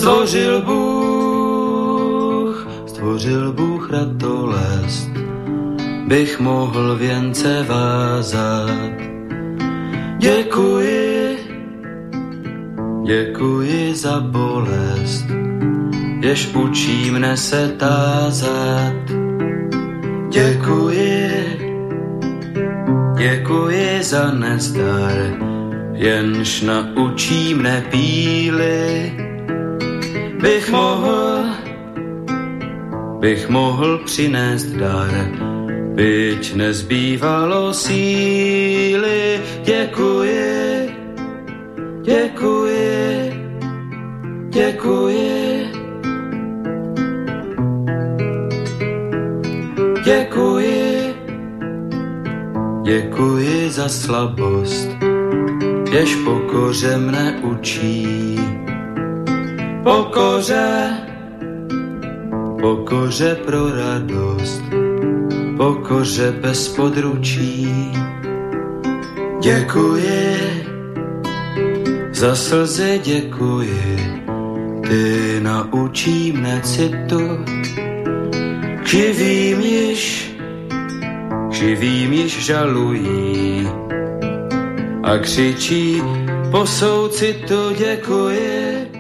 Stvořil Bůh ratolest, bych mohl věnce vázat. Děkuji za bolest, jež učí mne se tázat. Děkuji za nezdar, jenž naučí mne píly. Bych mohl přinést dar, byť nezbývalo síly. Děkuji za slabost, jež pokoře mne učí. Pokoře pro radost, pokoře bez područí. Děkuji za slzy, děkuji, ty naučí mne citu. Živým již žalují a křičí po soucitu. Děkuji.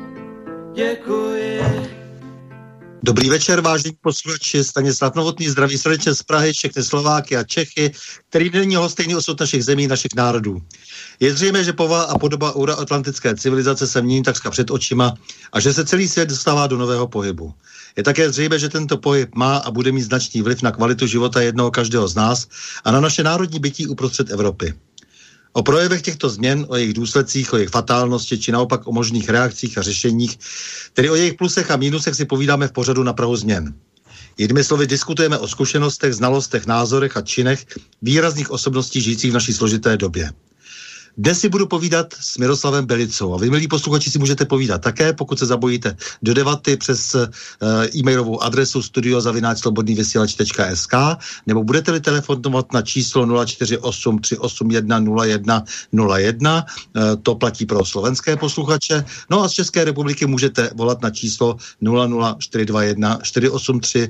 Dobrý večer, vážení posluchači, Stanislav Novotný zdraví srdečně z Prahy, všechny Slováky a Čechy, který není lhostejný osud našich zemí, našich národů. Je zřejmé, že povaha a podoba euroatlantické civilizace se mění takřka před očima a že se celý svět dostává do nového pohybu. Je také zřejmé, že tento pohyb má a bude mít značný vliv na kvalitu života jednoho každého z nás a na naše národní bytí uprostřed Evropy. O projevech těchto změn, o jejich důsledcích, o jejich fatálnosti, či naopak o možných reakcích a řešeních, tedy o jejich plusech a mínusech si povídáme v pořadu Na prahu změn. Jinými slovy diskutujeme o zkušenostech, znalostech, názorech a činech výrazných osobností žijících v naší složité době. Dnes si budu povídat s Miroslavem Belicou a vy, milí posluchači, si můžete povídat také, pokud se zapojíte do debaty přes e-mailovou adresu studio@slobodnyvysielac.sk nebo budete-li telefonovat na číslo 048 381 0101, to platí pro slovenské posluchače, no a z České republiky můžete volat na číslo 00421 483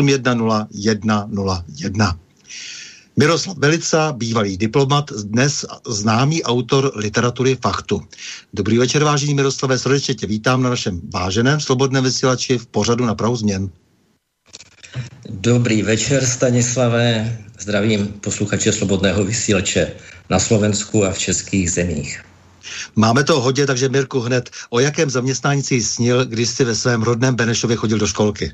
810 Miroslav Belica, bývalý diplomat, dnes známý autor literatury faktu. Dobrý večer, vážený Miroslave, srdečně tě vítám na našem váženém slobodném vysílači v pořadu Na prahu změn. Dobrý večer, Stanislave, zdravím posluchače slobodného vysílače na Slovensku a v českých zemích. Máme to hodně, takže Mirku, hned, o jakém zaměstnání jsi snil, když jsi ve svém rodném Benešově chodil do školky?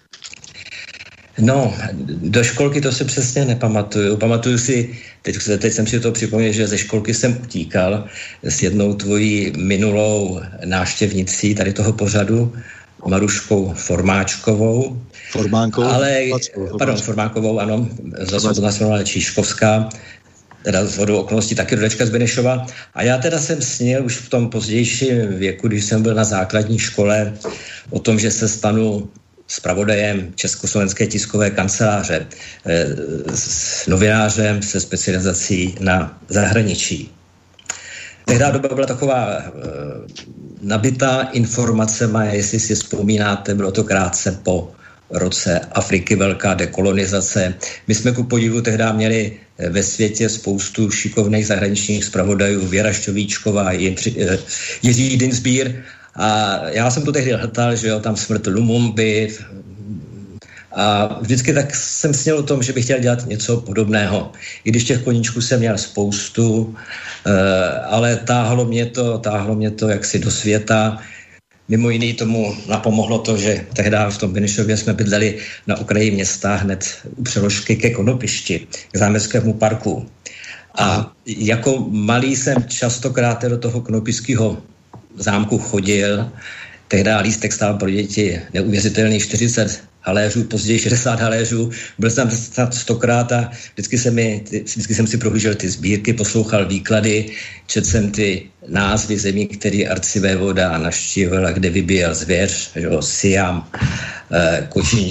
No, do školky to si přesně nepamatuju. Pamatuju si, teď jsem si to připomněl, že ze školky jsem utíkal s jednou tvojí minulou návštěvnicí tady toho pořadu, Maruškou Formáčkovou. Formánkovou, ano, zase to nazvala Číškovská, teda z vodou okolností taky rodačka z Benešova. A já teda jsem snil už v tom pozdějším věku, když jsem byl na základní škole, o tom, že se stanu zpravodajem Československé tiskové kanceláře, s novinářem se specializací na zahraničí. Tehdy doba byla taková nabitá informacema, jestli si vzpomínáte, bylo to krátce po roce Afriky, velká dekolonizace. My jsme ku podivu tehdy měli ve světě spoustu šikovných zahraničních zpravodajů, Věra Šťovíčková, Jiří Dinsbír. A já jsem to tehdy hltal, že jo, tam smrt Lumumby a vždycky tak jsem sněl o tom, že bych chtěl dělat něco podobného. I když těch koníčků jsem měl spoustu, ale táhlo mě to jaksi do světa. Mimo jiný tomu napomohlo to, že tehdy v tom Benešově jsme bydleli na okraji města hned u přeložky ke Konopišti, k zámeckému parku. A jako malý jsem častokrát do toho konopišského zámku chodil, tehdy lístek stál pro děti neuvěřitelných 40 haléřů, později 60 haléřů, byl jsem tam 100krát a vždycky jsem si prohlížel ty sbírky, poslouchal výklady, četl jsem ty názvy zemí, který arcivévoda navštívil a kde vybíjel zvěř, Siam,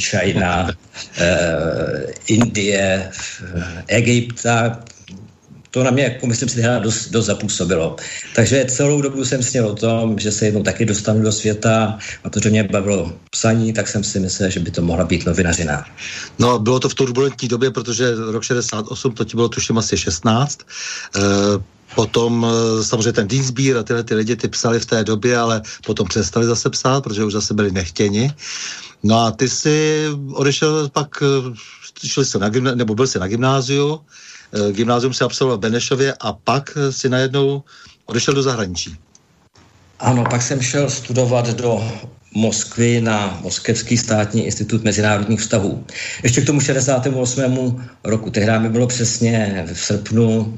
Kočinčajna, Indie, Egypt a To na mě, jako myslím si, dost zapůsobilo. Takže celou dobu jsem sněl o tom, že se jednou taky dostanu do světa, a to, že mě bavilo psaní, tak jsem si myslel, že by to mohla být novinařina. No, bylo to v turbulentní době, protože rok 68, to ti bylo tuším asi 16. Potom samozřejmě ten Dienstbier a tyhle ty lidi ty psali v té době, ale potom přestali zase psát, protože už zase byli nechtěni. No a ty jsi odešel pak, šel jsi nebo byl jsi na gymnáziu, gymnázium si absolvoval v Benešově a pak si najednou odešel do zahraničí. Ano, pak jsem šel studovat do Moskvy na Moskevský státní institut mezinárodních vztahů. Ještě k tomu 68. roku, tehdy mi bylo přesně v srpnu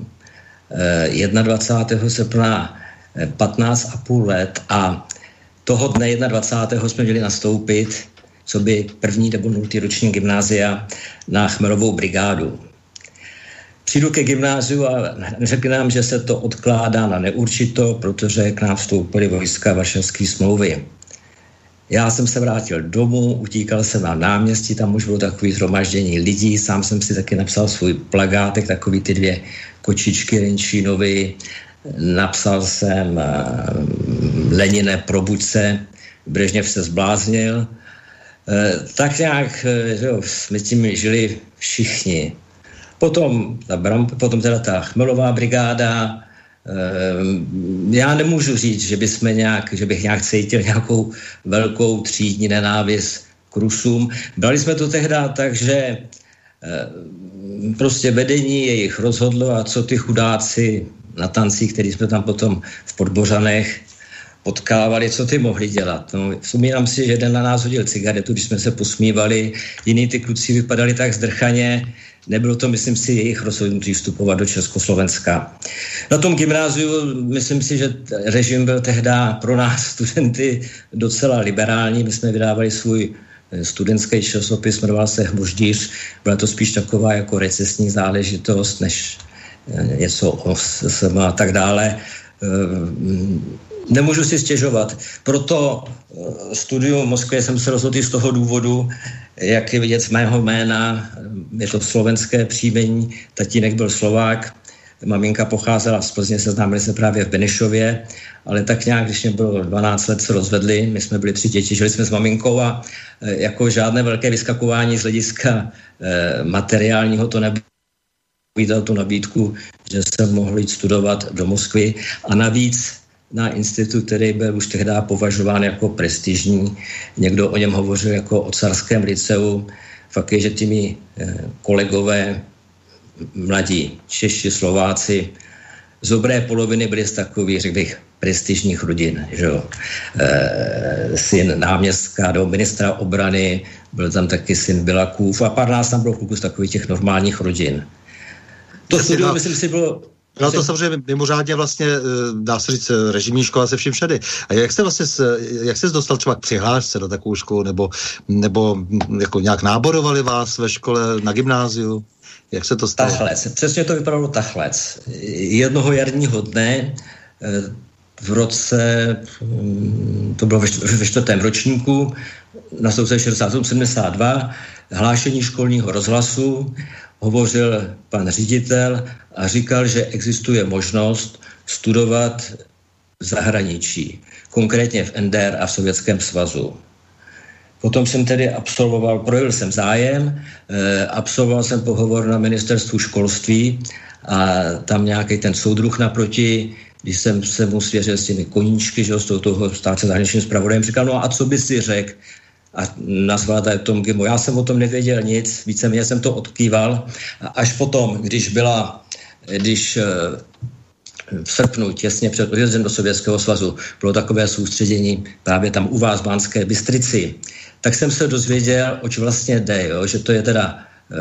21. srpna 15,5 let a toho dne 21. jsme měli nastoupit, co by první nebo 0. ročník gymnázia na Chmelovou brigádu. Přijdu ke gymnáziu a řekli nám, že se to odkládá na neurčito, protože k nám vstoupily vojska Varšavské smlouvy. Já jsem se vrátil domů, utíkal jsem na náměstí, tam už bylo takové shromaždění lidí, sám jsem si taky napsal svůj plagátek, takový ty 2 kočičky Renčínovi, napsal jsem Lenine probuď se, Brežněv se zbláznil. Tak nějak jsme tím žili všichni. Potom teda ta Chmelová brigáda. Já nemůžu říct, že bych nějak cítil nějakou velkou třídní nenávist k Rusům. Brali jsme to tehdy tak, že prostě vedení jejich rozhodlo a co ty chudáci na tancích, který jsme tam potom v Podbořanech potkávali, co ty mohli dělat. No, vzpomínám si, že jeden na nás hodil cigaretu, když jsme se posmívali, jiní ty kluci vypadali tak zdrchaně, nebylo to, myslím si, jejich rozhodnutí vstupovat do Československa. Na tom gymnáziu, myslím si, že režim byl tehdy pro nás studenty docela liberální. My jsme vydávali svůj studentský časopis, jmenoval se Hmoždíř. Byla to spíš taková jako recesní záležitost, než něco o SM a tak dále. Nemůžu si stěžovat. Proto studium v Moskvě jsem se rozhodl z toho důvodu, jak je vidět z mého jména, je to slovenské příjmení, tatínek byl Slovák, maminka pocházela z Plzně, seznámili se právě v Benešově, ale tak nějak, když mě bylo 12 let, se rozvedli, my jsme byli 3 děti, žili jsme s maminkou a jako žádné velké vyskakování z hlediska materiálního to nebylo. Vydal tu nabídku, že jsem mohl jít studovat do Moskvy a navíc na institut, který byl už tehdy považován jako prestižní. Někdo o něm hovořil jako o carském liceu. Fakt je, že těmi kolegové, mladí Češi, Slováci, z dobré poloviny byli z takových, řekl bych, prestižních rodin. Že jo? Syn náměstka do ministra obrany, byl tam taky syn Bilakův a pár nás tam bylo kluků z takových těch normálních rodin. To studium, myslím si, bylo... No to samozřejmě mimořádně vlastně, dá se říct, režimní škola se vším všedy. A jak jsi dostal třeba k přihlášce do takovou školu, nebo jako nějak náborovali vás ve škole na gymnáziu? Jak se to stalo? Tachlec. Přesně to vypadalo tachlec. Jednoho jarního dne v roce, to bylo ve 4. ročníku, na 68-72, hlášení školního rozhlasu, hovořil pan ředitel a říkal, že existuje možnost studovat v zahraničí, konkrétně v NDR a v Sovětském svazu. Potom jsem tedy projevil jsem zájem, absolvoval jsem pohovor na ministerstvu školství a tam nějaký ten soudruh naproti, když jsem se mu svěřil s těmi koníčky, že z toho státce zahraničním zpravodajem, říkal, no a co by si řekl? A nazval tady Tom Gimo. Já jsem o tom nevěděl nic, víceméně jsem to odkýval. A až potom, když v srpnu, těsně před odjezdem do Sovětského svazu, bylo takové soustředění právě tam u vás v Banské Bystrici, tak jsem se dozvěděl, oč vlastně jde, jo? Že to je teda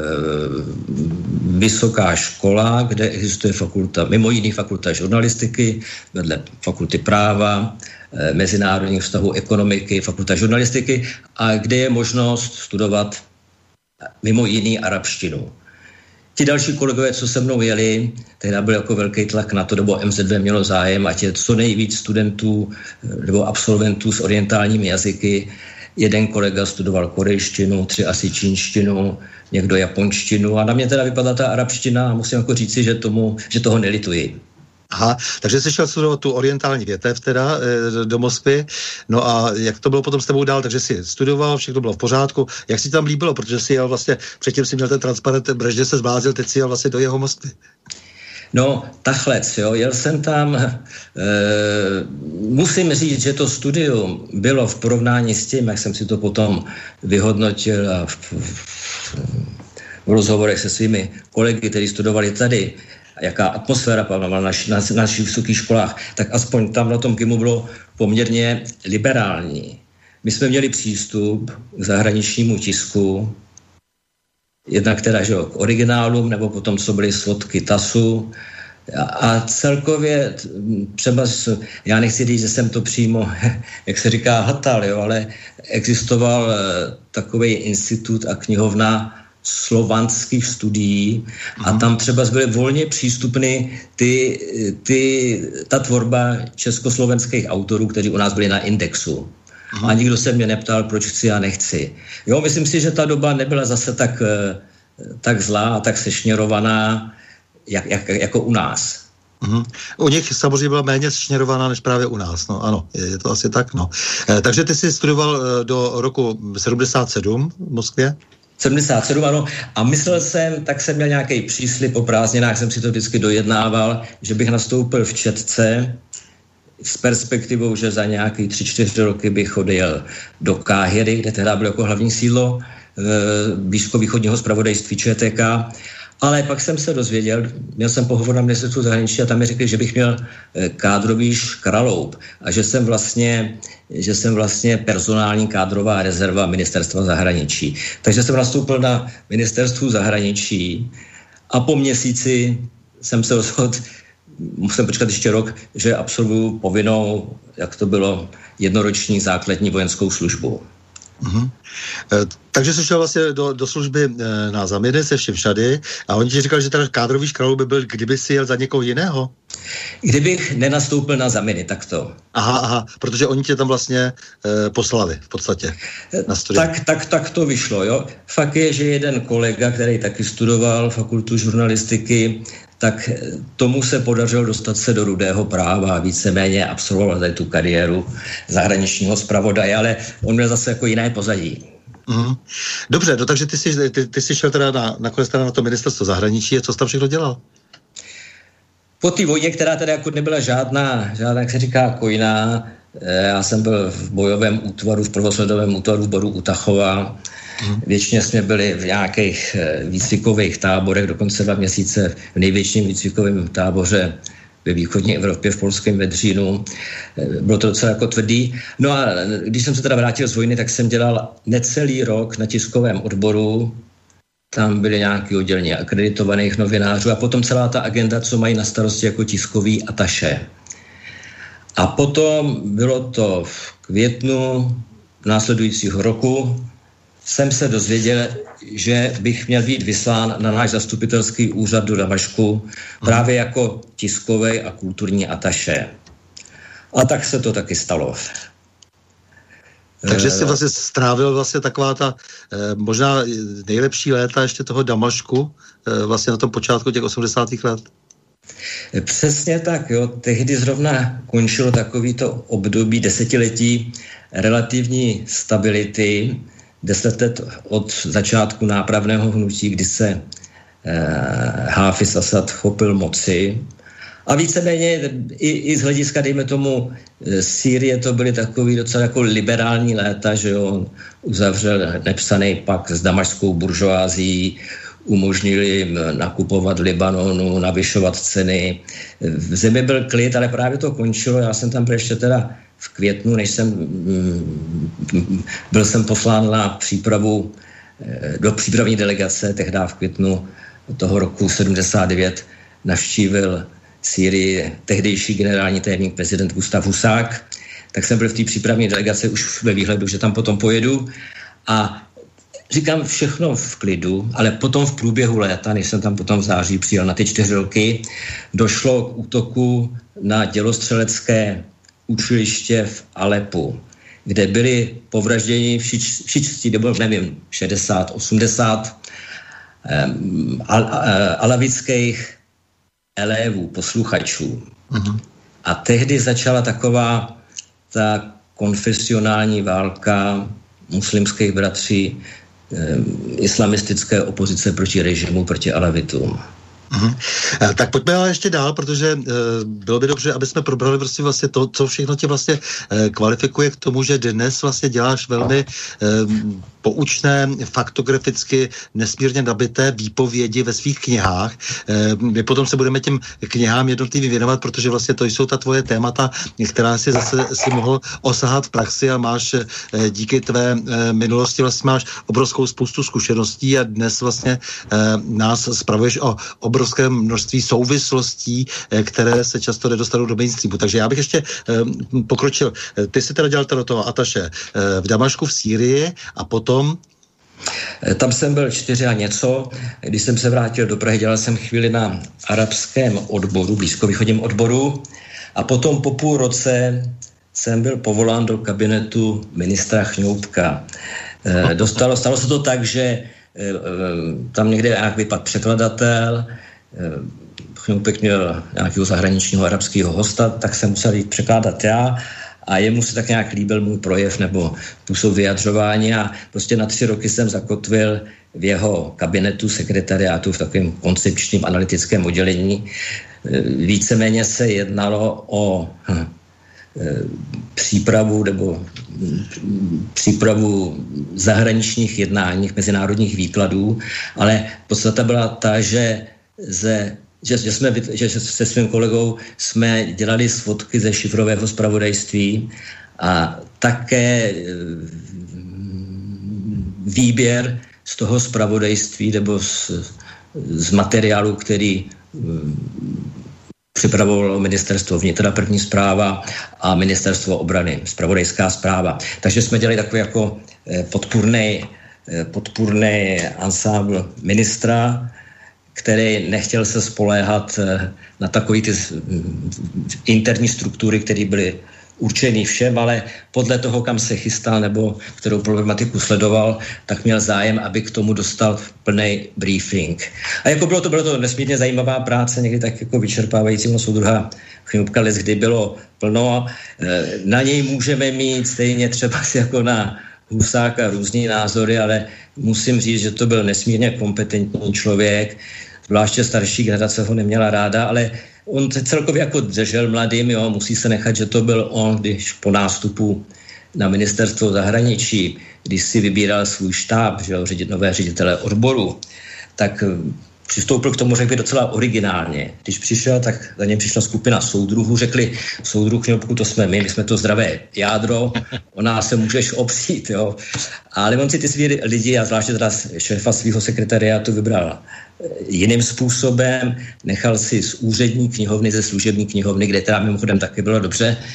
vysoká škola, kde existuje fakulta, mimo jiný fakulta žurnalistiky, vedle fakulty práva, mezinárodních vztahů, ekonomiky, fakulta žurnalistiky a kde je možnost studovat mimo jiný arabštinu. Ti další kolegové, co se mnou jeli, tehdy byl jako velký tlak na to, nebo MZV mělo zájem, ať je co nejvíc studentů nebo absolventů s orientálními jazyky. jeden kolega studoval korejštinu, 3 asi čínštinu, někdo japonštinu a na mě teda vypadla ta arabština a musím jako říci, že toho nelituji. Aha, takže jsi šel studovat tu orientální větev teda do Moskvy, no a jak to bylo potom s tebou dál, takže jsi studoval, všechno bylo v pořádku, jak si tam líbilo, protože jsi jel vlastně, předtím si měl ten transparent, Brežně se zblázil, teď si jel vlastně do jeho Moskvy. No, tachlec, jo, jel jsem tam, musím říct, že to studium bylo v porovnání s tím, jak jsem si to potom vyhodnotil a v rozhovorech se svými kolegy, kteří studovali tady, jaká atmosféra panovala na našich vysokých školách, tak aspoň tam na tom KIMu bylo poměrně liberální. My jsme měli přístup k zahraničnímu tisku, jednak teda, že k originálům, nebo potom, co byly svodky TASu. A celkově třeba, já nechci říct, že jsem to přímo, jak se říká, hatal, jo, ale existoval takový institut a knihovna slovanských studií a tam třeba byly volně přístupny ta tvorba československých autorů, kteří u nás byli na indexu. A nikdo se mě neptal, proč chci a nechci. Jo, myslím si, že ta doba nebyla zase tak zlá a tak sešněrovaná, jako u nás. U nich samozřejmě byla méně sešněrovaná než právě u nás, no ano, je to asi tak, no. Takže ty jsi studoval do roku 77 v Moskvě? 77, ano. A myslel jsem, tak jsem měl nějaký příslib o prázdninách, jsem si to vždycky dojednával, že bych nastoupil v Četce s perspektivou, že za nějaký 3-4 roky bych chodil do Káhiry, kde teda bylo jako hlavní sídlo blízkovýchodního zpravodajství ČTK. Ale pak jsem se dozvěděl, měl jsem pohovor na ministerstvu zahraničí a tam mi řekli, že bych měl kádrový škraloup a že jsem vlastně personální kádrová rezerva ministerstva zahraničí. Takže jsem nastoupil na ministerstvu zahraničí a po měsíci jsem se rozhodl, musím počkat ještě rok, že absolvuju povinnou, jak to bylo, jednoroční základní vojenskou službu. Takže jsi šel vlastně do služby na záměry se všem všady a oni ti říkali, že teda kádrový škraloup by byl, kdyby si jel za někoho jiného? Kdybych nenastoupil na zaminy, tak to. Aha, protože oni tě tam vlastně poslali v podstatě na studium. Tak to vyšlo, jo. Fakt je, že jeden kolega, který taky studoval fakultu žurnalistiky, tak tomu se podařilo dostat se do Rudého práva a víceméně absolvoval tady tu kariéru zahraničního zpravodaje, ale on měl zase jako jiné pozadí. Dobře, no takže ty jsi šel teda nakonec na to ministerstvo zahraničí a co jsi tam všechno dělal? Po té vojně, která teda jako nebyla žádná, jak se říká, kojná, já jsem byl v bojovém útvaru, v prvosledovém útvaru v bodu u Tachova. Většině jsme byli v nějakých výcvikových táborech, dokonce 2 měsíce v největším výcvikovém táboře ve východní Evropě, v polském Vedřínu. Bylo to docela jako tvrdý. No a když jsem se teda vrátil z vojny, tak jsem dělal necelý rok na tiskovém odboru. Tam byly nějaké oddělení akreditovaných novinářů a potom celá ta agenda, co mají na starosti jako tiskový ataše. A potom bylo to v květnu následujícího roku, jsem se dozvěděl, že bych měl být vyslán na náš zastupitelský úřad do Damašku právě jako tiskový a kulturní ataše. A tak se to taky stalo. Takže jsi vlastně strávil vlastně taková ta možná nejlepší léta ještě toho Damašku vlastně na tom počátku těch 80. let. Přesně tak, jo. Tehdy zrovna končilo takovýto období desetiletí relativní stability, 10 let od začátku nápravného hnutí, kdy se Hafiz Asad chopil moci. A víceméně i z hlediska, dejme tomu, Sýrie to byly takový docela jako liberální léta, že jo, uzavřel nepsaný pakt s damašskou buržoází, umožnili jim nakupovat v Libanonu, navyšovat ceny. V zemi byl klid, ale právě to končilo. Já jsem tam byl ještě teda v květnu, než byl jsem poslán na přípravu do přípravní delegace, tehdy v květnu toho roku 79 navštívil Sýrii tehdejší generální tajemník prezident Gustav Husák, tak jsem byl v té přípravní delegaci už ve výhledu, že tam potom pojedu a říkám všechno v klidu, ale potom v průběhu léta, než jsem tam potom v září přijel na ty 4 roky, došlo k útoku na dělostřelecké učiliště v Alepu. kde byli povražděni všichni, nebo nevím, 60, 80 alavických elévů, posluchačů. A tehdy začala taková ta konfesionální válka muslimských bratří, islamistické opozice proti režimu, proti alavitům. Tak pojďme ale ještě dál, protože bylo by dobře, aby jsme probrali vlastně to, co všechno tě vlastně kvalifikuje k tomu, že dnes vlastně děláš velmi poučné, faktograficky nesmírně nabité výpovědi ve svých knihách. My potom se budeme těm knihám jednotlivým věnovat, protože vlastně to jsou ta tvoje témata, která si zase mohl osahat v praxi a máš díky tvé minulosti vlastně máš obrovskou spoustu zkušeností a dnes vlastně nás spravuješ o obrovské množství souvislostí, které se často nedostanou do mainstreamu. Takže já bych ještě pokročil. Ty jsi teda dělal do toho ataše v Damašku v Sýrii a potom tam jsem byl 4 a něco. Když jsem se vrátil do Prahy, dělal jsem chvíli na arabském odboru, blízkovýchodním odboru a potom po půl roce jsem byl povolán do kabinetu ministra Chňoupka. Stalo se to tak, že tam někde nějak vypadl překladatel, Chňoupek měl nějakého zahraničního arabského hosta, tak jsem musel jít překládat já a jemu se tak nějak líbil můj projev nebo způsob vyjadřování a prostě na 3 roky jsem zakotvil v jeho kabinetu sekretariátu v takovém koncepčním analytickém oddělení. Víceméně se jednalo o přípravu zahraničních jednání, mezinárodních výkladů, ale podstata byla ta, že se svým kolegou jsme dělali svodky ze šifrového zpravodajství a také výběr z toho zpravodajství nebo z materiálu, který připravovalo ministerstvo vnitra, první správa a ministerstvo obrany, zpravodajská správa. Takže jsme dělali takový jako podpůrný ansámbl ministra, který nechtěl se spoléhat na takové ty interní struktury, které byly určený všem, ale podle toho, kam se chystal nebo kterou problematiku sledoval, tak měl zájem, aby k tomu dostal plný briefing. A jako bylo to nesmírně zajímavá práce, někdy tak jako vyčerpávající, soudruha Chňoupka kdy bylo plno. Na něj můžeme mít stejně třeba jako na Husáka různý názory, ale musím říct, že to byl nesmírně kompetentní člověk, zvláště starší generace ho neměla ráda, ale on se celkově jako držel mladým, jo, musí se nechat, že to byl on, když po nástupu na ministerstvo zahraničí, když si vybíral svůj štáb, že jo, nové ředitele odboru, tak přistoupil k tomu, řekl by, docela originálně. Když přišel, tak za něm přišla skupina soudruhů, řekli, soudruh Chňoupku, to jsme my jsme to zdravé jádro, o nás se můžeš opřít, jo. Ale on si ty svý lidi, a zvláště teda šéfa svého sekretariátu vybral jiným způsobem, nechal si z úřední knihovny, ze služební knihovny, kde teda mimochodem taky bylo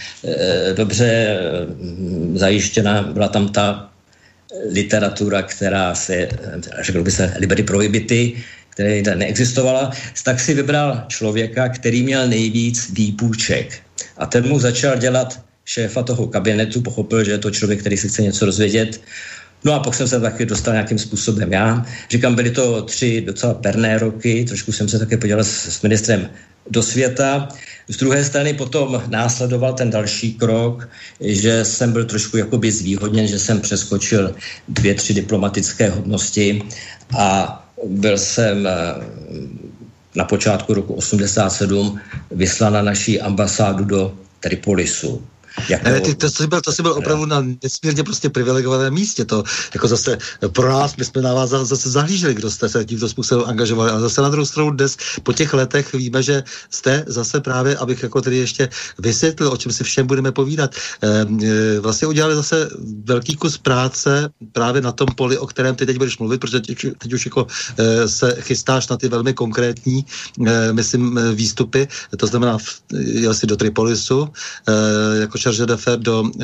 dobře zajištěna, byla tam ta literatura, která se, řekl by se, liberty prohibity, která neexistovala, tak si vybral člověka, který měl nejvíc výpůjček. A ten mu začal dělat šéfa toho kabinetu, pochopil, že je to člověk, který si chce něco rozvědět. No a pak jsem se taky dostal nějakým způsobem já. Říkám, byly to 3 docela perné roky, trošku jsem se také podělal s ministrem do světa. Z druhé strany potom následoval ten další krok, že jsem byl trošku jakoby zvýhodněn, že jsem přeskočil 2-3 diplomatické hodnosti a byl jsem na počátku roku 87 vyslán na naší ambasádu do Tripolisu. To jsi byl opravdu na nesmírně prostě privilegovaném místě. To jako zase pro nás, my jsme na vás zase zahlíželi, kdo jste se tímto způsobem angažovali. A zase na druhou stranu dnes po těch letech víme, že jste zase právě, abych jako tedy ještě vysvětlil, o čem si všem budeme povídat, vlastně udělali zase velký kus práce právě na tom poli, o kterém ty teď budeš mluvit, protože teď už jako se chystáš na ty velmi konkrétní, myslím, výstupy. To znamená, jel jsi do Tripolisu, jako chargé d'affaires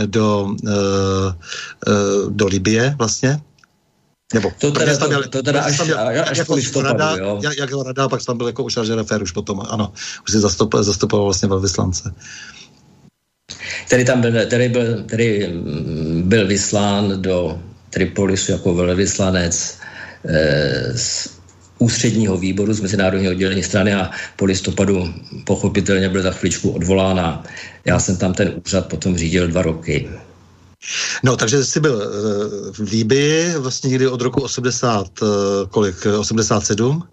do Libye vlastně. Nebo to teda až po listopadu, jo. Jak rada, pak tam byl jako chargé d'affaires už potom, ano, už si zastupoval vlastně velvyslance. který byl vyslán do Tripolisu jako velvyslanec z ústředního výboru z mezinárodního oddělení strany a po listopadu pochopitelně byl za chvíličku odvolán a já jsem tam ten úřad potom řídil 2 roky. No, takže jsi byl v Libyi vlastně někdy od roku 87?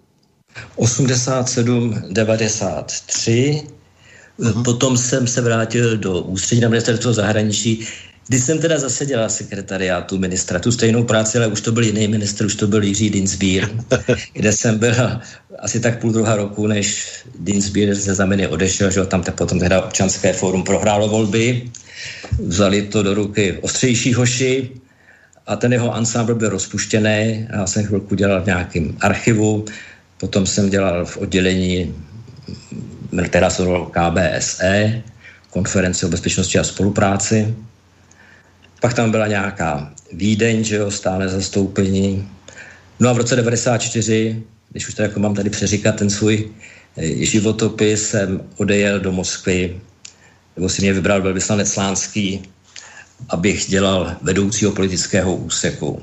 87, 93. Potom jsem se vrátil do ústředí na ministerstvo zahraničí, kdy jsem teda zase dělal sekretariátu ministra, tu stejnou práci, ale už to byl jiný ministr, už to byl Jiří Dienstbier, kde jsem byl asi tak 1,5 roku, než Dienstbier ze Zaminy odešel, že tam potom teda Občanské fórum prohrálo volby, vzali to do ruky ostřejší hoši a ten jeho ansámbl byl rozpuštěný. Já jsem chvilku dělal v nějakém archivu, potom jsem dělal v oddělení, která se jmenovala KBSE, Konference o bezpečnosti a spolupráci. Pak tam byla nějaká Vídeň, že jo, stále zastoupení. No a v roce 94, když už to jako mám tady přeříkat ten svůj životopis, jsem odejel do Moskvy, nebo si mě vybral velvyslanec Slánský, abych dělal vedoucího politického úseku.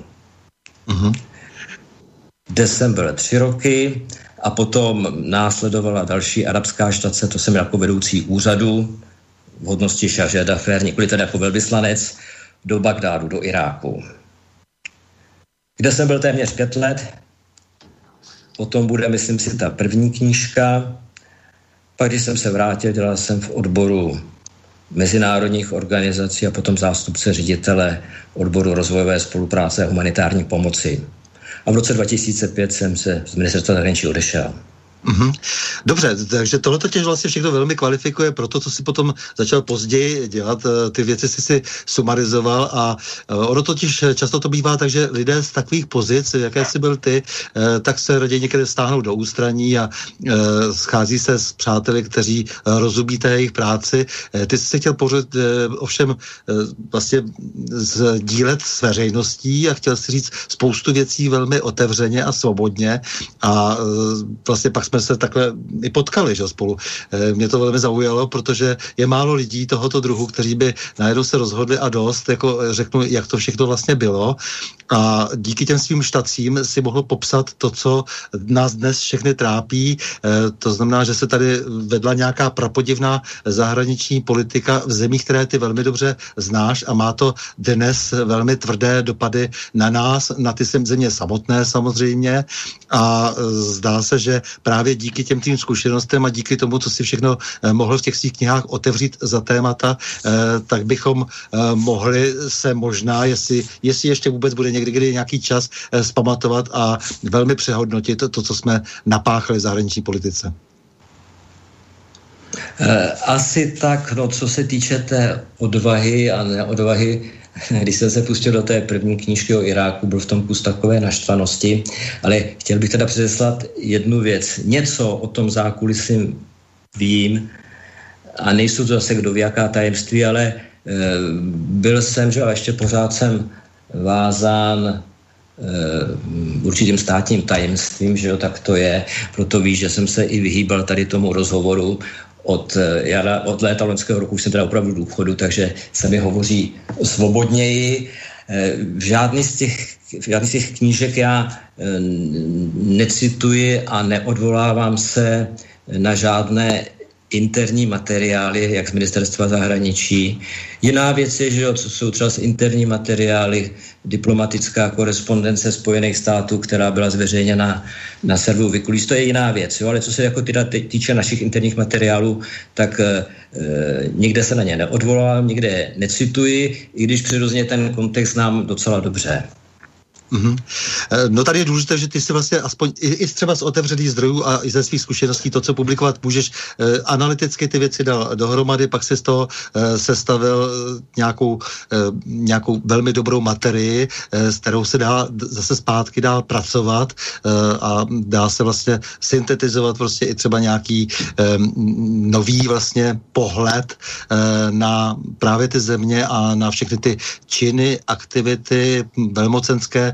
Kde jsem byl 3 roky a potom následovala další arabská štace, to jsem jako vedoucí úřadu v hodnosti šarže d'affaires, nikoli tedy jako velvyslanec, do Bagdádu, do Iráku. Kde jsem byl téměř 5 let, potom bude, myslím si, ta první knížka. Pak, když jsem se vrátil, dělal jsem v odboru mezinárodních organizací a potom zástupce ředitele odboru rozvojové spolupráce a humanitární pomoci. A v roce 2005 jsem se z ministerstva zahraničí odešel. Dobře, takže tohle tě vlastně všechno velmi kvalifikuje pro to, co si potom začal později dělat. Ty věci si sumarizoval a ono totiž často to bývá tak, že lidé z takových pozic, jaké jsi byl ty, tak se raději někde stáhnou do ústraní a schází se s přáteli, kteří rozumí té jejich práci. Ty jsi se chtěl ovšem vlastně sdílet s veřejností a chtěl si říct spoustu věcí velmi otevřeně a svobodně a vlastně pak jsme se takhle i potkali, že spolu. Mě to velmi zaujalo, protože je málo lidí tohoto druhu, kteří by najednou se rozhodli a dost, jako řeknu, jak to všechno vlastně bylo. A díky těm svým štacím si mohl popsat to, co nás dnes všechny trápí. To znamená, že se tady vedla nějaká prapodivná zahraniční politika v zemích, které ty velmi dobře znáš a má to dnes velmi tvrdé dopady na nás, na ty země samotné samozřejmě. A zdá se, že právě díky těm tvým zkušenostem a díky tomu, co si všechno mohl v těch svých knihách otevřít za témata, tak bychom mohli se možná, jestli ještě vůbec bude někdy nějaký čas, zpamatovat a velmi přehodnotit to, co jsme napáchali v zahraniční politice. Asi tak, no co se týče té odvahy a neodvahy, když jsem se pustil do té první knížky o Iráku, byl v tom kus takové naštvanosti, ale chtěl bych teda předeslat jednu věc. Něco o tom zákulisí vím a nejsou to zase kdo ví jaká tajemství, ale byl jsem, že a ještě pořád jsem vázán určitým státním tajemstvím, že jo, tak to je. Proto víš, že jsem se i vyhýbal tady tomu rozhovoru od léta loňského roku, už jsem teda opravdu v důchodu, takže se mi hovoří svobodněji. V žádný z těch knížek já necituji a neodvolávám se na žádné interní materiály, jak z ministerstva zahraničí. Jiná věc je, že co jsou třeba interní materiály, diplomatická korespondence Spojených států, která byla zveřejněna na serveru Wikileaks, to je jiná věc. Jo? Ale co se jako týče našich interních materiálů, tak nikde se na ně neodvolávám, nikde necituji, i když přirozeně ten kontext znám docela dobře. No tady je důležité, že ty si vlastně aspoň i třeba z otevřených zdrojů a i ze svých zkušeností to, co publikovat můžeš, analyticky ty věci dal dohromady, pak si z toho sestavil nějakou velmi dobrou materii, s kterou se dá zase zpátky dál pracovat a dá se vlastně syntetizovat prostě i třeba nějaký nový vlastně pohled na právě ty země a na všechny ty činy, aktivity velmocenské,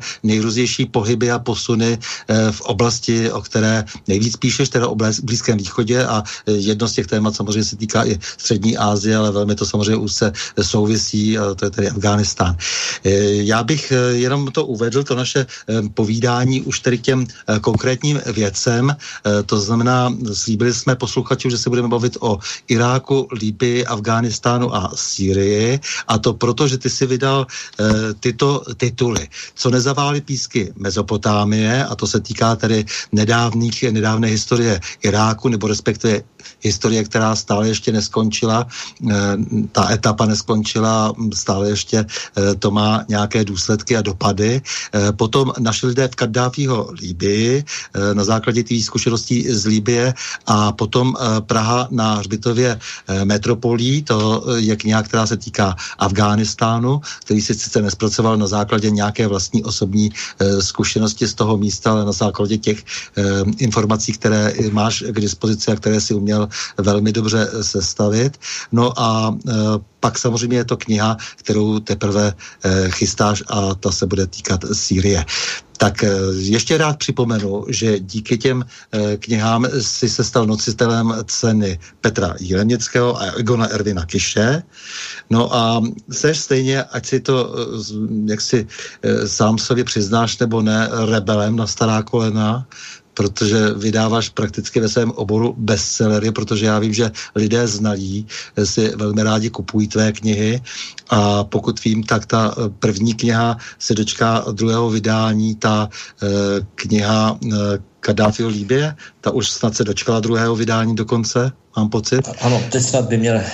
nejrůznější pohyby a posuny v oblasti, o které nejvíc píšeš, teda o Blízkém východě, a jedno z těch témat samozřejmě se týká i Střední Asie, ale velmi to samozřejmě úzce souvisí, a to je tedy Afghánistán. Já bych jenom to uvedl, to naše povídání už tedy těm konkrétním věcem, to znamená, slíbili jsme posluchačům, že se budeme bavit o Iráku, Libyi, Afghánistánu a Sýrii, a to proto, že ty si vydal tyto tituly. Co nezaválí písky Mezopotámie, a to se týká tedy nedávné historie Iráku, nebo respektive historie, která stále ještě neskončila, ta etapa neskončila, stále ještě to má nějaké důsledky a dopady. Potom naši lidé v Kaddáfího Libyi, na základě těch zkušeností z Libye, a potom Praha na hřbitově metropolí, to je kniha, která se týká Afghánistánu, který si sice nespracoval na základě nějaké vlastní osobní zkušenosti z toho místa, ale na základě těch informací, které máš k dispozici a které si uměl velmi dobře sestavit. No a pak samozřejmě je to kniha, kterou teprve chystáš, a ta se bude týkat Sýrie. Tak ještě rád připomenu, že díky těm knihám si se stal nositelem ceny Petra Jilemnického a Egona Ervina Kiše. No a seš stejně, ať si to, jak si sám sobě přiznáš nebo ne, rebelem na stará kolena, protože vydáváš prakticky ve svém oboru bestsellery, protože já vím, že lidé znalí si velmi rádi kupují tvé knihy, a pokud vím, tak ta první kniha se dočká druhého vydání, ta kniha Kaddáfího Libye, ta už snad se dočkala druhého vydání dokonce, mám pocit. Ano, teď snad by měl,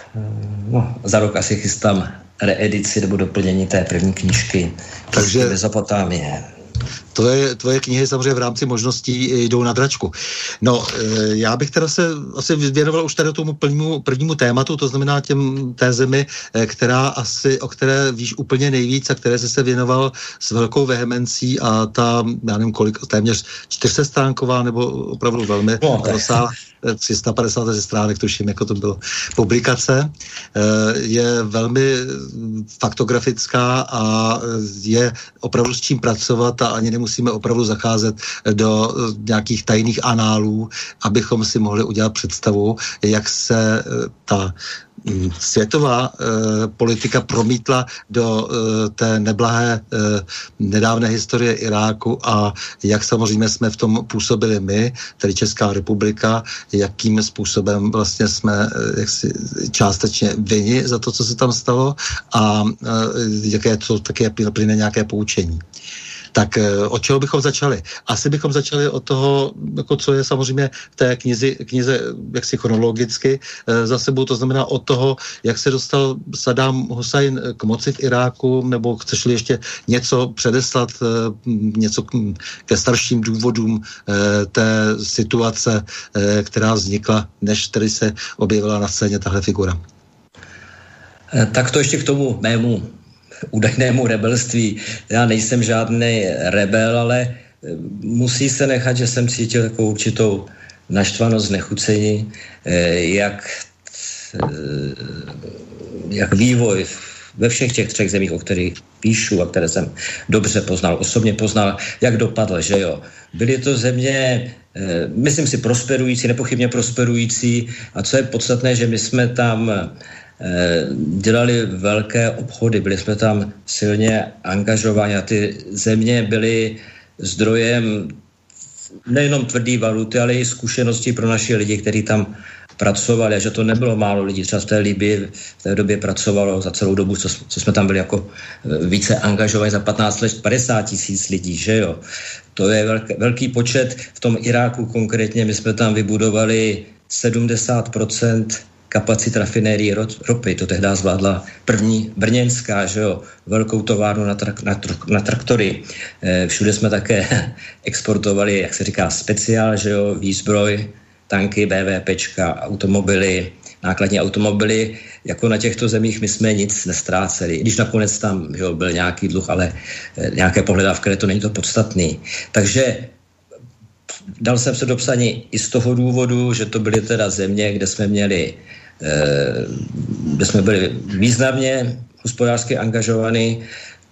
za rok asi chystám reedici nebo doplnění té první knížky. Takže Mezopotámie. Tvoje knihy samozřejmě v rámci možností jdou na dračku. No, já bych teda se asi věnoval už tady tomu prvnímu tématu, to znamená té zemi, o které víš úplně nejvíc a které jsi se věnoval s velkou vehemencí, a ta, já nevím kolik, téměř 400stránková nebo opravdu velmi rozsáhlá, 350 stránek, tuším, jako to bylo publikace, je velmi faktografická a je opravdu s čím pracovat, a ani nemusíme opravdu zacházet do nějakých tajných análů, abychom si mohli udělat představu, jak se ta světová politika promítla do té neblahé nedávné historie Iráku, a jak samozřejmě jsme v tom působili my, tedy Česká republika, jakým způsobem vlastně jsme jaksi částečně vinni za to, co se tam stalo, a jaké to také plyne nějaké poučení. Tak od čeho bychom začali? Asi bychom začali od toho, jako co je samozřejmě v té knize jaksi chronologicky za sebou, to znamená od toho, jak se dostal Saddam Husajn k moci v Iráku, nebo chceš-li ještě něco předeslat, něco ke starším důvodům té situace, která vznikla, než tedy se objevila na scéně tahle figura. Tak to ještě k tomu mému údajnému rebelství. Já nejsem žádný rebel, ale musí se nechat, že jsem cítil takovou určitou naštvanost, znechucení, jak vývoj ve všech těch 3 zemích, o kterých píšu a které jsem dobře poznal, osobně poznal, jak dopadl, že jo. Byly to země, myslím si, prosperující, nepochybně prosperující, a co je podstatné, že my jsme tam dělali velké obchody, byli jsme tam silně angažováni, a ty země byly zdrojem nejenom tvrdý valuty, ale i zkušeností pro naše lidi, kteří tam pracovali, a že to nebylo málo lidí. Třeba v té Libyi v té době pracovalo za celou dobu, co jsme tam byli jako více angažovaní, za 15 let 50 000 lidí, že jo. To je velký počet. V tom Iráku konkrétně my jsme tam vybudovali 70% kapacit rafinérií ropy. To tehdy zvládla první brněnská, že jo, velkou továrnu na traktory. Všude jsme také exportovali, jak se říká, speciál, že jo, výzbroj, tanky, BVPčka, automobily, nákladní automobily. Jako na těchto zemích my jsme nic nestráceli. Když nakonec tam, že jo, byl nějaký dluh, ale nějaké pohledávky, ale to není to podstatný. Takže dal jsem se do psaní i z toho důvodu, že to byly teda země, kde jsme byli významně hospodářsky angažovaní.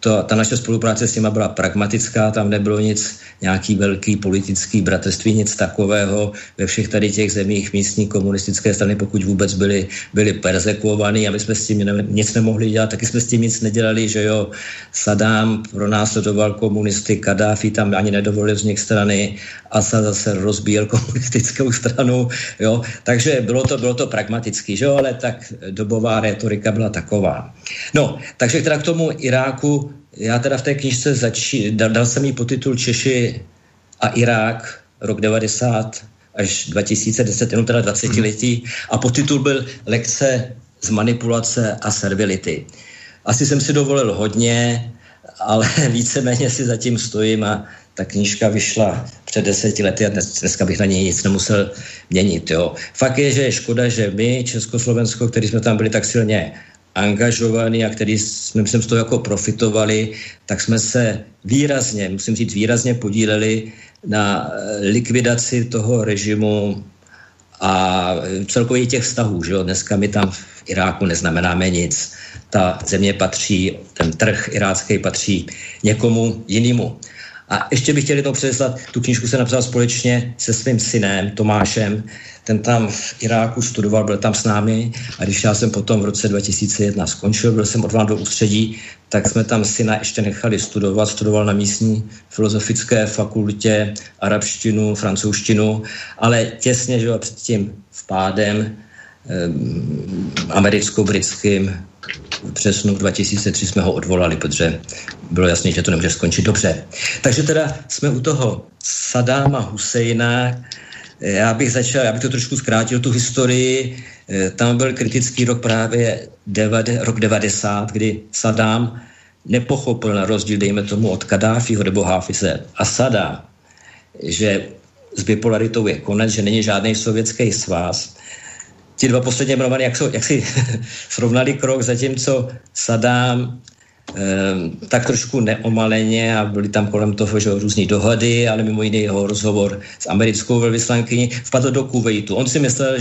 ta naše spolupráce s nima byla pragmatická, tam nebylo nic, nějaký velký politický bratrství, nic takového. Ve všech tady těch zemích místní komunistické strany, pokud vůbec byly perzekvovaný a my jsme s tím nic nemohli dělat, taky jsme s tím nic nedělali, že jo. Saddam pronásledoval komunisty, Kadáfi tam ani nedovolil vznik strany, Asad zase rozbíjel komunistickou stranu, jo. Takže bylo to pragmatický, že jo, ale tak dobová rétorika byla taková. No, takže teda k tomu Iráku, já teda v té knížce dal jsem jí podtitul Češi a Irák, rok 90 až 2010, jenom teda 20letí, a podtitul byl Lekce z manipulace a servility. Asi jsem si dovolil hodně, ale víceméně si zatím stojím a ta knížka vyšla před 10 lety a dneska bych na něj nic nemusel měnit. Jo. Fakt je, že je škoda, že my, Československo, kteří jsme tam byli tak silně angažovaní a který jsme z toho jako profitovali, tak jsme se výrazně podíleli na likvidaci toho režimu a celkově těch vztahů. Že jo? Dneska my tam v Iráku neznamenáme nic. Ta země patří, ten trh irácký patří někomu jinému. A ještě bych chtěl jednou předeslat, tu knížku jsem napsal společně se svým synem Tomášem, ten tam v Iráku studoval, byl tam s námi a když já jsem potom v roce 2001 skončil, byl jsem odvolán do ústředí, tak jsme tam syna ještě nechali studovat, studoval na místní filozofické fakultě arabštinu, francouzštinu, ale těsně, že před tím vpádem americko-britským v březnu 2003 jsme ho odvolali, protože bylo jasné, že to nemůže skončit dobře. Takže teda jsme u toho Saddáma Husajna. Já bych to trošku zkrátil, tu historii. Tam byl kritický rok právě rok 90, kdy Saddám nepochopil na rozdíl, dejme tomu, od Kadáfiho nebo Hafize Asada, že s bipolaritou je konec, že není žádný sovětský svaz. Ti dva posledně jmenovaní, jak si srovnali krok, zatímco Saddám tak trošku neomaleně a byly tam kolem toho, že různý dohody, ale mimo jiný jeho rozhovor s americkou velvyslankyní vpadl do Kuvejtu. On si myslel,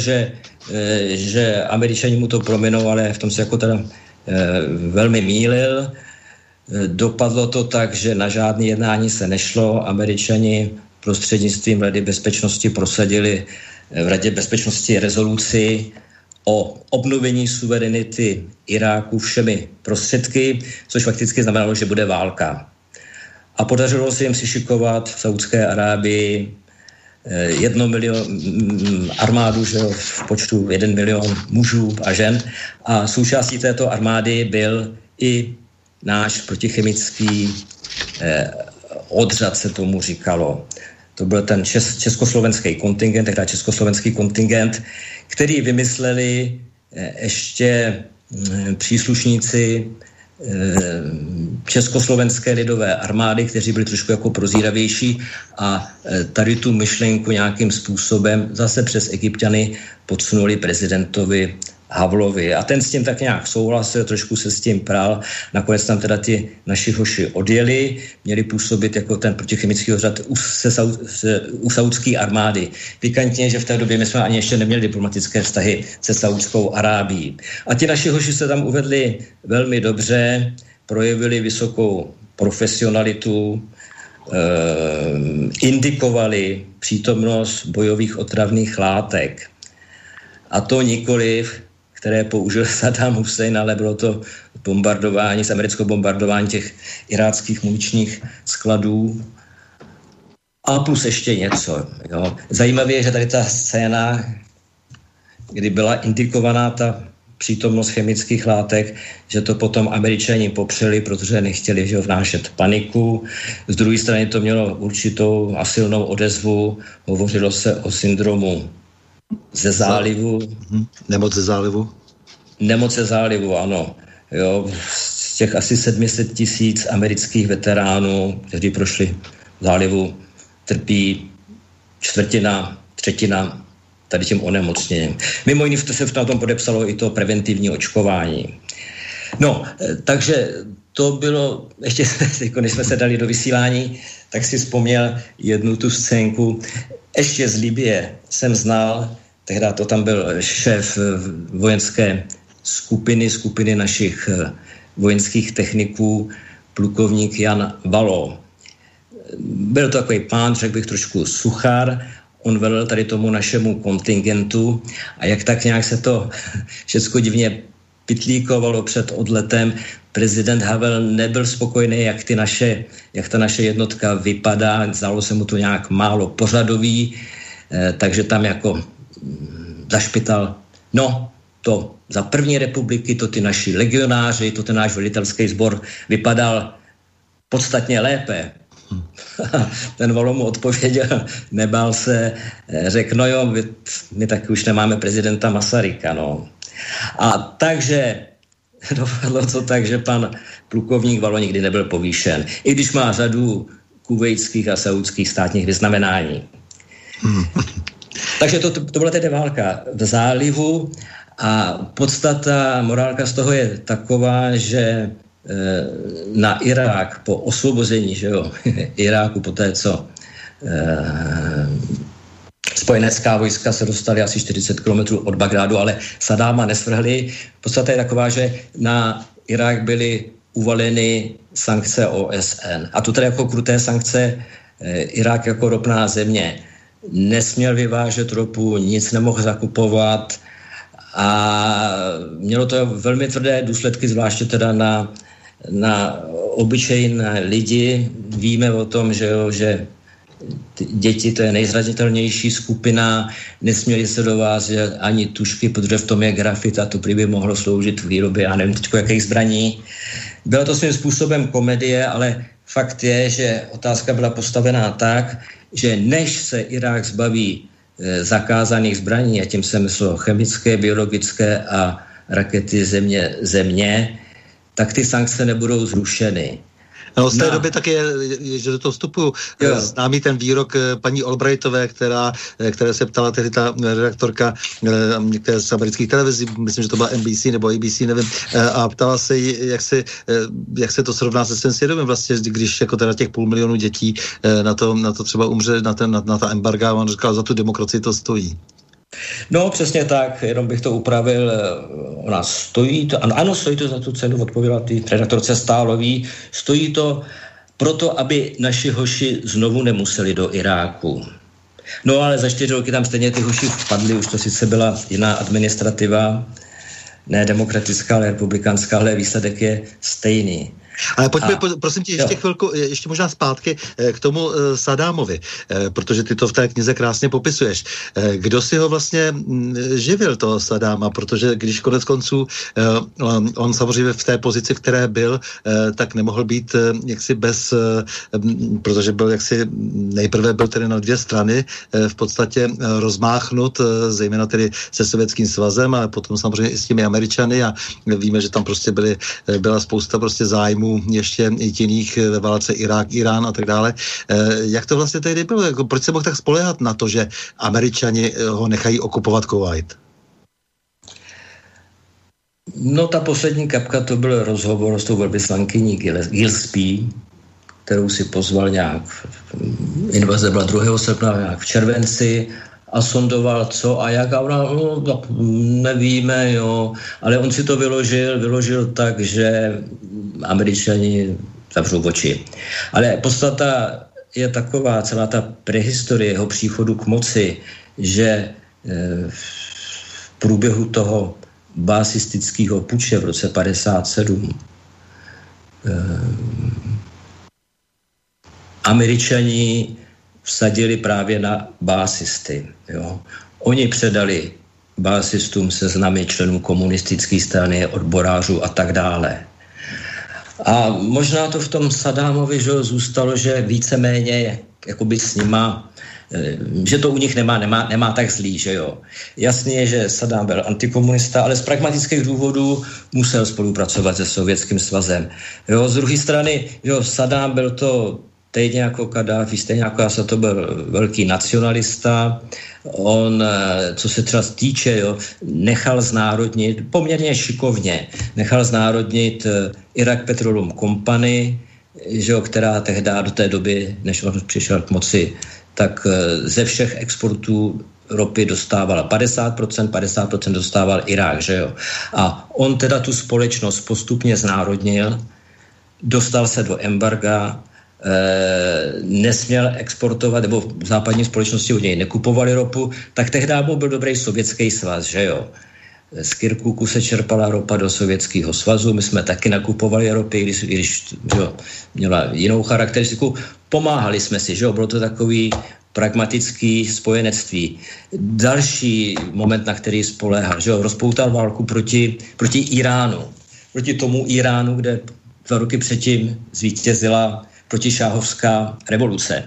že Američani mu to prominou, ale v tom se jako teda velmi mýlil. Dopadlo to tak, že na žádné jednání se nešlo. Američani prostřednictvím Rady bezpečnosti prosadili v Radě bezpečnosti rezoluci o obnovení suverenity Iráku všemi prostředky, což fakticky znamenalo, že bude válka. A podařilo se jim si šikovat v Saúdské Arábii 1 milion armádu, že v počtu 1 milion mužů a žen. A součástí této armády byl i náš protichemický odřad, se tomu říkalo. To byl ten československý kontingent, teda československý kontingent, který vymysleli ještě příslušníci Československé lidové armády, kteří byli trošku jako prozíravější a tady tu myšlenku nějakým způsobem zase přes Egypťany podsunuli prezidentovi Havlovi. A ten s tím tak nějak souhlasil, trošku se s tím pral. Nakonec tam teda ty naši hoši odjeli, měli působit jako ten protichemický úřad u saúdské armády. Pikantně, že v té době my jsme ani ještě neměli diplomatické vztahy se Saúdskou Arábií. A ti naši hoši se tam uvedli velmi dobře, projevili vysokou profesionalitu, indikovali přítomnost bojových otravných látek. A to nikoliv, které použil Saddám Husajn, ale bylo to bombardování, americké bombardování těch iráckých muničních skladů. A plus ještě něco. Jo. Zajímavé je, že tady ta scéna, kdy byla indikovaná ta přítomnost chemických látek, že to potom Američani popřeli, protože nechtěli vnášet paniku. Z druhé strany to mělo určitou a silnou odezvu. Hovořilo se o syndromu ze zálivu. Nemoc ze zálivu? Nemoc ze zálivu, ano. Jo, z těch asi 700 000 amerických veteránů, kteří prošli zálivu, trpí třetina tady tím onemocněním. Mimo jiné se na tom podepsalo i to preventivní očkování. No, takže to bylo, ještě než jsme se dali do vysílání, tak si vzpomněl jednu tu scénku. Ještě z Libye jsem znal, tehdy to tam byl šéf vojenské skupiny našich vojenských techniků, plukovník Jan Valo. Byl to takový pán, řekl bych trošku suchár, on velel tady tomu našemu kontingentu a jak tak nějak se to všechno divně pitlíkovalo před odletem, prezident Havel nebyl spokojený, jak ta naše jednotka vypadá, zdálo se mu to nějak málo pořadový, takže tam jako zašpital, no to za první republiky, to ty naši legionáři, to ten náš velitelský sbor vypadal podstatně lépe. Ten Valo mu odpověděl, nebál se, řekl, no jo, my taky už nemáme prezidenta Masaryka, no. A takže dopadlo to tak, že pan plukovník Valo nikdy nebyl povýšen, i když má řadu kuvejtských a saudských státních vyznamenání. Takže to byla tedy válka v zálivu a podstata, morálka z toho je taková, že na Irák po osvobození, že jo, Iráku po té, co spojenecká vojska se dostali asi 40 kilometrů od Bagdádu, ale Sadáma nesvrhli. Podstata je taková, že na Irák byly uvaleny sankce OSN. A to tedy jako kruté sankce. Irák jako ropná země nesměl vyvážet ropu, nic nemohl zakupovat a mělo to velmi tvrdé důsledky, zvláště teda na obyčejné lidi. Víme o tom, že děti, to je nejzranitelnější skupina, nesměli se dovázet ani tužky, protože v tom je grafit a to prý by mohlo sloužit v výrobě, já nevím teďko jakých zbraní. Bylo to svým způsobem komedie, ale fakt je, že otázka byla postavená tak, že než se Irák zbaví zakázaných zbraní, a tím jsem myslel chemické, biologické a rakety země, tak ty sankce nebudou zrušeny. No, z té doby tak je, že do toho vstupuju, známý ten výrok paní Albrightové, které se ptala tehdy ta redaktorka některé z amerických televizí, myslím, že to byla NBC nebo ABC, nevím, a ptala se jí, jak se to srovná se svým svědomím vlastně, když jako teda těch 500 000 dětí na to třeba umře, na ta embarga, a on říkal, za tu demokracii to stojí. No, přesně tak, jenom bych to upravil, ona stojí to, ano, stojí to za tu cenu, odpověděla ty redaktorce Stálový, stojí to proto, aby naši hoši znovu nemuseli do Iráku. No, ale za 4 roky tam stejně ty hoši vpadli, už to sice byla jiná administrativa, ne demokratická, ale republikánská, ale výsledek je stejný. Ale pojďme, prosím tě, ještě chvilku, ještě možná zpátky k tomu Sadámovi, protože ty to v té knize krásně popisuješ. Kdo si ho vlastně živil, toho Sadáma, protože když konec konců on samozřejmě v té pozici, v které byl, tak nemohl být jaksi protože byl jaksi, nejprve byl tedy na 2 strany, v podstatě rozmáchnut, zejména tedy se Sovětským svazem, ale potom samozřejmě i s těmi Američany a víme, že tam prostě byla spousta prostě zájmů ještě jiných ve válce Irák, Irán a tak dále. Jak to vlastně tehdy bylo? Jako, proč se mohl tak spoléhat na to, že Američani ho nechají okupovat Kuvajt? No, ta poslední kapka, to byl rozhovor s tou velvyslankyní Gillespie, kterou si pozval nějak, invaze byla 2. srpna, nějak v červenci, a sondoval co a jak, a ona, no, nevíme, jo, ale on si to vyložil tak, že Američani zavřou oči. Ale podstata je taková, celá ta prehistorie jeho příchodu k moci, že v průběhu toho basistického puče v roce 1957 Američani vsadili právě na básisty. Jo. Oni předali básistům seznamy členů komunistické strany, odborářů a tak dále. A možná to v tom Sadámovi, že zůstalo, že víceméně jakoby s nima, že to u nich nemá tak zlý, že jo. Jasně je, že Sadám byl antikomunista, ale z pragmatických důvodů musel spolupracovat se Sovětským svazem. Jo, z druhé strany, jo, Sadám byl to stejně jako Kadáfi, stejně jako Asad, to byl velký nacionalista. On, co se třeba týče, jo, nechal znárodnit, poměrně šikovně, nechal znárodnit Iraq Petroleum Company, že jo, která tehdy do té doby, než on přišel k moci, tak ze všech exportů ropy dostával 50% dostával Irák, že jo. A on teda tu společnost postupně znárodnil, dostal se do embarga, nesměl exportovat, nebo v západní společnosti od něj nekupovali ropu, tak tehdy mu byl dobrý Sovětský svaz, že jo. Z Kirkuku se čerpala ropa do Sovětského svazu, my jsme taky nakupovali ropy, když jo, měla jinou charakteristiku. Pomáhali jsme si, že jo, bylo to takový pragmatický spojenectví. Další moment, na který spoléhal, že jo, rozpoutal válku proti Iránu. Proti tomu Iránu, kde 2 roky předtím zvítězila protišáhovská revoluce.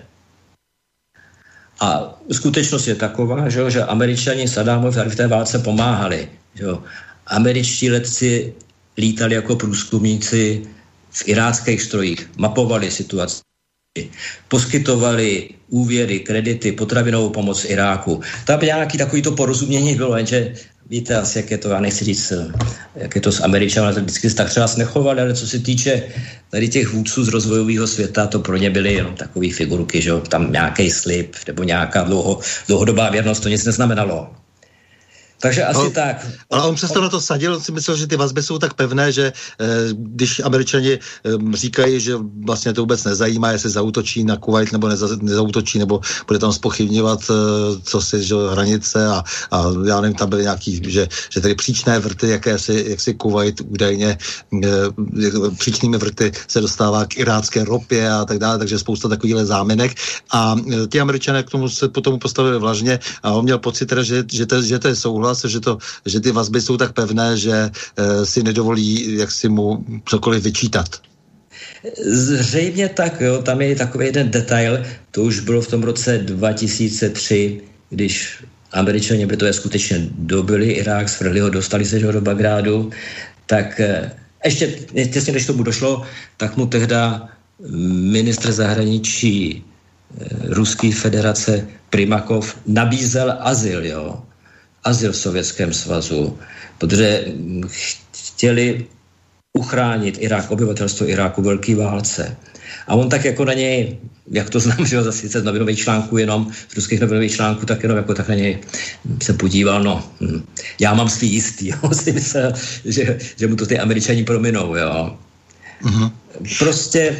A skutečnost je taková, že Američani Saddámovi v té válce pomáhali. Že američtí letci lítali jako průzkumníci v iráckých strojích, mapovali situaci, poskytovali úvěry, kredity, potravinovou pomoc Iráku. Tam nějaký takovýto porozumění bylo, jenže víte asi, jak je to, já nechci říct, jak je to s Američany, ale vždycky tak třeba nechovali, ale co se týče tady těch vůdců z rozvojového světa, to pro ně byly jenom takové figurky, že tam nějaký slib nebo nějaká dlouhodobá věrnost, to nic neznamenalo. Takže asi tak. Ale on přesto na to sadil, on si myslel, že ty vazby jsou tak pevné, že když Američani říkají, že vlastně to vůbec nezajímá, jestli zaútočí na Kuvajt nebo nezaútočí, nebo bude tam zpochybňovat co si, že hranice a já nevím, tam byly nějaký, že tady příčné vrty, jak si Kuvajt údajně příčnými vrty se dostává k irácké ropě a tak dále, takže spousta takovýchhle záminek a ti Američané k tomu se potom postavili vlažně a on měl pocit teda, že to je souhlas, že ty vazby jsou tak pevné, že si nedovolí, jak si mu cokoliv vyčítat. Zřejmě tak, jo. Tam je takový jeden detail, to už bylo v tom roce 2003, když Američani Britové skutečně dobili Irák, svrhli ho, dostali se do Bagrádu, tak ještě těsně než tomu došlo, tak mu tehda ministr zahraničí Ruské federace Primakov nabízel azyl, jo. Azyl v Sovětském svazu, protože chtěli uchránit Irák, obyvatelstvo Iráku velké válce. A on tak jako na něj, jak to znám, že zase z novinových článků, jenom z ruských novinových článků, tak jenom jako tak na něj se podíval, já mám svý jistý, jo, si myslel, že mu to ty Američani prominou, jo. Mm-hmm. Prostě,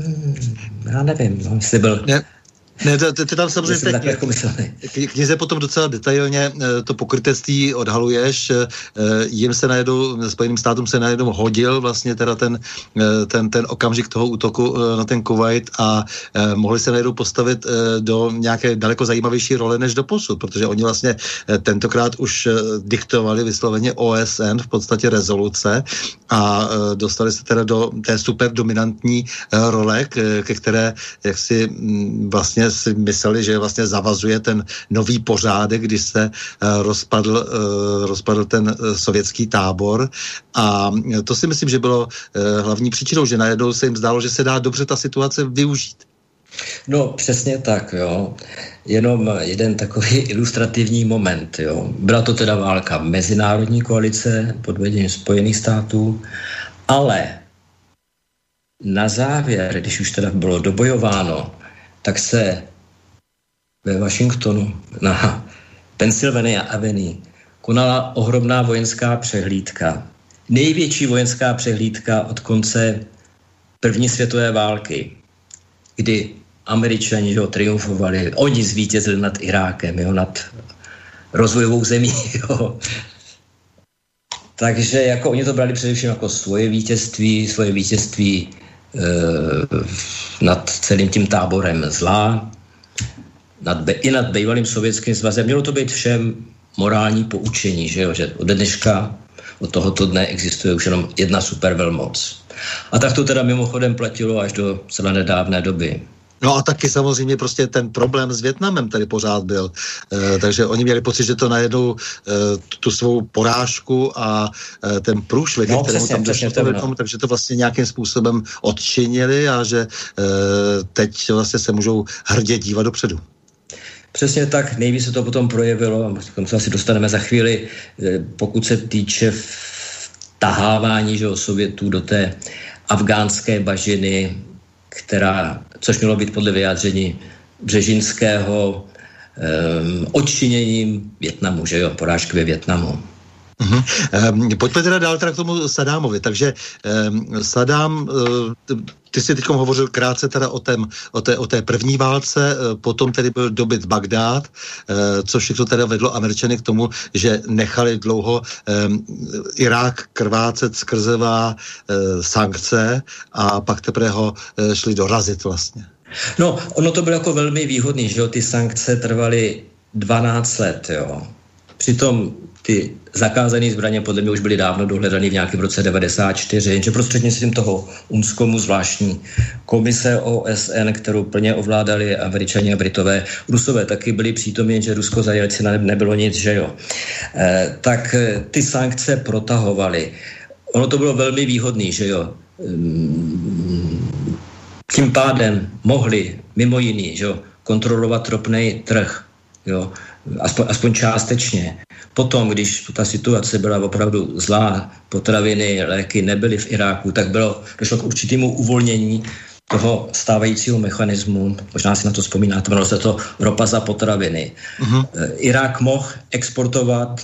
já nevím, jestli byl... Ne, ty tam samozřejmě knize potom docela detailně to pokrytectví odhaluješ. Jim se najednou, Spojeným státům se najednou hodil vlastně teda ten okamžik toho útoku na ten Kuvajt a mohli se najednou postavit do nějaké daleko zajímavější role než doposud, protože oni vlastně tentokrát už diktovali vysloveně OSN v podstatě rezoluce a dostali se teda do té super dominantní role, ke které jaksi vlastně si mysleli, že vlastně zavazuje ten nový pořádek, když se rozpadl ten sovětský tábor a to si myslím, že bylo hlavní příčinou, že najednou se jim zdálo, že se dá dobře ta situace využít. No, přesně tak, jo. Jenom jeden takový ilustrativní moment, jo. Byla to teda válka mezinárodní koalice pod vedením Spojených států, ale na závěr, když už teda bylo dobojováno, tak se ve Washingtonu na Pennsylvania Avenue konala ohromná vojenská přehlídka. Největší vojenská přehlídka od konce první světové války, kdy Američani triumfovali, oni zvítězili nad Irákem, jo, nad rozvojovou zemí. Jo. Takže jako oni to brali především jako svoje vítězství nad celým tím táborem zla, i nad bývalým Sovětským svazem. Mělo to být všem morální poučení, že od dneška, od tohoto dne existuje už jenom jedna supervelmoc. A tak to teda mimochodem platilo až do celé nedávné doby. No a taky samozřejmě prostě ten problém s Vietnamem tady pořád byl. Takže oni měli pocit, že to najednou tu svou porážku a ten průšvih, kterému tam došlo, takže to vlastně nějakým způsobem odčinili a že teď vlastně se můžou hrdě dívat dopředu. Přesně tak, nejvíc se to potom projevilo, a k tomu se asi dostaneme za chvíli, pokud se týče vtahávání Sovětů do té afgánské bažiny, což mělo být podle vyjádření Břežinského odčiněním Vietnamu, porážky ve Vietnamu. Pojďme teda dál teda k tomu Saddámovi. Takže Saddám, ty jsi teď hovořil krátce teda o té první válce, potom tedy byl dobyt Bagdád, což všechno teda vedlo Američany k tomu, že nechali dlouho Irák krvácet skrzevá sankce a pak teprve ho šli dorazit vlastně. No, ono to bylo jako velmi výhodný, že jo, ty sankce trvaly 12 let, jo. Přitom ty zakázané zbraně podle mě už byly dávno dohledané v nějakém roce 94, jenže prostřednictvím toho UNSCOMu zvláštní komise OSN, kterou plně ovládali Američani a Britové, Rusové taky byli přítomní, jenže Rusko za Jelcina nebylo nic, že jo. Tak ty sankce protahovaly. Ono to bylo velmi výhodný, že jo. Tím pádem mohli mimo jiný, že jo, kontrolovat ropný trh, jo, aspoň částečně. Potom, když ta situace byla opravdu zlá, potraviny, léky nebyly v Iráku, tak došlo k určitému uvolnění toho stávajícího mechanismu, možná si na to vzpomínáte, jmenovalo se to ropa za potraviny. Irák mohl exportovat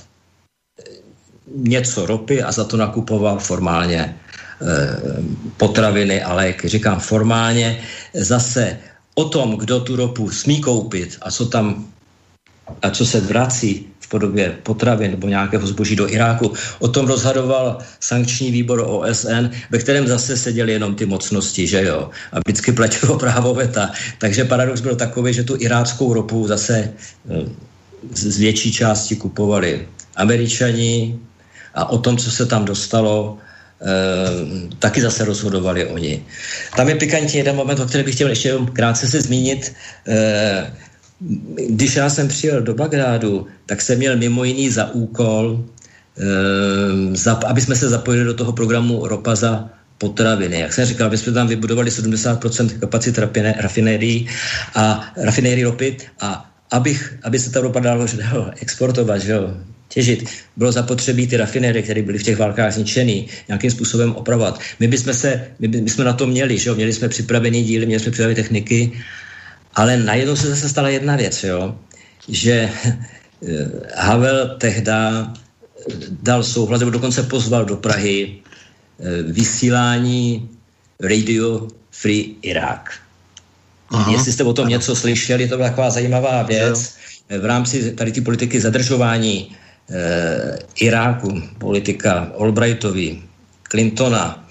něco ropy a za to nakupoval formálně potraviny a léky. Říkám formálně, zase o tom, kdo tu ropu smí koupit a co se vrací v podobě potravin nebo nějakého zboží do Iráku, o tom rozhodoval sankční výbor OSN, ve kterém zase seděly jenom ty mocnosti, že jo? A vždycky platilo právo veta. Takže paradox byl takový, že tu iráckou ropu zase z větší části kupovali Američani a o tom, co se tam dostalo, taky zase rozhodovali oni. Tam je pikantní jeden moment, o kterém bych chtěl ještě krátce se zmínit. Když já jsem přijel do Bagdádu, tak jsem měl mimo jiný za úkol, aby jsme se zapojili do toho programu ropa za potraviny. Jak jsem říkal, my jsme tam vybudovali 70% kapacit rafinérií ropy a aby se ta ropa dalo exportovat, že jo, těžit, bylo zapotřebí ty rafinérie, které byly v těch válkách zničený, nějakým způsobem opravovat. My jsme na to měli, že jo, měli jsme připravený díly, měli jsme připravené techniky, ale najednou se zase stala jedna věc, jo, že Havel tehda dal souhlas, nebo dokonce pozval do Prahy vysílání Radio Free Iraq. Jestli jste o tom něco slyšeli, to byla taková zajímavá věc. V rámci tady ty politiky zadržování Iráku, politika Albrightovy, Clintona,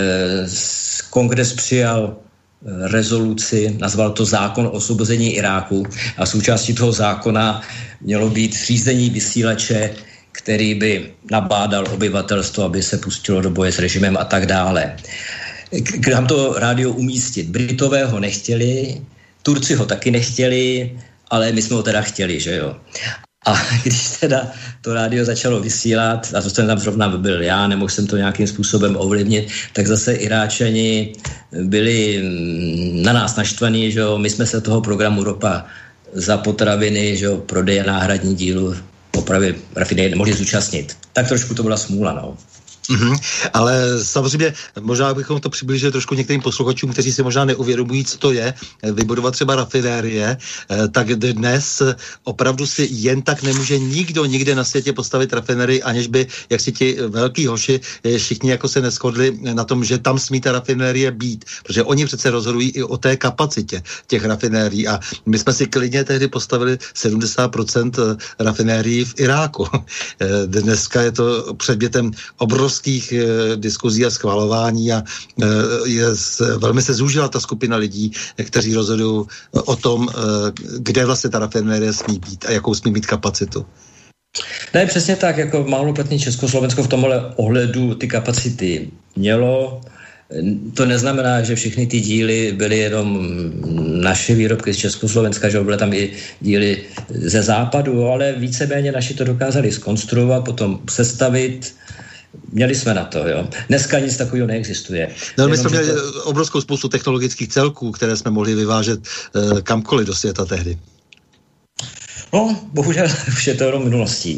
kongres přijal rezoluci, nazval to zákon o osvobození Iráku a součástí toho zákona mělo být zřízení vysílače, který by nabádal obyvatelstvo, aby se pustilo do boje s režimem a tak dále. Kam to rádio umístit? Britové ho nechtěli, Turci ho taky nechtěli, ale my jsme ho teda chtěli, že jo. A když teda to rádio začalo vysílat, a to jsem tam zrovna byl já, nemohl jsem to nějakým způsobem ovlivnit, tak zase Iráčani byli na nás naštvaní, že jo, my jsme se toho programu ropa za potraviny, že jo, prodeje náhradní dílu, opravy rafinérie nemohli zúčastnit. Tak trošku to byla smůla, no. Ale samozřejmě možná bychom to přiblížili trošku některým posluchačům, kteří si možná neuvědomují, co to je, vybudovat třeba rafinérie, tak dnes opravdu si jen tak nemůže nikdo nikde na světě postavit rafinérii, aniž by, jak si ti velký hoši, všichni jako se neshodli na tom, že tam smí ta rafinérie být, protože oni přece rozhodují i o té kapacitě těch rafinérií a my jsme si klidně tehdy postavili 70% rafinérií v Iráku. Dneska je to předmětem obrovských diskuzí a schvalování a velmi se zúžila ta skupina lidí, kteří rozhodují o tom, kde vlastně ta rafinérie smí být a jakou smí mít kapacitu. Ne, přesně tak, jako máloplatný Československo v tomhle ohledu ty kapacity mělo. To neznamená, že všechny ty díly byly jenom naše výrobky z Československa, že byly tam i díly ze západu, ale víceméně naši to dokázali zkonstruovat, potom sestavit. Měli jsme na to, jo. Dneska nic takového neexistuje. No, my jsme měli obrovskou spoustu technologických celků, které jsme mohli vyvážet kamkoliv do světa tehdy. No, bohužel už je to jenom minulostí.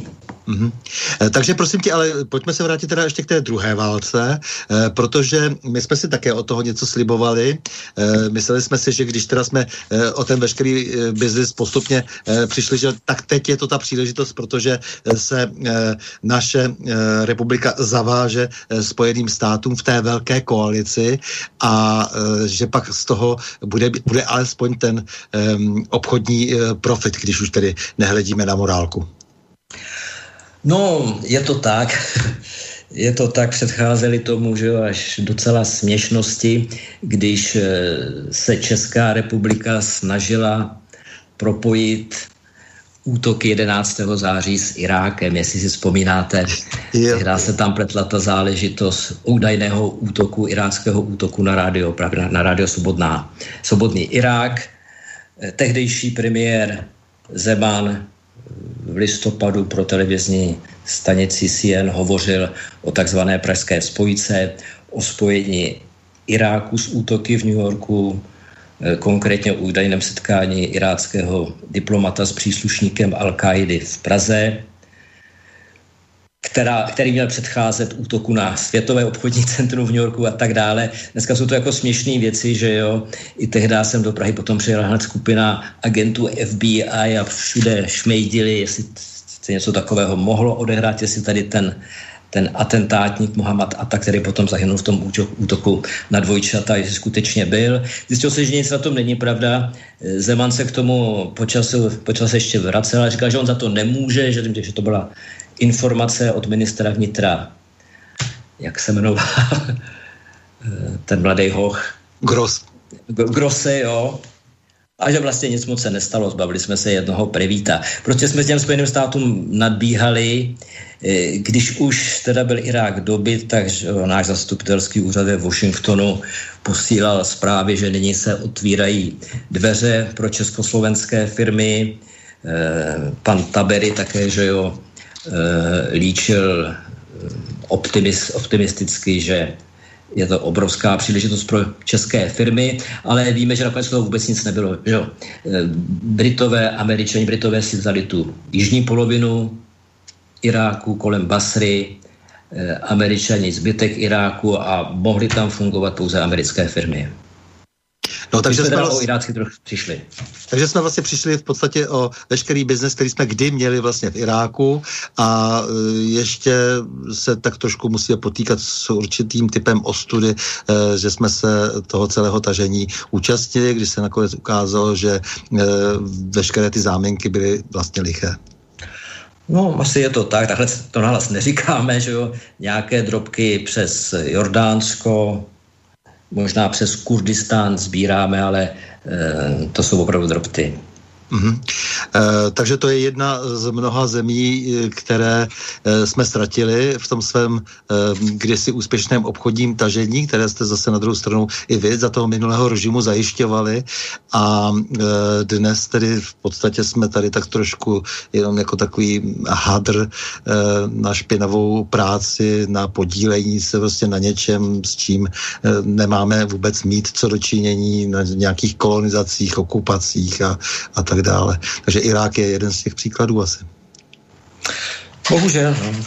Takže prosím tě, ale pojďme se vrátit teda ještě k té druhé válce, protože my jsme si také od toho něco slibovali. Mysleli jsme si, že když teda jsme o ten veškerý biznis postupně přišli, že tak teď je to ta příležitost, protože se naše republika zaváže Spojeným státům v té velké koalici a že pak z toho bude alespoň ten obchodní profit, když už tedy nehledíme na morálku. No, je to tak. Je to tak, předcházeli tomu, že jo, až docela směšnosti, když se Česká republika snažila propojit útoky 11. září s Irákem, jestli si vzpomínáte. Tehdy se tam pletla ta záležitost údajného útoku, iráckého útoku na rádio Svobodný Irák. Tehdejší premiér Zeman v listopadu pro televizní stanici CNN hovořil o takzvané pražské spojce, o spojení Iráku s útoky v New Yorku, konkrétně o údajném setkání iráckého diplomata s příslušníkem Al-Káidy v Praze, který měl předcházet útoku na Světové obchodní centrum v New Yorku a tak dále. Dneska jsou to jako směšné věci, že jo. I tehdy jsem do Prahy potom přijela hned skupina agentů FBI a všude šmejdili, jestli se něco takového mohlo odehrát, jestli tady ten atentátník Mohamed Atta, který potom zahynul v tom útoku na dvojčata, jestli skutečně byl. Zjistil se, že nic na tom není pravda. Zeman se k tomu počas ještě vracel a říkal, že on za to nemůže, že to byla informace od ministra vnitra, jak se jmenoval, ten mladý hoch. Grosse, jo. A že vlastně nic moc se nestalo, zbavili jsme se jednoho prevíta. Prostě jsme těm Spojeným státům nadbíhali, když už teda byl Irák dobyt, tak náš zastupitelský úřad ve Washingtonu posílal zprávy, že nyní se otvírají dveře pro československé firmy. Pan Tabery také, že jo, líčil optimisticky, že je to obrovská příležitost pro české firmy, ale víme, že nakonec toho vůbec nic nebylo. Jo. Britové si vzali tu jižní polovinu Iráku kolem Basry, Američani zbytek Iráku a mohly tam fungovat pouze americké firmy. No, takže jsme o Irácky trochu přišli. Takže jsme vlastně přišli v podstatě o veškerý biznes, který jsme kdy měli vlastně v Iráku a ještě se tak trošku musíme potýkat s určitým typem ostudy, že jsme se toho celého tažení účastnili, když se nakonec ukázalo, že veškeré ty záminky byly vlastně liché. No, asi je to tak, takhle to nahlas neříkáme, že jo, nějaké drobky přes Jordánsko, možná přes Kurdistán sbíráme, ale to jsou opravdu drobty. Takže to je jedna z mnoha zemí, které jsme ztratili v tom svém kdysi úspěšném obchodním tažení, které jste zase na druhou stranu i vy za toho minulého režimu zajišťovali a dnes tedy v podstatě jsme tady tak trošku jenom jako takový hadr na špinavou práci, na podílení se vlastně na něčem, s čím nemáme vůbec mít co dočinění, na nějakých kolonizacích, okupacích a tak dále. Takže Irák je jeden z těch příkladů asi. Bohužel, no.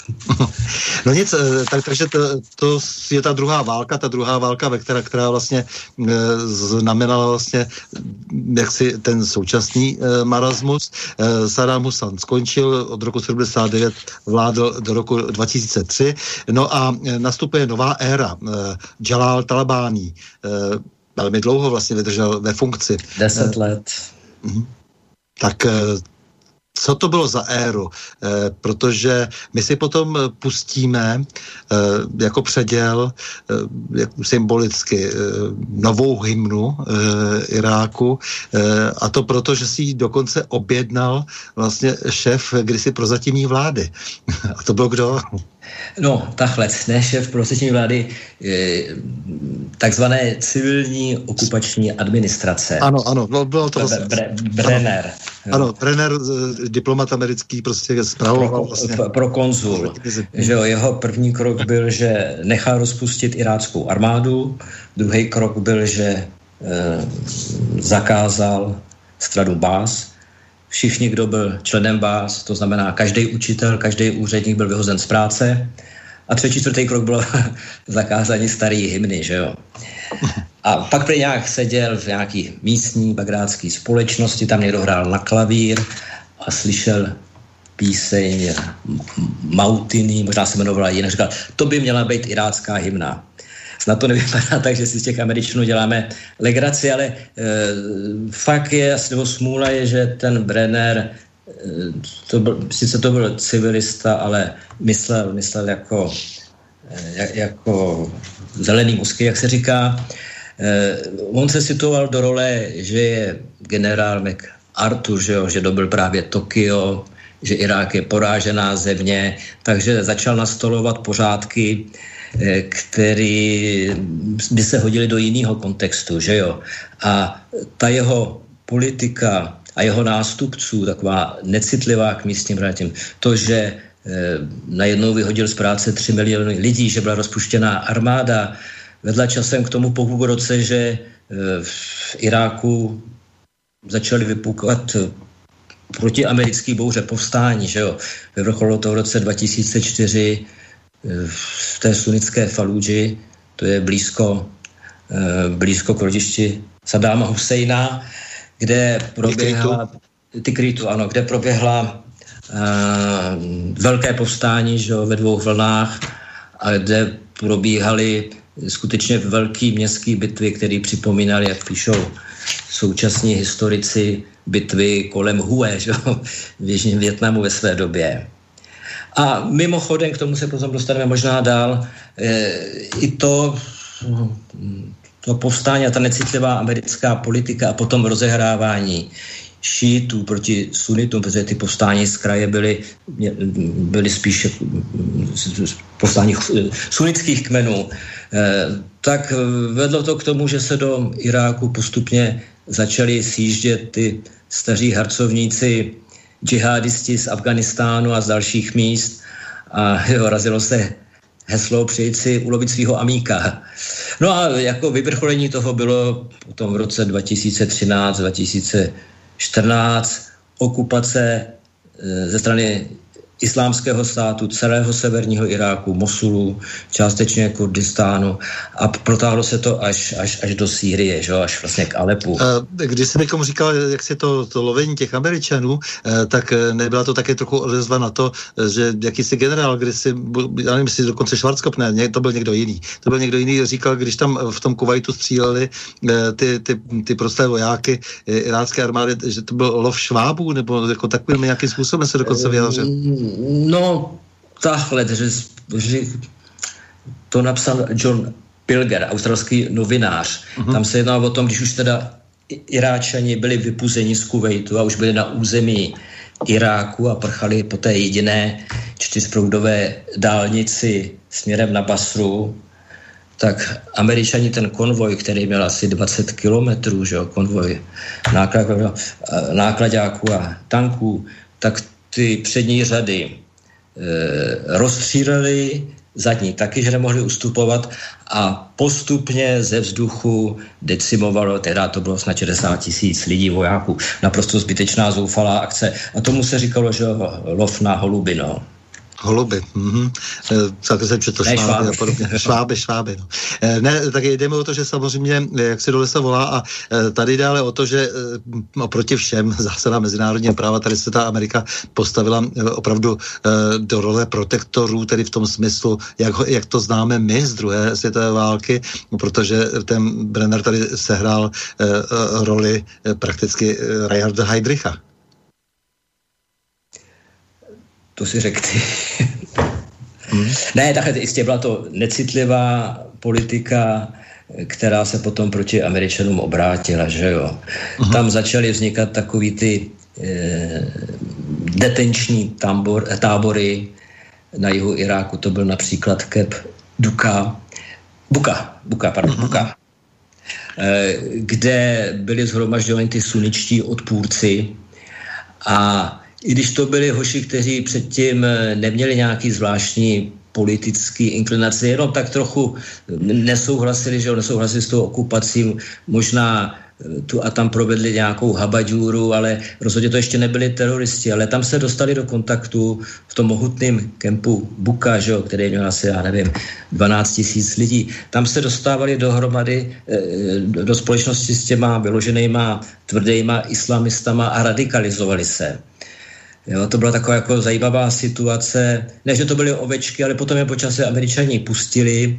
No nic, takže to je ta druhá válka, která vlastně znamenala vlastně jaksi ten současný marasmus. Saddam Hussein skončil, od roku 79 vládl do roku 2003, no a nastupuje nová éra. Jalal Talabani velmi dlouho vlastně vydržel ve funkci. 10 let. Tak co to bylo za éru? Protože my si potom pustíme jako předěl symbolicky novou hymnu Iráku a to proto, že si ji dokonce objednal vlastně šéf kdysi prozatímní vlády. A to byl kdo? No, takhle, ne šéf prozatímní vlády, takzvané civilní okupační administrace. Ano, no, bylo to vlastně... Brenner. Ano, Brenner, diplomat americký, prostě zpravoval vlastně... Pro konzul. Že jeho první krok byl, že nechal rozpustit iráckou armádu, druhý krok byl, že zakázal stranu Baas, všichni, kdo byl členem vás, to znamená každý učitel, každý úředník byl vyhozen z práce. A 3. 4. krok bylo zakázání starý hymny, že jo. A pak prý nějak seděl v nějaký místní bagrátský společnosti, tam někdo hrál na klavír a slyšel píseň Mautiny, možná se jmenovala jinak, říkal, to by měla být irácká hymna. Snad to nevypadá tak, že si z těch Američanů děláme legraci, ale fakt je, asi nebo smůla je, že ten Brenner, sice to byl civilista, ale myslel jako zelený musky, jak se říká. On se situoval do role, že je generál MacArthur, že dobil právě Tokio, že Irák je porážená země, takže začal nastolovat pořádky, který by se hodili do jiného kontextu, že jo. A ta jeho politika a jeho nástupců, taková necitlivá k místním vrátím, to, že najednou vyhodil z práce 3 miliony lidí, že byla rozpuštěná armáda, vedla časem k tomu po půl roce, že v Iráku začaly vypukat protiamerický bouře povstání, že jo. Vyvrcholilo to v roce 2004 v té sunnické Faludži, to je blízko k rodišti Saddáma Husejna, kde proběhla velké povstání, že jo, ve 2 vlnách, a kde probíhaly skutečně velké městské bitvy, které připomínaly, jak píšou současní historici, bitvy kolem Hue, že jo, v Jižním Vietnamu ve své době. A mimochodem, k tomu se potom dostaneme možná dál, i to povstání a ta necitlivá americká politika a potom rozehrávání šítů proti sunitům, protože ty povstání z kraje byly spíše povstání sunnických kmenů, tak vedlo to k tomu, že se do Iráku postupně začali sjíždět ty staří harcovníci, džihadisti z Afganistánu a z dalších míst a razilo se heslo přijít si ulovit svého amíka. No a jako vyvrcholení toho bylo potom v roce 2013-2014 okupace ze strany Islámského státu, celého severního Iráku, Mosulu, částečně Kurdistánu a protáhlo se to až do Sýrie, že? Až vlastně k Alepu. Když jsem někomu říkal, jak si to lovení těch Američanů, tak nebyla to také trochu odezva na to, že jakýsi generál, já nevím, jestli dokonce Schwarzkopf, ne, to byl někdo jiný. To byl někdo jiný, říkal, když tam v tom Kuvajtu stříleli ty prosté vojáky irácké armády, že to byl lov švábů, nebo jako takovým nějakým způsobem se dokonce vyjádřil. No, takhle, že to napsal John Pilger, australský novinář. Tam se jednalo o tom, když už teda Iráčani byli vypuzeni z Kuvajtu a už byli na území Iráku a prchali po té jediné 4proudové dálnici směrem na Basru, tak Američani ten konvoj, který měl asi 20 kilometrů, že jo, konvoj nákladáků a tanků, tak ty přední řady rozstříleli, zadní taky, že nemohli ustupovat a postupně ze vzduchu decimovalo, teda to bylo snad 60 000 lidí, vojáků, naprosto zbytečná zoufalá akce a tomu se říkalo, že lov na holuby, no. Holuby, tak jsem četl šváby a podobně. Šváby, no. Ne, tak jdeme o to, že samozřejmě, jak se do lesa volá a tady jde ale o to, že proti všem zásadám mezinárodního práva tady se ta Amerika postavila opravdu do role protektorů, tedy v tom smyslu, jak to známe my z druhé světové války, protože ten Brenner tady sehrál roli prakticky Reinharda Heydricha. To si řekl ty. Ne, takhle jistě byla to necitlivá politika, která se potom proti Američanům obrátila, že jo. Tam začaly vznikat takový ty detenční tábory na jihu Iráku. To byl například Camp Buka, kde byli shromažďováni ty sunničtí odpůrci a i když to byli hoši, kteří předtím neměli nějaký zvláštní politický inklinaci, jenom tak trochu nesouhlasili s tou okupací, možná tu a tam provedli nějakou habadžůru, ale rozhodně to ještě nebyli teroristi, ale tam se dostali do kontaktu v tom mohutném kempu Buka, že, který měl asi, 12 000 lidí. Tam se dostávali dohromady do společnosti s těma vyloženýma tvrdýma islamistama a radikalizovali se. Jo, to byla taková jako zajímavá situace. Ne, že to byly ovečky, ale potom je počasí Američani pustili.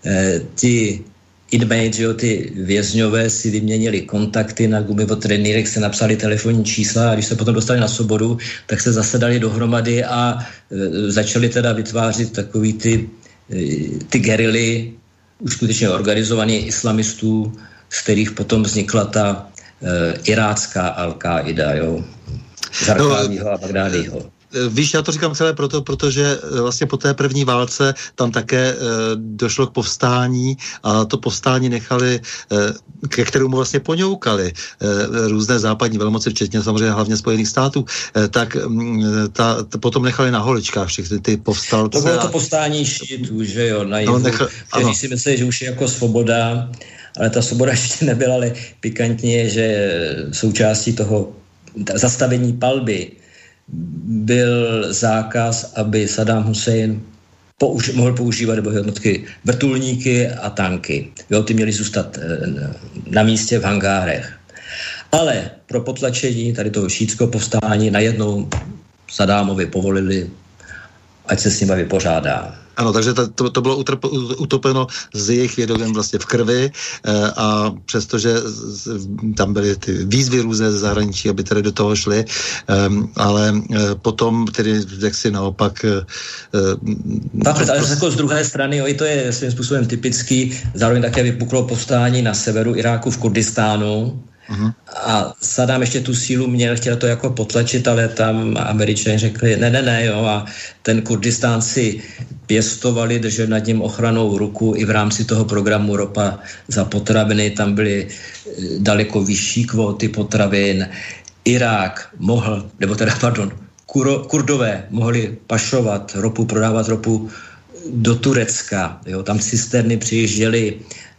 Ti inmates, jo, ty vězňové si vyměnili kontakty na gumivotrenýrech, se napsali telefonní čísla a když se potom dostali na svobodu, tak se zasedali dohromady a začali teda vytvářet takový ty gerily, už skutečně organizovaný islamistů, z kterých potom vznikla ta irácká Al-Qaida, jo. Zarkávího a Bagdádiho. Víš, já to říkám celé proto, protože vlastně po té první válce tam také došlo k povstání a to povstání nechali, ke kterému vlastně poňoukali různé západní velmoci, včetně samozřejmě hlavně Spojených států, tak potom nechali na holičkách všechny ty povstalce. To bylo to povstání šítů, že jo, na jihu, kteří si myslí, že už je jako svoboda, ale ta svoboda ještě nebyla, ale pikantně je, že součástí toho zastavení palby byl zákaz, aby Saddam Hussein mohl používat nebo jednotky vrtulníky a tanky. Jo, ty měly zůstat na místě v hangárech. Ale pro potlačení tady toho šítského povstání najednou Saddámovi povolili, ať se s nimi vypořádá. Ano, takže to bylo utopeno s jejich vědomím vlastně v krvi a přestože tam byly ty výzvy různé ze zahraničí, aby tedy do toho šli, ale potom tedy jaksi naopak... Ale jako z druhé strany, i to je svým způsobem typický, zároveň také vypuklo povstání na severu Iráku v Kurdistánu. Uhum. A Saddam ještě tu sílu měl, chtěl to jako potlačit, ale tam Američané řekli ne, jo, a ten Kurdistán si pěstovali, drželi nad ním ochranou ruku i v rámci toho programu Ropa za potraviny, tam byly daleko vyšší kvóty potravin. Irák mohl, Kurdové mohli pašovat ropu, prodávat ropu do Turecka, jo, tam cisterny přijížděly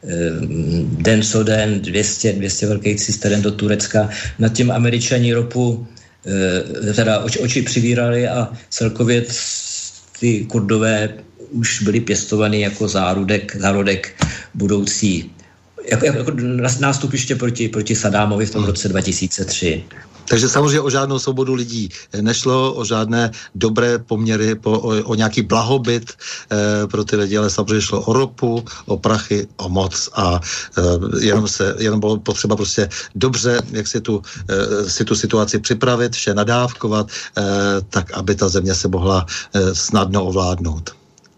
den co den, 200 velkých cisteren do Turecka. Nad tím Američani ropu teda oči přivírali a celkově ty Kurdové už byli pěstovaný jako zárodek budoucí jako nástupiště proti Saddámovi v tom roce 2003. Takže samozřejmě o žádnou svobodu lidí nešlo, o žádné dobré poměry, o nějaký blahobyt pro ty lidi, ale samozřejmě šlo o ropu, o prachy, o moc a jenom bylo potřeba prostě dobře, jak si tu situaci připravit, vše nadávkovat, tak, aby ta země se mohla snadno ovládnout.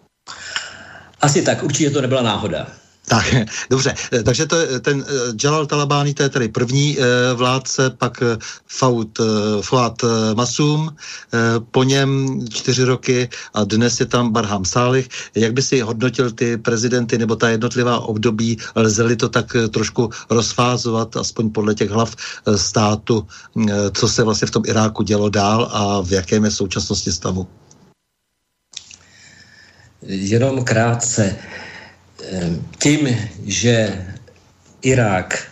Asi tak, určitě to nebyla náhoda. Tak, dobře, takže ten Jalal Talabani, to je tady první vládce, pak Fuad Masum, po něm 4 roky a dnes je tam Barham Salih. Jak by si hodnotil ty prezidenty nebo ta jednotlivá období, lze-li to tak trošku rozfázovat, aspoň podle těch hlav státu, co se vlastně v tom Iráku dělo dál a v jakém je současnosti stavu? Jenom krátce. Tím, že Irák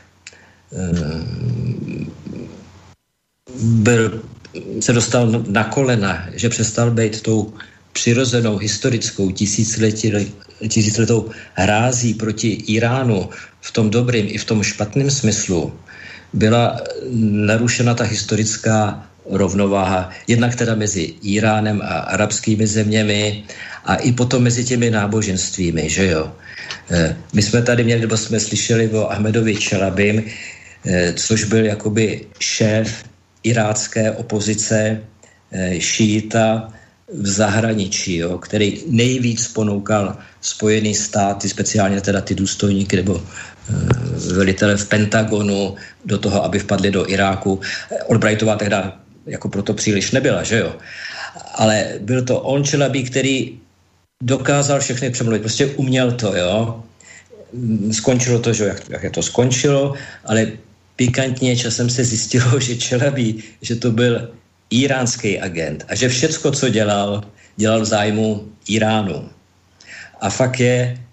se dostal na kolena, že přestal být tou přirozenou historickou tisíciletou hrází proti Iránu v tom dobrým i v tom špatném smyslu, byla narušena ta historická rovnováha, jednak teda mezi Iránem a arabskými zeměmi a i potom mezi těmi náboženstvími, že jo. My jsme tady měli, nebo jsme slyšeli o Ahmedovi Čelabim, což byl jakoby šéf irácké opozice šíita v zahraničí, jo, který nejvíc ponoukal Spojené státy, speciálně teda ty důstojníky nebo velitele v Pentagonu do toho, aby vpadli do Iráku. Albrightová tehda jako proto příliš nebyla, že jo. Ale byl to on Čelabi, který dokázal všechny přemluvit, prostě uměl to, jo. Skončilo to, že jak to skončilo, ale pikantně časem se zjistilo, že Čelabi, že to byl iránský agent a že všecko, co dělal v zájmu Iránu. A fakt je,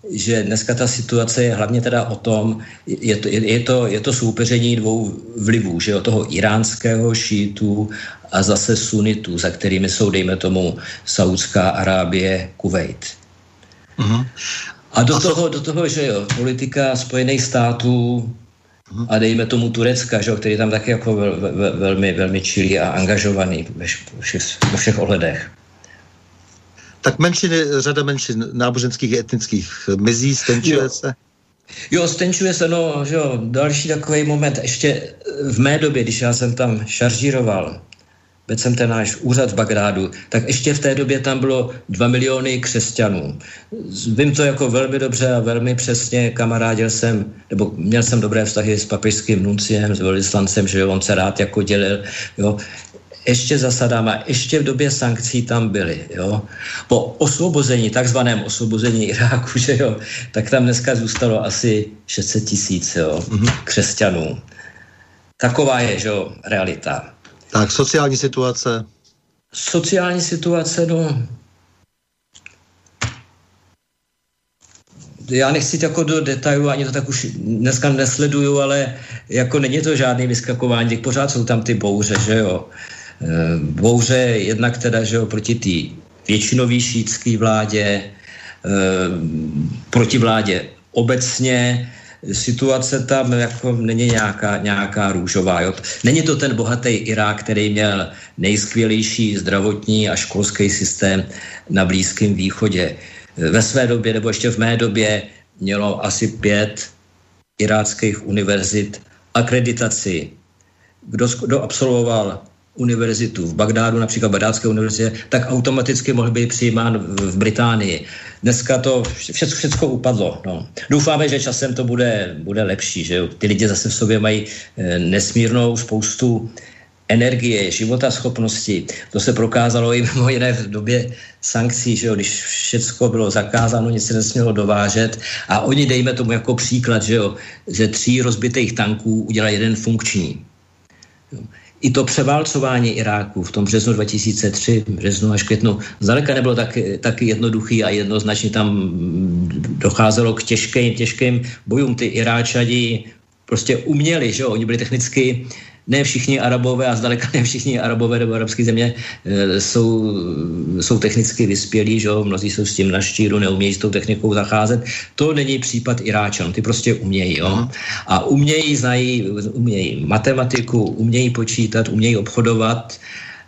že dneska ta situace je hlavně teda o tom, je to soupeření dvou vlivů, že jo, toho iránského šítů a zase sunitů, za kterými jsou, dejme tomu, Saudská Arábie, Kuvejt. Uh-huh. A do toho, že jo, politika Spojených států a dejme tomu Turecka, že jo, který tam taky jako velmi, velmi čilý a angažovaný ve všech ohledech. Tak řada menšin náboženských a etnických mizí, stenčuje se? Jo, stenčuje se, no, že jo, další takový moment, ještě v mé době, když já jsem tam šaržíroval, vedl jsem ten náš úřad v Bagdádu, tak ještě v té době tam bylo 2 miliony křesťanů. Vím to jako velmi dobře a velmi přesně, kamarádil jsem, nebo měl jsem dobré vztahy s papežským nunciem, s velvyslancem, že jo, on se rád jako dělil, jo. Ještě za Sadáma, ještě v době sankcí tam byli, jo. Po osvobození, takzvaném osvobození Iráku, že jo, tak tam dneska zůstalo asi 600 000, jo, křesťanů. Taková je, že jo, realita. Tak, sociální situace? Sociální situace, no... Já nechci jako do detailu, ani to tak už dneska nesleduju, ale jako není to žádný vyskakování, pořád jsou tam ty bouře, že jo. Bouře jednak teda, že jo, proti té většinové šítské vládě, proti vládě obecně, situace tam jako není nějaká růžová. Jo. Není to ten bohatý Irák, který měl nejskvělejší zdravotní a školský systém na Blízkém východě. Ve své době, nebo ještě v mé době, mělo asi 5 iráckých univerzit akreditaci. Kdo absolvoval univerzitu v Bagdádu, například Bagdádské univerzitě, tak automaticky mohl být přijímán v Británii. Dneska to všechno upadlo. No. Doufáme, že časem to bude lepší, že jo? Ty lidi zase v sobě mají nesmírnou spoustu energie, životaschopnosti. To se prokázalo i mimo jiné v době sankcí, že jo? Když všechno bylo zakázáno, nic se nesmělo dovážet a oni, dejme tomu jako příklad, že jo, ze 3 rozbitých tanků udělali 1 funkční. Jo. I to převálcování Iráku v tom březnu 2003, březnu až květnu, zdaleka nebylo taky jednoduchý a jednoznačně tam docházelo k těžkým bojům. Ty Iráčani prostě uměli, že jo, oni byli technicky, ne všichni Arabové a zdaleka ne všichni Arabové nebo arabské země jsou technicky vyspělí, že jo, mnozí jsou s tím na štíru, neumějí s tou technikou zacházet. To není případ Iráčanů, ty prostě umějí, jo. A umějí matematiku, umějí počítat, umějí obchodovat.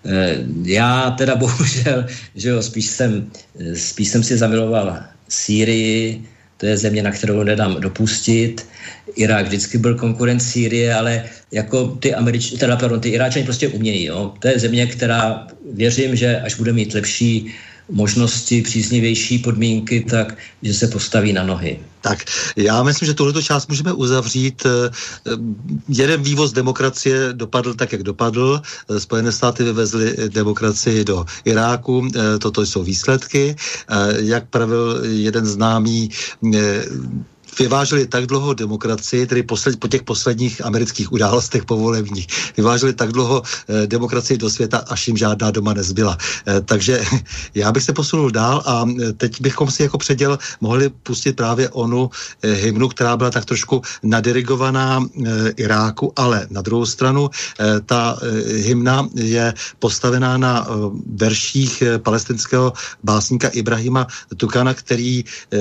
Já teda bohužel, že jo, spíš jsem si zamiloval Sýrii, to je země, na kterou nedám dopustit. Irák vždycky byl konkurent Sýrie, ale jako ty Iráčani prostě umějí. Jo? To je země, která věřím, že až bude mít lepší možnosti, příznivější podmínky, tak že se postaví na nohy. Tak, já myslím, že tuhleto část můžeme uzavřít. Jeden vývoz demokracie dopadl tak, jak dopadl. Spojené státy vyvezly demokracii do Iráku. Toto jsou výsledky. Jak pravil jeden známý, vyváželi tak dlouho demokracii, tedy po těch posledních amerických událostech povolebních, vyváželi tak dlouho demokracii do světa, až jim žádná doma nezbyla. Takže já bych se posunul dál a teď bychom si jako předěl mohli pustit právě onu hymnu, která byla tak trošku nadirigovaná Iráku, ale na druhou stranu ta hymna je postavená na verších palestinského básníka Ibrahima Tukana, který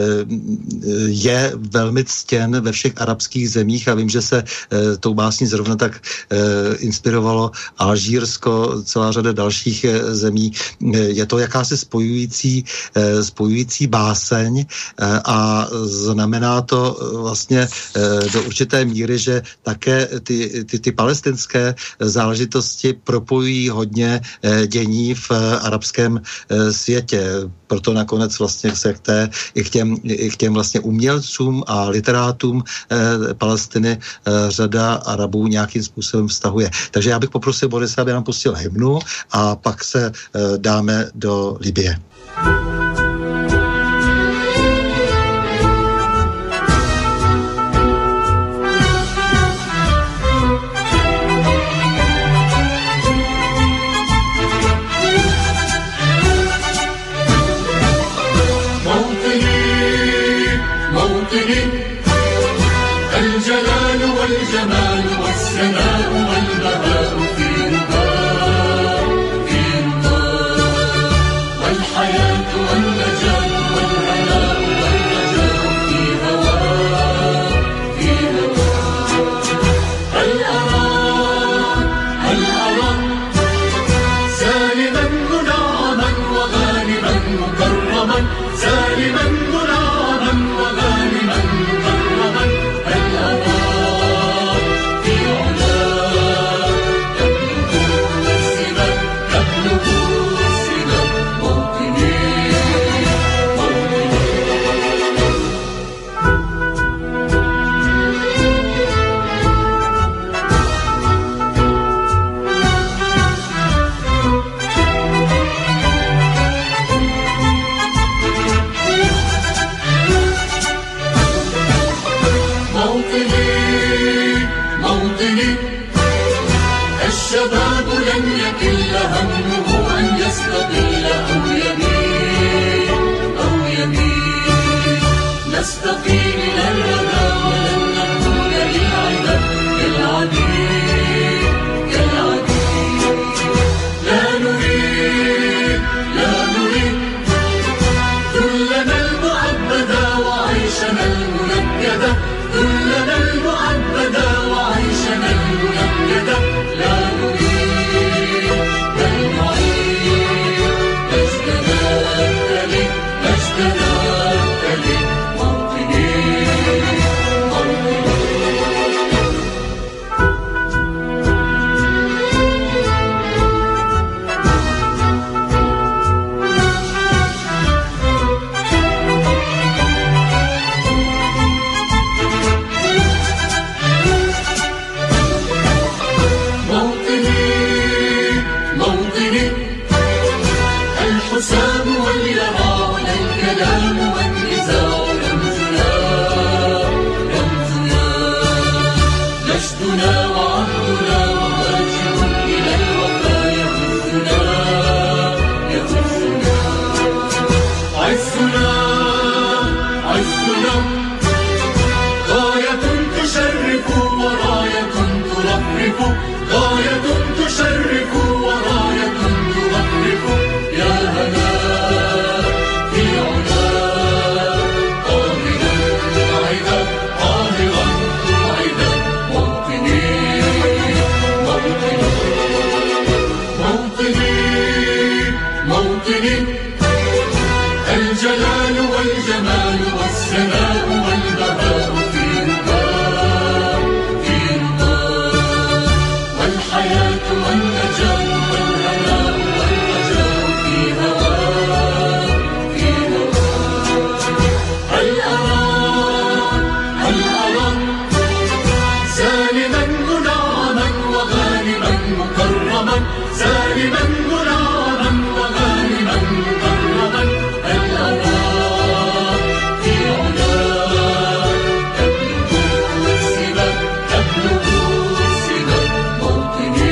je velmi ctěn ve všech arabských zemích a vím, že se tou básní zrovna tak inspirovalo Alžírsko, celá řada dalších zemí. Je to jakási spojující báseň a znamená to vlastně do určité míry, že také ty palestinské záležitosti propojují hodně dění v arabském světě. Proto nakonec vlastně se k těm vlastně umělcům a literátům Palestiny řada Arabů nějakým způsobem vztahuje. Takže já bych poprosil Borisa, aby nám pustil hymnu a pak se dáme do Libye. موطني الجلال والجمال والسناء والبهاء في رضاه في رضاه والحياة والنجاة والهناء والرجاء في هواه في هواه هل أرى سالما منعما وغانما مكرما سالما منعما وغانما مكرما هل أرى في علاه تبلغ السماء موطني موطني الشباب لن يكل همه أن يستقل أو يميل نستقي إلى الردى ولن نكون للعبيد لا نريد ذلنا المعبدا وعيشنا المنكدا ذلنا المعبدا وعيشنا المنكدا لا نريد بل نعيد مجدنا التلي موطني الحسام واليرى والكلام والنزاع رمزنا مجدنا وعهدنا وواجب إلى الوفاء يهزنا عزنا غاية تشرف وراية ترفرف غاية تشرف وراية ترفرف يا هنا في علا قاهرا موطني الجلال والجمال والسناء والبهاء في رضاه والحياة والنجاة والهناء والرجاء في هواه هل أرى سالما منعما وغانما مكرما سالما منعما وغانما مكرما هل أرى في علاه تبلغ السماء موطني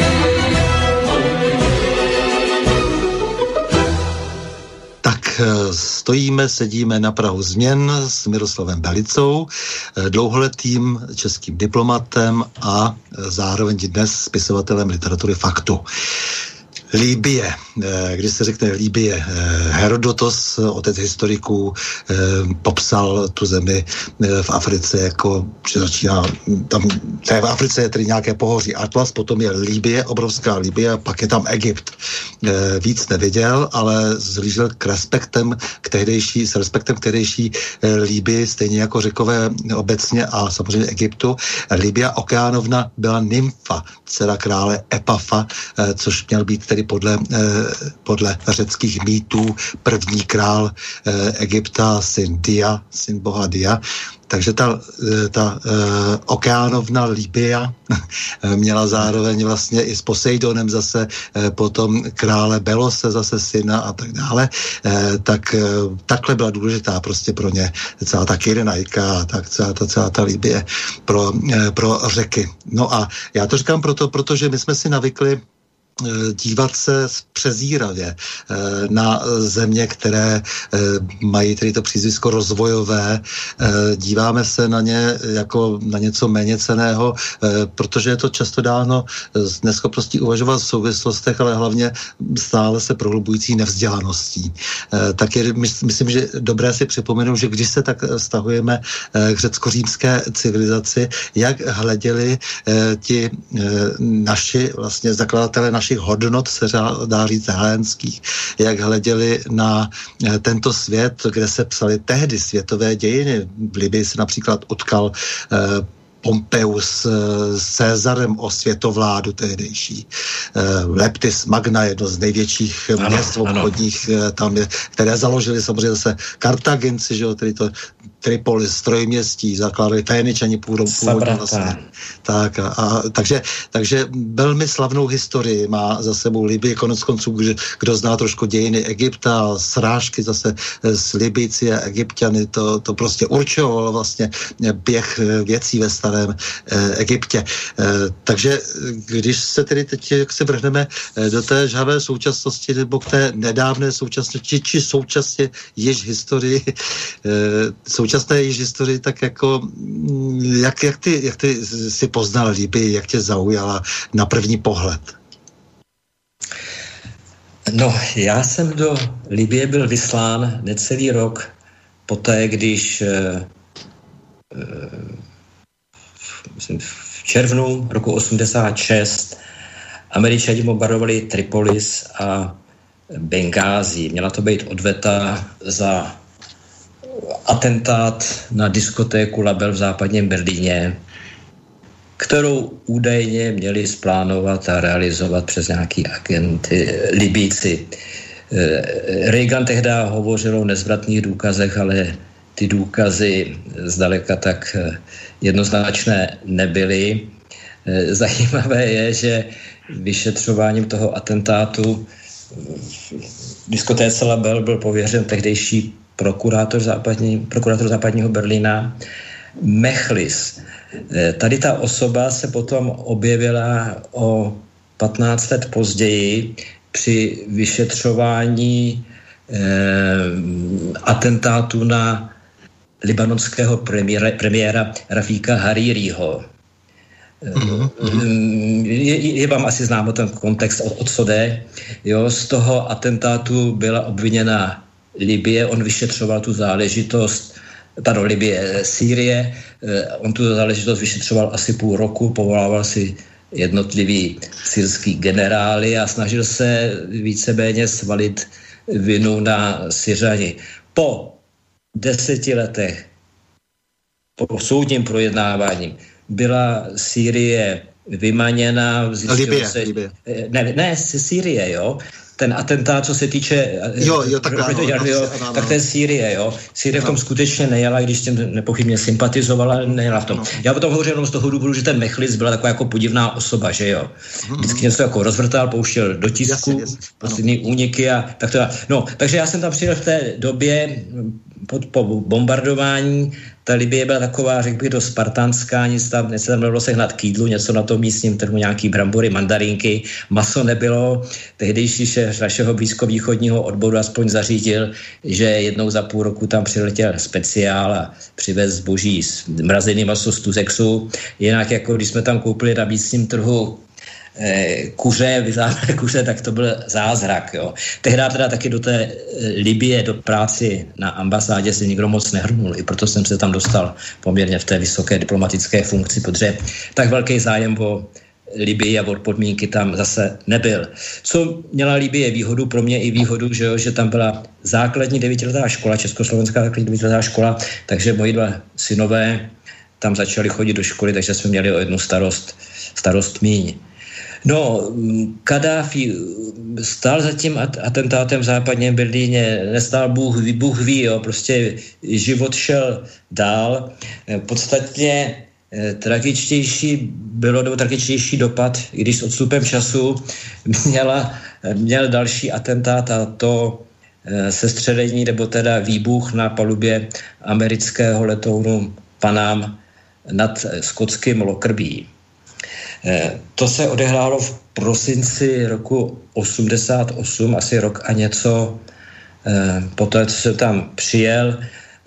Tak stojíme, sedíme na prahu změn s Miroslavem Belicou, dlouholetým českým diplomatem a zároveň dnes spisovatelem literatury faktu. Líbie. Když se řekne Líbie, Herodotos, otec historiků, popsal tu zemi v Africe jako, že začíná, tam v Africe je tedy nějaké pohoří Atlas, potom je Líbie, obrovská Líbie, a pak je tam Egypt. Víc neviděl, ale zhlížel s respektem k tehdejší Líbii, stejně jako Řekové obecně a samozřejmě Egyptu. Libia Okeanovna byla nymfa, dcera krále Epafa, což měl být tedy podle řeckých mýtů první král Egypta, syn boha Dia. Takže ta Okeanovna Libia měla zároveň vlastně i s Poseidonem zase potom krále Belose zase syna a tak dále. Takhle byla důležitá prostě pro ně celá ta Kyrenajka a tak celá ta Libie pro Řeky. No a já to říkám protože my jsme si navykli dívat se přezíravě na země, které mají tedy to přízvisko rozvojové. Díváme se na ně jako na něco méně cenného, protože je to často dáno z neschopností uvažovat v souvislostech, ale hlavně stále se prohlubující nevzdělaností. Tak je, myslím, že dobré si připomenout, že když se tak vztahujeme k řecko-římské civilizaci, jak hleděli ti naši vlastně zakladatelé našich hodnot, se dá říct helénských, jak hleděli na tento svět, kde se psaly tehdy světové dějiny. V Libii se například utkal Pompeius s Césarem o světovládu tehdejší. Leptis Magna, jedno z největších měst obchodních, tam je, které založili samozřejmě zase Kartaginci, že jo, tedy to Tripolis, trojměstí, zakládali Féničani původně vlastně. Tak, takže velmi slavnou historii má za sebou Libye, konec konců, kdo zná trošku dějiny Egypta, srážky zase s Libijci a Egypťany, to prostě určovalo vlastně běh věcí ve starém Egyptě. Takže když se tedy teď se vrhneme do té žhavé současnosti nebo k té nedávné současnosti, či současně již historii, současné již historii, tak jako jak ty si poznal Libii, jak tě zaujala na první pohled? No, já jsem do Libye byl vyslán necelý rok poté, když v červnu roku 86 Američani bombardovali Tripolis a Bengázi. Měla to být odveta za atentát na diskotéku Label v západním Berlíně, kterou údajně měli splánovat a realizovat přes nějaký agenty Libíci. Reagan tehdy hovořil o nezvratných důkazech, ale ty důkazy zdaleka tak jednoznačné nebyly. Zajímavé je, že vyšetřováním toho atentátu v diskotéce Label byl pověřen tehdejší prokurátor západního Berlína Mechlis. Tady ta osoba se potom objevila o 15 let později při vyšetřování atentátu na libanonského premiéra Rafíka Haririho. Je vám asi známo ten kontext, o co jde. Jo, z toho atentátu byla obviněna Libye, on vyšetřoval tu záležitost, Libye, Sýrie, on tu záležitost vyšetřoval asi půl roku, povolával si jednotlivý syrský generály a snažil se víceméně svalit vinu na Syřani. Po 10 letech, po soudním projednáváním, byla Sýrie vymaněna. Libye. Ne, Sýrie, jo. Ten atentát, co se týče... Tak to je Sýrie, jo. Sýrie v tom skutečně nejela, když s tím nepochybně sympatizovala, ale nejela v tom. Já o tom hovořil jenom z toho důvodu, že ten Mechlis byla taková jako podivná osoba, že jo. Vždycky něco jako rozvrtal, pouštěl do tisku, poslední úniky a tak to. No, takže já jsem tam přijel v té době po bombardování. Ta Libye byla taková, řekl bych, dost spartanská, nic tam dalo sehnat k jídlu, něco na tom místním trhu, nějaký brambory, mandarínky, maso nebylo. Tehdejší šéf našeho blízkovýchodního odboru aspoň zařídil, že jednou za půl roku tam přiletěl speciál a přivez zboží mrazený maso z Tuzexu. Jinak jako když jsme tam koupili na místním trhu kuře, tak to byl zázrak. Jo. Tehdy teda taky do té Libye, do práci na ambasádě se nikdo moc nehrnul. I proto jsem se tam dostal poměrně v té vysoké diplomatické funkci, protože tak velký zájem o Libii a o podmínky tam zase nebyl. Co měla Libye výhodu, pro mě i výhodu, že tam byla základní 9letá škola, československá základní 9letá škola, takže moji dva synové tam začali chodit do školy, takže jsme měli o jednu starost míň. No, Kadáfi stál za tím atentátem v západním Berlíně, nestál Bůh ví, jo, prostě život šel dál. Podstatně tragičtější dopad, i když s odstupem času měl další atentát, a to sestřelení nebo teda výbuch na palubě amerického letounu Panam nad skotským Lockerbie. To se odehrálo v prosinci roku 88, asi rok a něco poté, co jsem tam přijel.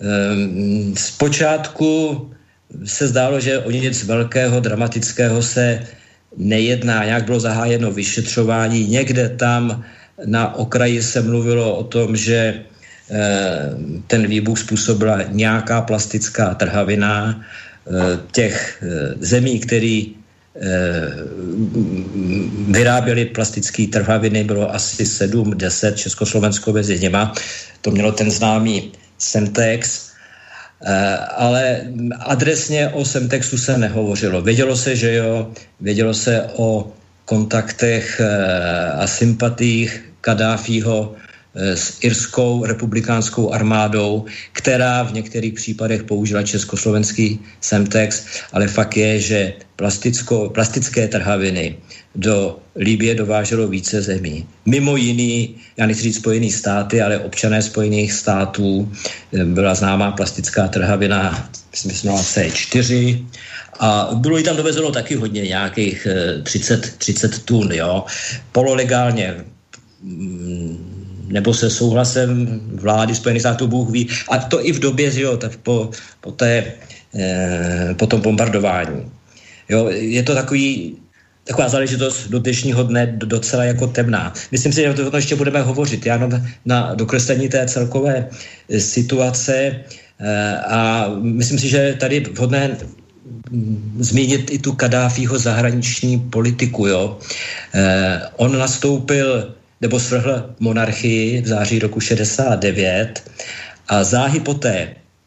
Zpočátku se zdálo, že o nic velkého, dramatického se nejedná. Nějak bylo zahájeno vyšetřování. Někde tam na okraji se mluvilo o tom, že ten výbuch způsobila nějaká plastická trhavina. Těch zemí, které vyráběli plastické trhaviny, bylo asi 7-10, Československo mezi něma. To mělo ten známý Semtex, ale adresně o Semtexu se nehovořilo. Vědělo se, že jo, vědělo se o kontaktech a sympatiích Kaddáfího s irskou republikánskou armádou, která v některých případech použila československý Semtex, ale fakt je, že plastické trhaviny do Libye dováželo více zemí. Mimo jiný, já nechci říct Spojený státy, ale občané Spojených států, byla známá plastická trhavina, myslím, C4, a bylo jí tam dovezeno taky hodně, nějakých 30 tun, jo. Pololegálně, nebo se souhlasem vlády Spojených států, Bůh ví. A to i v době, jo, po tom bombardování. Jo, je to taková záležitost do dnešního dne docela jako temná. Myslím si, že o tom ještě budeme hovořit. Já jenom na dokreslení té celkové situace a myslím si, že tady je vhodné zmínit i tu Kaddáfího zahraniční politiku. Jo. On nastoupil nebo svrhl monarchii v září roku 69 a záhy poté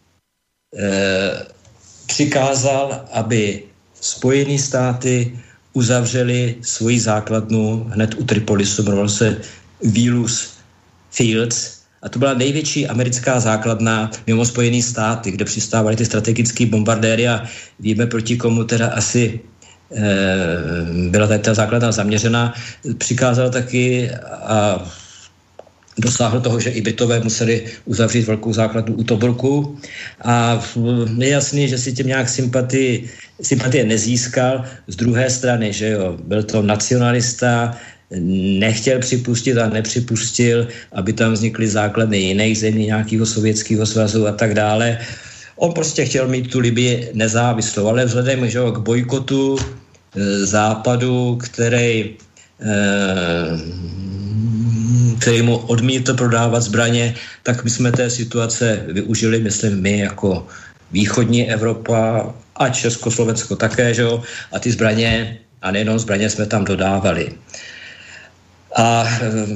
přikázal, aby Spojené státy uzavřeli svoji základnu hned u Tripolisu, jmenoval se Vilus Fields, a to byla největší americká základna mimo Spojené státy, kde přistávaly ty strategické bombardéry a víme, proti komu teda asi byla tady ta základna zaměřena. Přikázal taky a dosáhl toho, že i Britové museli uzavřít velkou základnu u Tobruku a je jasný, že si tím nějak sympatie nezískal. Z druhé strany, že jo, byl to nacionalista, nechtěl připustit a nepřipustil, aby tam vznikly základny jiných zemí, nějakého Sovětského svazu a tak dále. On prostě chtěl mít tu Libii nezávislou, ale vzhledem, že jo, k bojkotu Západu, který mu odmítl prodávat zbraně, tak my jsme té situace využili, myslím, my jako východní Evropa a Československo také, že jo, a ty zbraně, a nejenom zbraně, jsme tam dodávali. A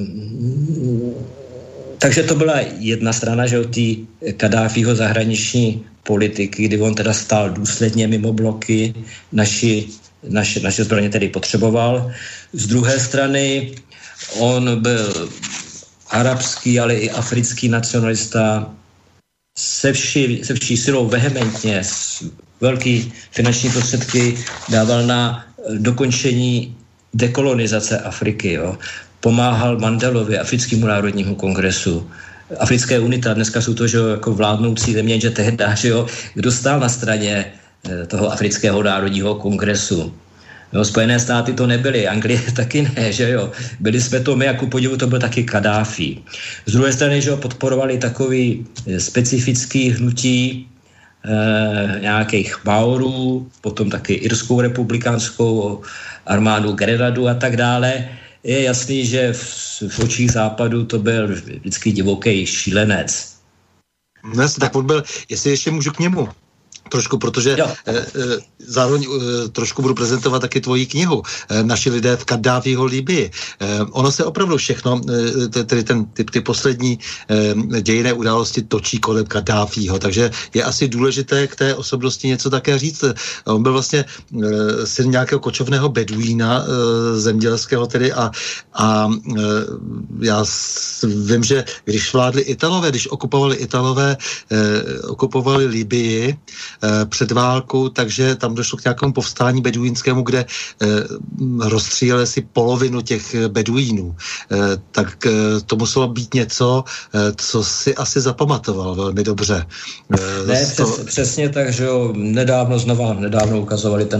takže to byla jedna strana, že jo, tý Kaddáfího zahraniční politiky, kdy on teda stál důsledně mimo bloky, naše zbraně tedy potřeboval. Z druhé strany on byl arabský, ale i africký nacionalista, se vší silou vehementně, velký finanční prostředky dával na dokončení dekolonizace Afriky, jo. Pomáhal Mandelovi, Africkému národnímu kongresu, Africké unita, dneska jsou to, že jako vládnoucí země, že tehdy, že jo, kdo stál na straně toho Afrického národního kongresu. Jo, Spojené státy to nebyly, Anglie taky ne, že jo. Byli jsme to my, a ku podivu to byl taky Kaddáfí. Z druhé strany, že jo, podporovali takový specifický hnutí nějakých Maorů, potom taky irskou republikánskou armádu Grenadu a tak dále. Je jasný, že v očích Západu to byl vždycky divoký šílenec. No, tak on byl, jestli ještě můžu k němu trošku, protože zároveň trošku budu prezentovat taky tvoji knihu Naši lidé v Kaddáfího Libii. Ono se opravdu všechno, tedy ty poslední dějinné události točí kolem Kaddáfího, takže je asi důležité k té osobnosti něco také říct. On byl vlastně syn nějakého kočovného beduína, zemědělského tedy, a já vím, že když vládli Italové, když okupovali Libii před válkou, takže tam došlo k nějakému povstání beduínskému, kde rozstříleli si polovinu těch beduínů. Tak to muselo být něco, co si asi zapamatoval velmi dobře. Přesně tak, že jo, nedávno ukazovali ten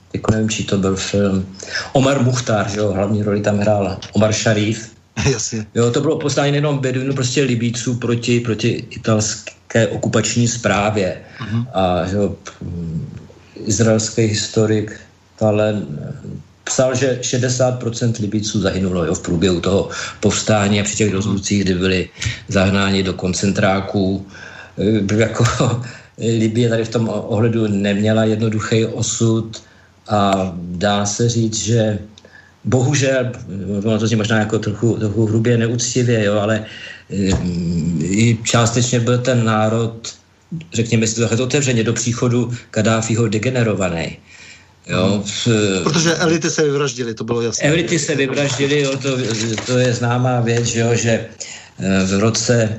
jako nevím, či to byl film, Omar Muchtar, že jo, hlavní roli tam hrál Omar Sharif. Jasně. Jo, to bylo poslání jenom Beduinů, prostě Libíců proti italské okupační správě. A že jo, izraelský historik Talen psal, že 60% Libíců zahynulo, jo, v průběhu toho povstání a při těch rozlucích, kdy byli zahnáni do koncentráků. Jako Libye tady v tom ohledu neměla jednoduchý osud a dá se říct, že bohužel, ono to zní možná jako trochu hrubě neúctivě, jo, ale i částečně byl ten národ, řekněme si to otevřeně, do příchodu Kaddáfího degenerovaný. Jo. Protože elity se vyvraždily, to bylo jasné. Elity se vyvraždily, jo, to je známá věc, že, jo, že v roce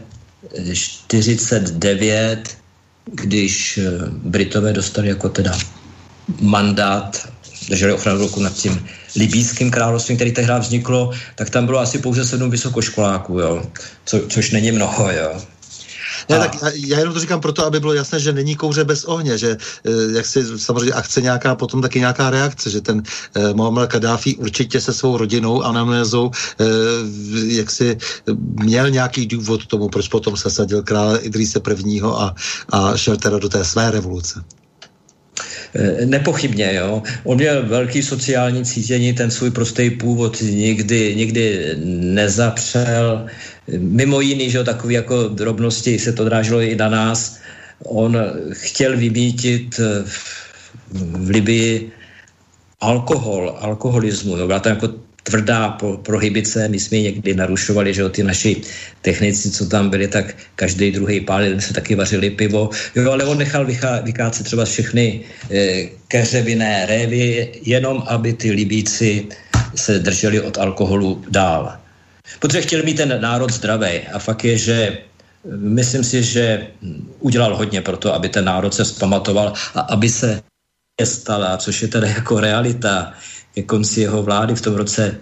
49, když Britové dostali jako teda mandát, drželi ochranu roku nad tím libýským královstvím, který tehdy vzniklo, tak tam bylo asi pouze 7 vysokoškoláků, jo, což není mnoho, jo. Ne, tak já jenom to říkám proto, aby bylo jasné, že není kouře bez ohně, že jak si samozřejmě akce nějaká, potom taky nějaká reakce, že ten Muammar Kaddáfí určitě se svou rodinou Anamnézou jak si měl nějaký důvod tomu, proč potom sesadil krále Idrise I. a šel teda do té své revoluce. Nepochybně, jo. On měl velký sociální cítění, ten svůj prostý původ nikdy nezapřel. Mimo jiný, že takový jako drobnosti se to drážilo i na nás. On chtěl vymítit v Libii alkoholismu. Jo. Byla tam jako tvrdá prohibice, my jsme ji někdy narušovali, že ty naši technici, co tam byli, tak každý druhý pálil, se taky vařili pivo. Jo, ale on nechal vykácet třeba všechny keřevinné révy, jenom aby ty Libíci se drželi od alkoholu dál. Protože chtěl mít ten národ zdravý a fakt je, že myslím si, že udělal hodně pro to, aby ten národ se vzpamatoval a aby se stala, což je teda jako realita, ke konci jeho vlády v tom roce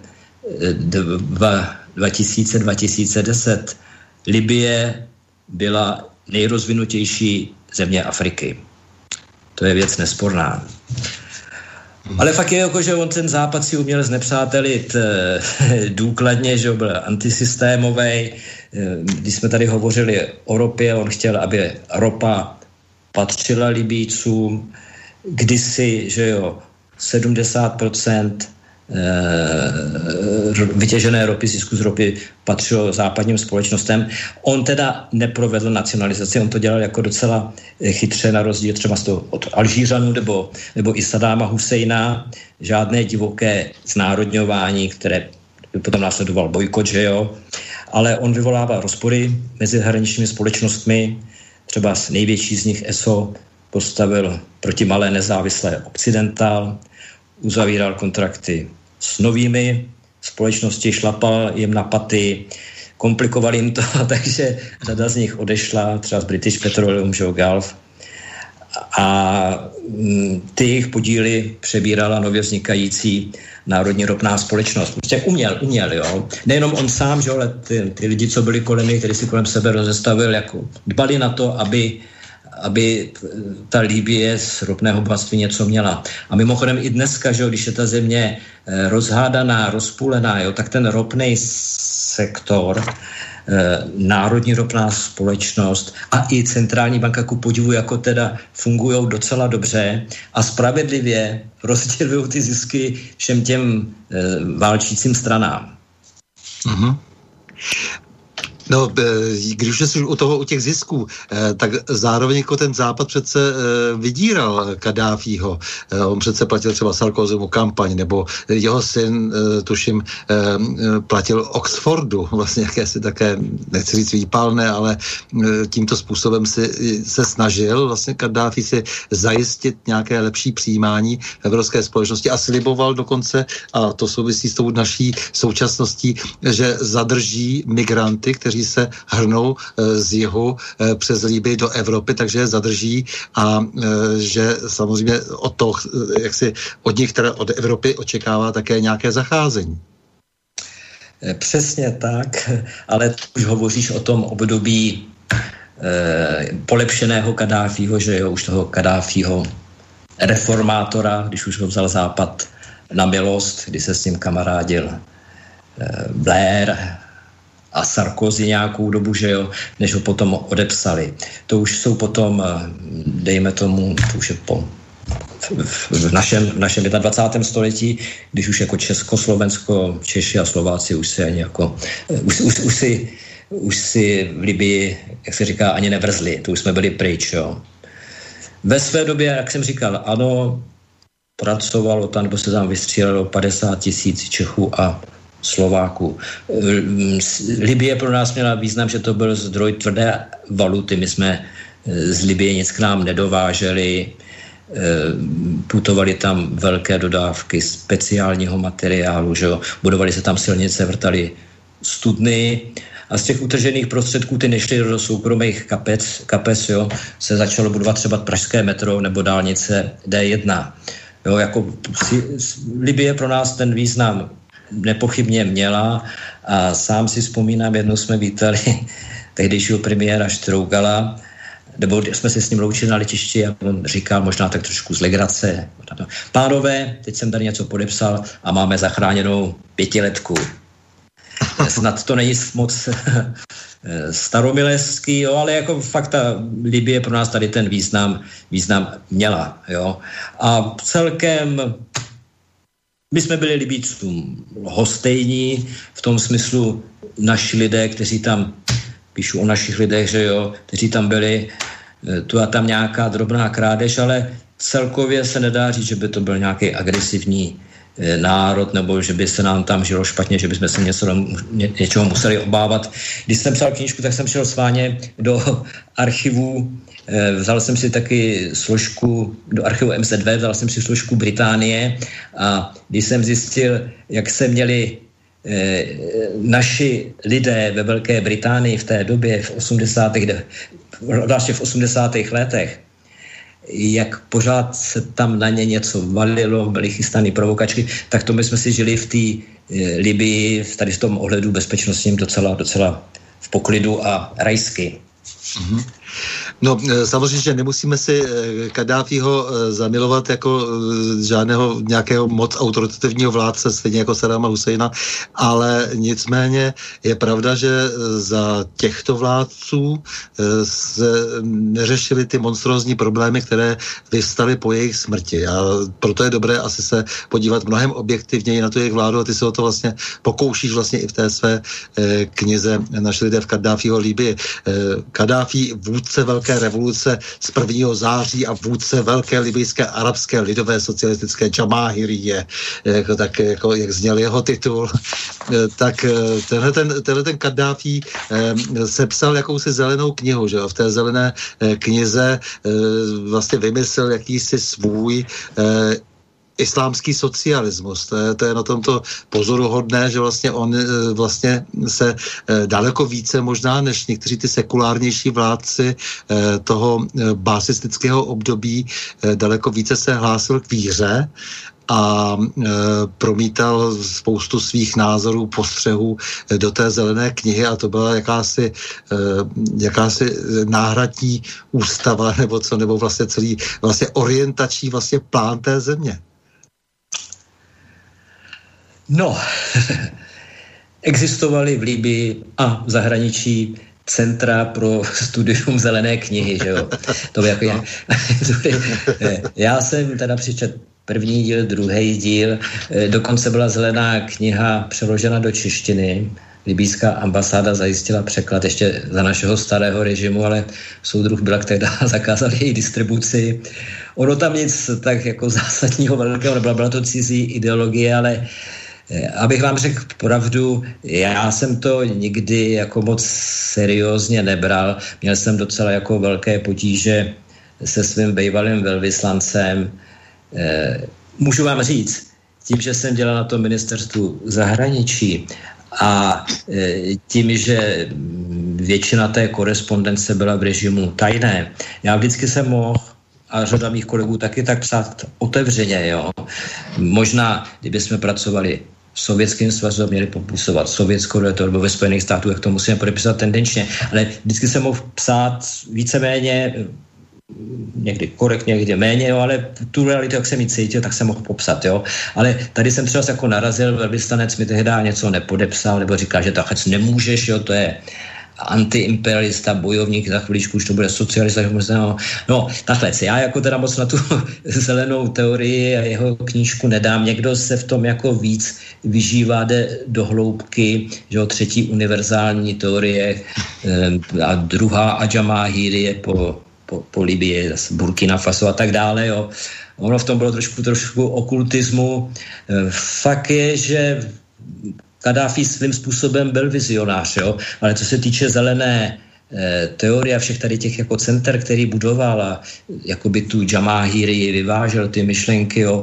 2000-2010 Libye byla nejrozvinutější země Afriky. To je věc nesporná. Ale fakt je jako, že on ten západ si uměl znepřátelit důkladně, že byl antisystémovej. Když jsme tady hovořili o ropě, on chtěl, aby ropa patřila Libícům. Kdysi, že jo, 70% vytěžené ropy, zisku z ropy patřilo západním společnostem. On teda neprovedl nacionalizaci, on to dělal jako docela chytře, na rozdíl třeba od Alžířanů nebo i Sadáma Husejna. Žádné divoké znárodňování, které potom následoval bojkot, že jo. Ale on vyvolával rozpory mezi hraničními společnostmi, třeba největší z nich ESO postavil proti malé nezávislé Occidental, uzavíral kontrakty s novými společnosti, šlapal jim na paty, komplikoval jim to, takže řada z nich odešla, třeba z British Petroleum, Gulf, a ty jejich podíly přebírala nově vznikající národní ropná společnost. Prostě uměl, jo. Nejenom on sám, že, ale ty lidi, co byli kolem něj, kteří si kolem sebe rozestavil, jako dbali na to, aby ta Libye z ropného bohatství něco měla. A mimochodem i dneska, že, když je ta země rozhádaná, rozpůlená, jo, tak ten ropný sektor, národní ropná společnost a i centrální banka, ku podivu, jako teda fungujou docela dobře a spravedlivě rozdělují ty zisky všem těm válčícím stranám. Mhm. No, když jsi u těch zisků, tak zároveň jako ten západ přece vydíral Kaddáfího. On přece platil třeba Sarkozymu kampaň, nebo jeho syn, tuším, platil Oxfordu, vlastně jakési také, nechci říct výpalné, ale tímto způsobem se snažil vlastně Kaddáfí si zajistit nějaké lepší přijímání v evropské společnosti a sliboval dokonce, a to souvisí s tou naší současností, že zadrží migranty, kteří se hrnou z jihu přes Libyi do Evropy, takže je zadrží a že samozřejmě od nich, teda od Evropy, očekává také nějaké zacházení. Přesně tak, ale už hovoříš o tom období polepšeného Kaddáfího, že jo, už toho Kaddáfího reformátora, když už ho vzal Západ na milost, kdy se s ním kamarádil Blair a Sarkozy nějakou dobu, že jo, než ho potom odepsali. To už jsou potom, dejme tomu, to už je v našem 21. století, když už jako Československo, Češi a Slováci už si ani jako, už si v Libii, jak se říká, ani nevrzli. To už jsme byli pryč, jo. Ve své době, jak jsem říkal, ano, pracovalo tam, nebo se tam vystřílelo 50 000 Čechů a Slováků. Libye pro nás měla význam, že to byl zdroj tvrdé valuty. My jsme z Libye nic k nám nedováželi, putovali tam velké dodávky speciálního materiálu, že jo? Budovali se tam silnice, vrtali studny a z těch utržených prostředků ty nešly do soukromých kapes, jo? Se začalo budovat třeba pražské metro nebo dálnice D1. Jo, jako Libye pro nás ten význam nepochybně měla a sám si vzpomínám, jednou jsme vítali tehdejšího premiéra Štrougala, nebo jsme se s ním loučili na letišti a on říkal možná tak trošku z legrace: pánové, teď jsem tady něco podepsal a máme zachráněnou 5letku. Snad to není moc staromileský, jo, ale jako fakt ta Libye pro nás tady ten význam měla. Jo. A celkem my jsme byli Libícům lhostejní v tom smyslu naši lidé, kteří tam, píšu o našich lidech, že jo, kteří tam byli, tu a tam nějaká drobná krádež, ale celkově se nedá říct, že by to byl nějaký agresivní národ, nebo že by se nám tam žilo špatně, že bychom se něčeho museli obávat. Když jsem psal knížku, tak jsem šel sváně do archivů, vzal jsem si taky složku do archivu MZ2, vzal jsem si složku Británie a když jsem zjistil, jak se měli naši lidé ve Velké Británii v té době v 80. letech, jak pořád se tam na ně něco valilo, byly chystaný provokačky, tak to my jsme si žili v té Libii, tady v tom ohledu bezpečnostním docela v poklidu a rajsky. Mm-hmm. No, samozřejmě, že nemusíme si Kaddáfího zamilovat jako žádného nějakého moc autoritativního vládce, stejně jako Saddáma Husajna, ale nicméně je pravda, že za těchto vládců se neřešily ty monstrózní problémy, které vyvstaly po jejich smrti. A proto je dobré asi se podívat mnohem objektivněji na tu jejich vládu a ty se o to vlastně pokoušíš vlastně i v té své knize Naši lidé v Kaddáfího Libyi. Kaddáfí, vůdce velké revoluce z 1. září a vůdce velké libijské arabské lidové socialistické Džamáhirie, jak zněl jeho titul, tak tenhle ten Kaddáfí sepsal jakousi zelenou knihu, že jo? V té zelené knize vlastně vymyslel jakýsi svůj islámský socialismus. To je na tomto pozoruhodné, že vlastně on vlastně se daleko více možná než někteří ty sekulárnější vládci toho basistického období daleko více se hlásil k víře a promítal spoustu svých názorů, postřehů do té zelené knihy a to byla jakási náhradní ústava nebo vlastně celý vlastně orientační vlastně plán té země. No, existovaly v Libyi a v zahraničí centra pro studium zelené knihy, že jo. To by jako já jsem teda přičet první díl, druhý díl, dokonce byla zelená kniha přeložena do češtiny. Libýská ambasáda zajistila překlad ještě za našeho starého režimu, ale soudruh Bilak tehdy zakázal její distribuci. Ono tam nic tak jako zásadního velkého nebylo, byla to cizí ideologie, ale abych vám řekl pravdu, já jsem to nikdy jako moc seriózně nebral. Měl jsem docela jako velké potíže se svým bývalým velvyslancem. Můžu vám říct, tím, že jsem dělal na tom ministerstvu zahraničí a tím, že většina té korespondence byla v režimu tajné, já vždycky jsem mohl a řada mých kolegů taky tak psát otevřeně, jo. Možná, kdyby jsme pracovali v Sovětském svazu a měli popisovat sovětskou realitu nebo ve Spojených státech, jak to musíme podepisovat tendenčně, ale vždycky jsem mohl psát víceméně někdy korektně, někdy méně, jo, ale tu realitu, jak jsem ji cítil, tak jsem mohl popsat, jo. Ale tady jsem třeba jako narazil, velvyslanec mi tehdy něco nepodepsal, nebo říká, že tak nemůžeš, jo, to je antiimperialista, bojovník, za chvíličku už to bude socialista, no, takhle, já jako teda moc na tu zelenou teorii a jeho knížku nedám, někdo se v tom jako víc vyžívá, jde do hloubky, že jo, třetí univerzální teorie a druhá Adžamáhíry je po Libii, Burkina Faso a tak dále, jo. Ono v tom bylo trošku okultismu. Fakt je, že Kadáfi svým způsobem byl vizionář, jo? Ale co se týče zelené teorie a všech tady těch jako center, který budoval a jakoby tu Džamáhíry vyvážel ty myšlenky, jo?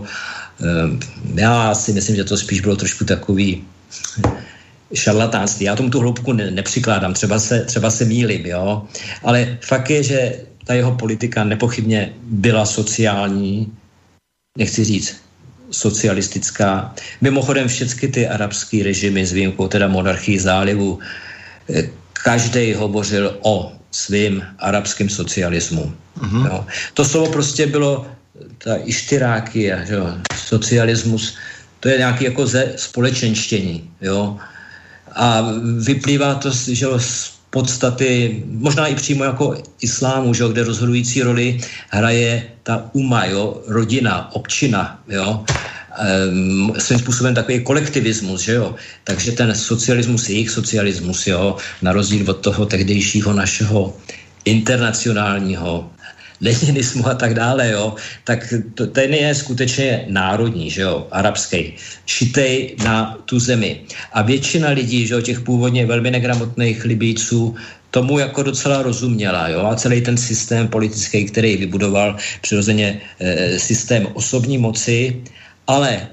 Já si myslím, že to spíš bylo trošku takový šarlatánství. Já tomu tu hloubku nepřikládám, třeba se mýlím, jo? Ale fakt je, že ta jeho politika nepochybně byla sociální, nechci říct socialistická. Mimochodem všechny ty arabský režimy s výjimkou teda monarchii zálivu, každej hovořil o svým arabském socialismu. Jo. To slovo prostě bylo ta ištyrákia, socialismus, to je nějaký jako ze společenštění. Jo. A vyplývá to, že z podstaty, možná i přímo jako islámu, že, kde rozhodující roli hraje ta umma, jo, rodina, občina, jo, svým způsobem takový kolektivismus, že jo. Takže ten socialismus je jejich socialismus, jo, na rozdíl od toho tehdejšího našeho internacionálního leninismu a tak dále, jo, tak ten je skutečně národní, že jo, arabský, šitej na tu zemi. A většina lidí, že jo, těch původně velmi negramotných Libijců, tomu jako docela rozuměla, jo, a celý ten systém politický, který vybudoval přirozeně systém osobní moci, ale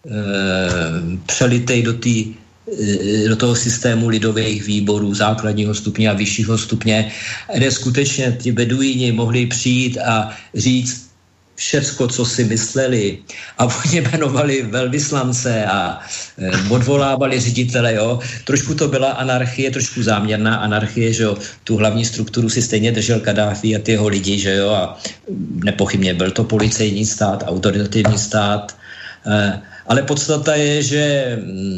přelitej do toho systému lidových výborů základního stupně a vyššího stupně, kde skutečně ti beduíni mohli přijít a říct všecko, co si mysleli, a oni jmenovali velvyslance a odvolávali ředitele, jo. Trošku to byla anarchie, trošku záměrná anarchie, že jo. Tu hlavní strukturu si stejně držel Kadáfi a ty jeho lidi, že jo, a nepochybně byl to policejní stát, autoritativní stát, ale podstata je, že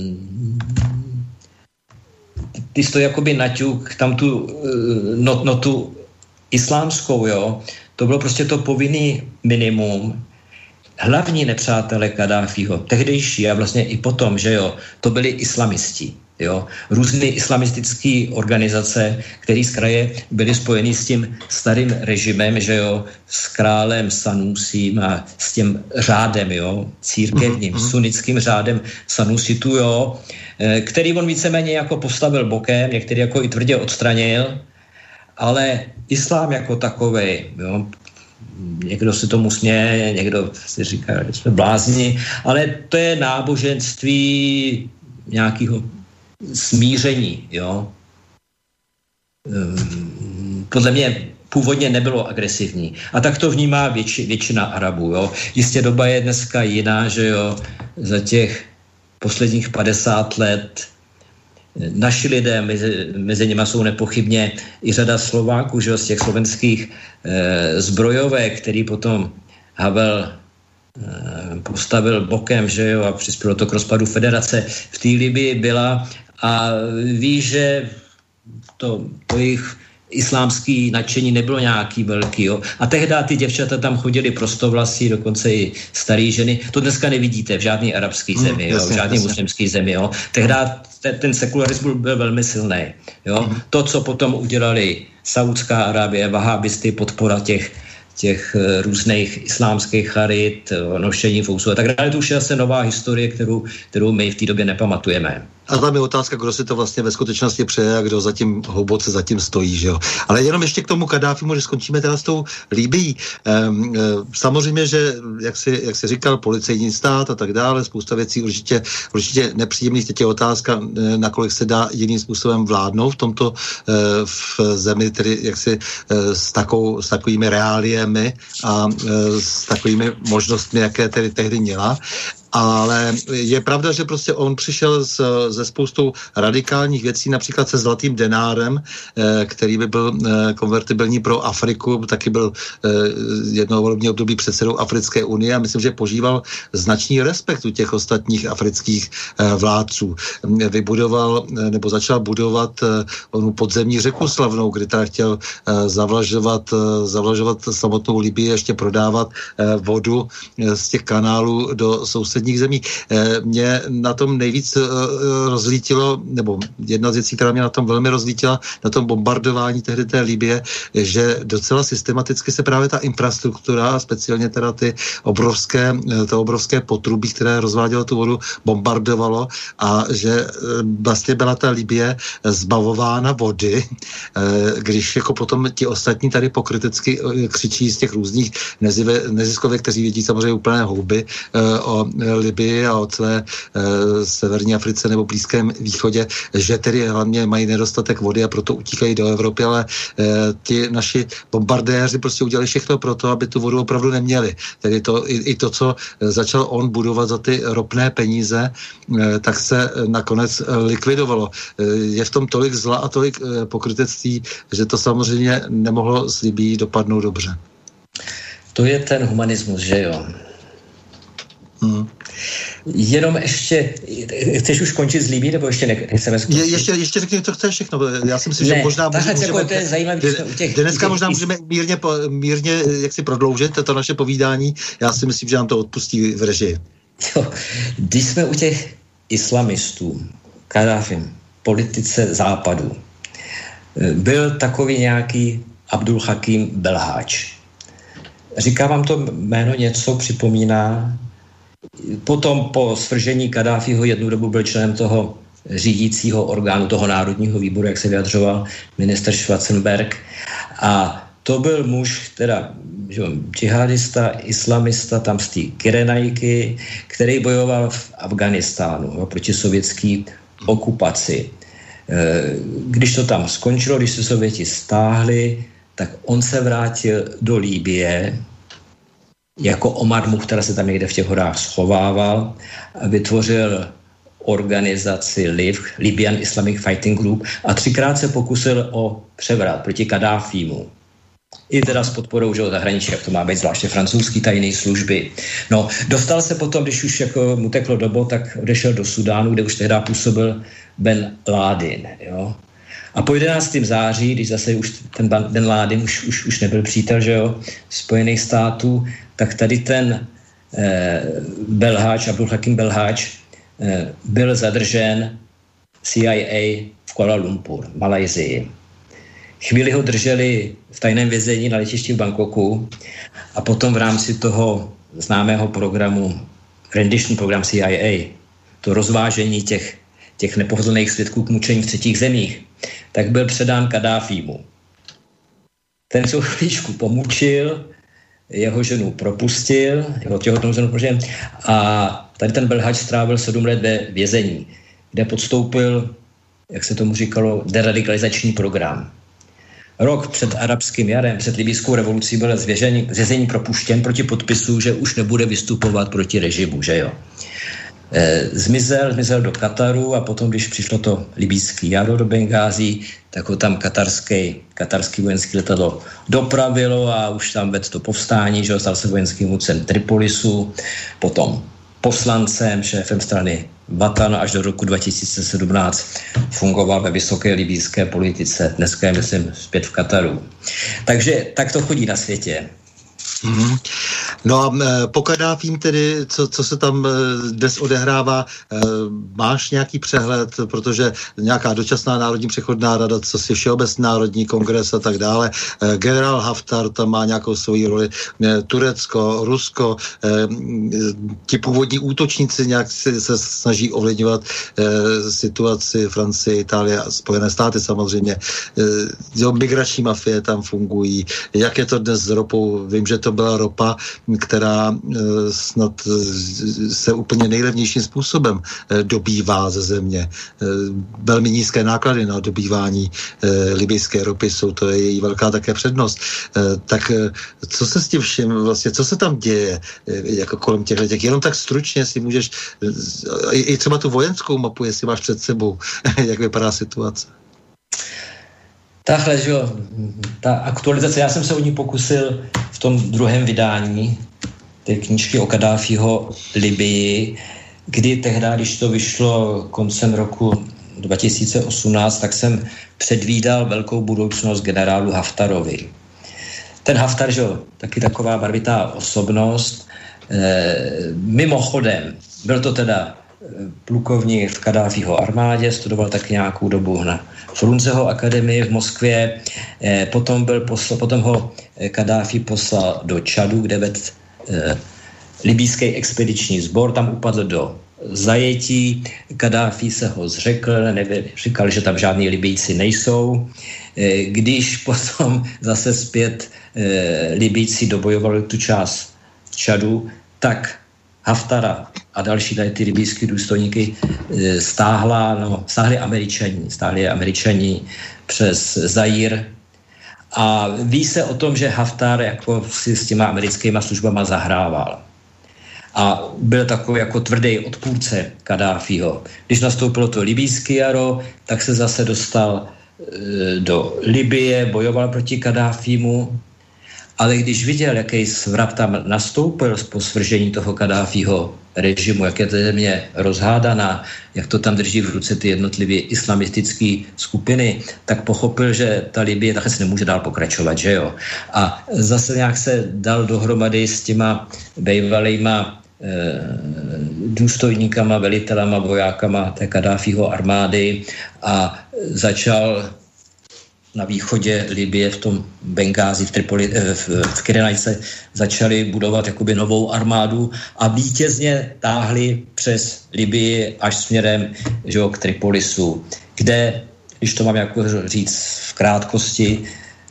ty jsi to jakoby naťuk tam tu notu islámskou, jo, to bylo prostě to povinný minimum. Hlavní nepřátelé Kadáfího, tehdejší a vlastně i potom, že jo, to byli islamisti, jo, různé islamistické organizace, které z kraje byly spojeny s tím starým režimem, že jo, s králem Sanusím a s tím řádem, jo, církevním, sunnickým řádem Sanusitu, jo, který on víceméně jako postavil bokem, některý jako i tvrdě odstranil, ale islám jako takovej, jo, někdo si tomu směje, někdo si říká, že jsme blázni, ale to je náboženství nějakého smíření, jo. Podle mě původně nebylo agresivní. A tak to vnímá většina Arabů, jo. Jistě doba je dneska jiná, že jo, za těch posledních 50 let naši lidé, mezi nimi jsou nepochybně i řada Slováků, že jo, z těch slovenských zbrojovek, který potom Havel postavil bokem, že jo, a přispělo to k rozpadu federace, v té Libii byla a ví, že to jejich islámský nadšení nebylo nějaký velký, jo. A tehdy ty děvčata tam chodili prostovlasí, dokonce i starý ženy. To dneska nevidíte v žádný arabský zemi, jo, v žádný muslimský zemi, jo. Tehdy ten sekularismus byl velmi silný, jo. To, co potom udělali Saudská Arábie, vahábisty, podpora těch různých islámských charit, nošení fousu a tak dále. To už je asi nová historie, kterou my v té době nepamatujeme. A tam je otázka, kdo si to vlastně ve skutečnosti přeje a kdo hluboce zatím stojí, že jo. Ale jenom ještě k tomu Kadáfimu, že skončíme teda s tou Libií. Samozřejmě, že jak si říkal, policejní stát a tak dále, spousta věcí určitě nepříjemných. Teď je otázka, nakolik se dá jiným způsobem vládnout v tomto v zemi, tedy jaksi s takovými reáliemi a s takovými možnostmi, jaké tedy tehdy měla. Ale je pravda, že prostě on přišel ze spoustou radikálních věcí, například se zlatým denárem, který by byl konvertibilní pro Afriku, taky byl jednoho volebního období předsedou Africké unie a myslím, že požíval značný respekt u těch ostatních afrických vládců. Vybudoval, nebo začal budovat onu podzemní řeku slavnou, kdy teda chtěl zavlažovat samotnou Libii, ještě prodávat vodu z těch kanálů do sousedních zemí. Mě na tom nejvíc rozlítilo, nebo jedna z věcí, která mě na tom velmi rozlítila, na tom bombardování tehdy té Libye, že docela systematicky se právě ta infrastruktura, speciálně teda to obrovské potrubí, které rozvádělo tu vodu, bombardovalo a že vlastně byla ta Libye zbavována vody, když jako potom ti ostatní tady pokrytecky křičí z těch různých neziskovek, kteří vidí samozřejmě úplné houby o Libii a o celé severní Africe nebo Blízkém východě, že tedy hlavně mají nedostatek vody a proto utíkají do Evropy, ale ti naši bombardéři prostě udělali všechno pro to, aby tu vodu opravdu neměli. Tedy i to, co začal on budovat za ty ropné peníze, tak se nakonec likvidovalo. Je v tom tolik zla a tolik pokrytectví, že to samozřejmě nemohlo s Libií dopadnout dobře. To je ten humanismus, že jo? Jenom ještě, chceš už končit s Libií, nebo ještě nechceme skončit? Ještě řekni, co chceš všechno. Já si myslím, že možná dneska možná můžeme mírně jak si prodloužit to naše povídání. Já si myslím, že nám to odpustí v režii. Jo, když jsme u těch islamistů, Kaddáfim, politice západu, byl takový nějaký Abdul Hakim Belháč. Říká vám to jméno něco, připomíná? Potom po svržení Kaddáfího jednu dobu byl členem toho řídícího orgánu, toho národního výboru, jak se vyjadřoval minister Schwarzenberg. A to byl muž, teda džihadista, islamista, tam z té Kyrenajky, který bojoval v Afganistánu proti sovětské okupaci. Když to tam skončilo, když se Sověti stáhli, tak on se vrátil do Libye, jako Omar Mukhtar se tam někde v těch horách schovával a vytvořil organizaci Libyan Islamic Fighting Group a 3krát se pokusil o převrat proti Kaddáfímu. I teda s podporou zahraničí, jak to má být, zvláště francouzský tajné služby. No, dostal se potom, když už jako mu teklo dobo, tak odešel do Sudánu, kde už tehdy působil Ben Laden, jo. A po 11. září, když zase už ten Ben Laden už nebyl přítel, že jo, Spojených států, tak tady ten Belháč, Abdul Hakim Belháč, byl zadržen CIA v Kuala Lumpur, Malajsii. Chvíli ho drželi v tajném vězení na letišti v Bangkoku a potom v rámci toho známého programu, rendition program CIA, to rozvážení těch nepohodlných svědků k mučení v třetích zemích, tak byl předán Kaddáfímu. Ten se chvíličku pomučil, jeho ženu propustil, jeho těhotnou ženu propustil a tady ten Belháč strávil 7 let ve vězení, kde podstoupil, jak se tomu říkalo, deradikalizační program. Rok před arabským jarem, před libijskou revolucí byl z vězení propuštěn proti podpisu, že už nebude vystupovat proti režimu, že jo. Zmizel do Kataru a potom, když přišlo to libijské jaro do Bengází, tak ho tam katarský vojenský letadlo dopravilo a už tam vedl to povstání, že ho stal se vojenským vůdcem Tripolisu, potom poslancem, šéfem strany Watan až do roku 2017 fungoval ve vysoké libijské politice. Dneska je, myslím, zpět v Kataru. Takže tak to chodí na světě. Mm-hmm. No a po Kaddáfím tedy, co se tam dnes odehrává, máš nějaký přehled, protože nějaká dočasná národní přechodná rada, co si Všeobecný národní kongres a tak dále, generál Haftar tam má nějakou svoji roli, Turecko, Rusko, ti původní útočníci nějak se snaží ovlivňovat situaci Francie, Itálie a Spojené státy samozřejmě. Migrační mafie tam fungují. Jak je to dnes s ropou? Vím, že to byla ropa která snad se úplně nejlevnějším způsobem dobývá ze země. Velmi nízké náklady na dobývání libyjské ropy jsou, to je její velká také přednost. Tak co se s tím všem vlastně, co se tam děje jako kolem těch, jenom tak stručně si můžeš, i třeba tu vojenskou mapu, jestli máš před sebou, jak vypadá situace. Takhle, že jo, ta aktualizace, já jsem se o ní pokusil v tom druhém vydání té knížky o Kaddáfího Libii, kdy tehdy, když to vyšlo koncem roku 2018, tak jsem předvídal velkou budoucnost generálu Haftarovi. Ten Haftar, že jo, taky taková barvitá osobnost. Mimochodem, byl to teda plukovník v Kaddáfího armádě, studoval taky nějakou dobu na Frunzeho akademii v Moskvě, potom ho Kaddáfí poslal do Čadu, kde vedl libýský expediční sbor, tam upadl do zajetí, Kaddáfí se ho zřekl, říkal, že tam žádní Libijci nejsou. Když potom zase zpět Libijci dobojovali tu část Čadu, tak Haftara a další tady ty libijské důstojníky stáhli Američani přes Zaír. A ví se o tom, že Haftar jako si s těma americkýma službama zahrával. A byl takový jako tvrdý odpůrce Kaddáfího. Když nastoupilo to libijské jaro, tak se zase dostal do Libye, bojoval proti Kaddáfímu, ale když viděl, jaký svrat tam nastoupil po svržení toho Kaddáfího režimu, jak je to země rozhádaná, jak to tam drží v ruce ty jednotlivé islamistické skupiny, tak pochopil, že ta Libye takhle se nemůže dál pokračovat, že jo. A zase nějak se dal dohromady s těma bývalýma důstojníkama, velitelama, vojákama té Kaddáfího armády a začal na východě Libye, v tom Bengázi, v Tripoli, v Kyrenajce, začali budovat jakoby novou armádu a vítězně táhli přes Libyi až směrem, že jo, k Tripolisu, kde, když to mám jako říct v krátkosti,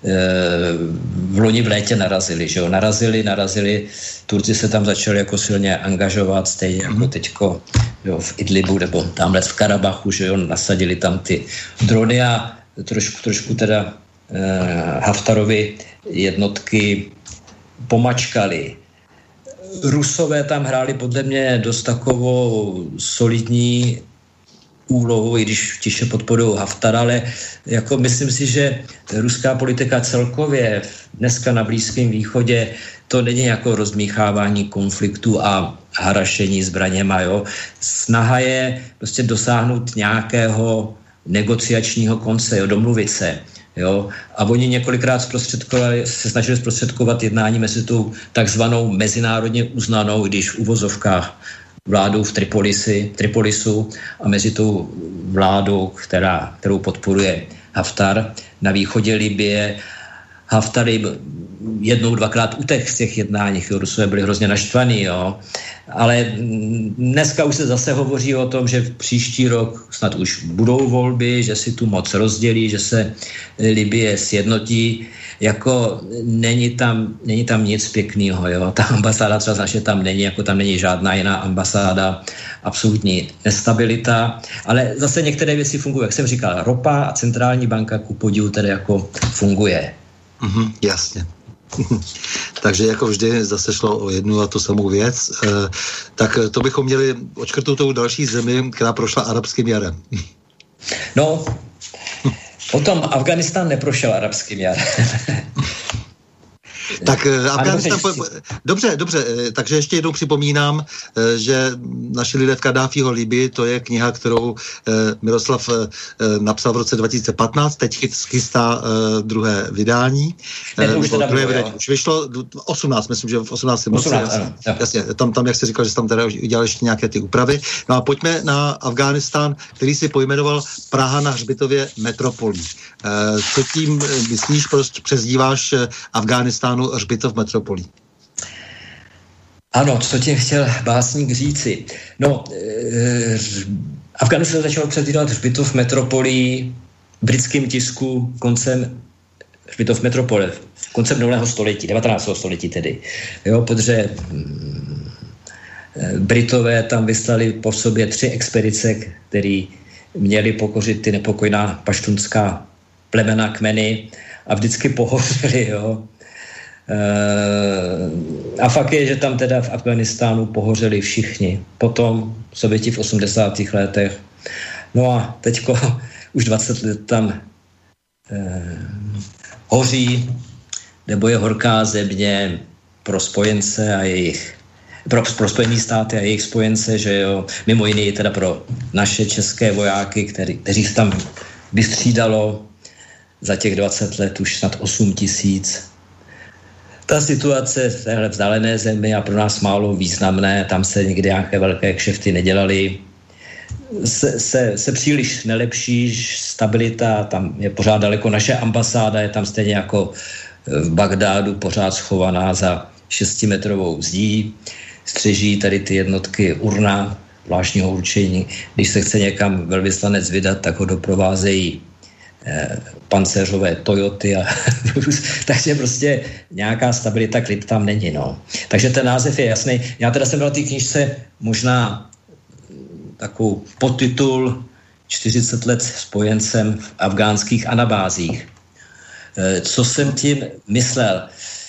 v loni v létě narazili, že jo, narazili, Turci se tam začali jako silně angažovat, stejně jako teďko, jo, v Idlibu nebo tamhle v Karabachu, že jo, nasadili tam ty drony a trošku teda Haftarovi jednotky pomačkali. Rusové tam hráli podle mě dost takovou solidní úlohu, i když tiše podporují Haftara, ale jako myslím si, že ruská politika celkově dneska na Blízkém východě to není jako rozmíchávání konfliktu a harašení zbraněma, jo. Snaha je prostě dosáhnout nějakého negociačního konce, jo, domluvit se. Jo. A oni několikrát se snažili zprostředkovat jednání mezi tou takzvanou mezinárodně uznanou, když v uvozovkách vládou v Tripolisu a mezi tou vládou, kterou podporuje Haftar na východě Libye. Haftar jednou, dvakrát utek z těch jednáních, jo. Rusové byli hrozně naštvaný, jo. Ale dneska už se zase hovoří o tom, že příští rok snad už budou volby, že si tu moc rozdělí, že se Libye sjednotí. Jako není tam nic pěkného, jo. Ta ambasáda třeba naše tam není, jako tam není žádná jiná ambasáda, absolutní nestabilita, ale zase některé věci fungují, jak jsem říkal, ropa a centrální banka ku podivu tedy jako funguje. Jasně. Takže jako vždy zase šlo o jednu a tu samou věc. Tak to bychom měli odškrtnout tou další zemi, která prošla arabským jarem. No, potom Afghánistán neprošel arabským jarem. Tak Afghánistán... Dobře, takže ještě jednou připomínám, že naši lidé v Kaddáfího Libii, to je kniha, kterou Miroslav napsal v roce 2015, teď chystá druhé vydání. Už vyšlo 18, myslím, že v 18. roce. Jasně, tam, jak jsi říkal, že jsi tam teda udělal ještě nějaké ty úpravy. No a pojďme na Afghánistán, který si pojmenoval Praha na hřbitově metropolí. Co tím myslíš, proč přezdíváš Afghánistánu hřbitov metropolí? Ano, co tím chtěl básník říci? No, Afghánistán začal přezdívat hřbitov metropolí v britském tisku koncem hřbitov Metropole koncem minulého století, 19. století tedy. Jo, protože Britové tam vyslali po sobě 3 expedice, které měli pokořit ty nepokojná paštunská plemena, kmeny a vždycky pohořeli, jo. A fakt je, že tam teda v Afghánistánu pohořeli všichni. Potom Sověti v 80. letech. No a teďko už 20 let tam hoří, nebo je horká země pro spojence a jejich pro Spojené státy a jejich spojence, že jo, mimo jiný teda pro naše české vojáky, kteří se tam vystřídalo za těch 20 let už snad 8 000. Ta situace v téhle vzdálené zemi a pro nás málo významné, tam se nikdy nějaké velké kšefty nedělaly, se příliš nelepší, stabilita, tam je pořád daleko naše ambasáda, je tam stejně jako v Bagdádu pořád schovaná za 6metrovou zdí, střeží tady ty jednotky urna zvláštního určení. Když se chce někam velvyslanec vydat, tak ho doprovázejí pancéřové Toyoty takže prostě nějaká stabilita, klid tam není, no. Takže ten název je jasný. Já teda jsem dal té knížce možná takovou podtitul 40 let spojencem v afgánských anabázích. Co jsem tím myslel?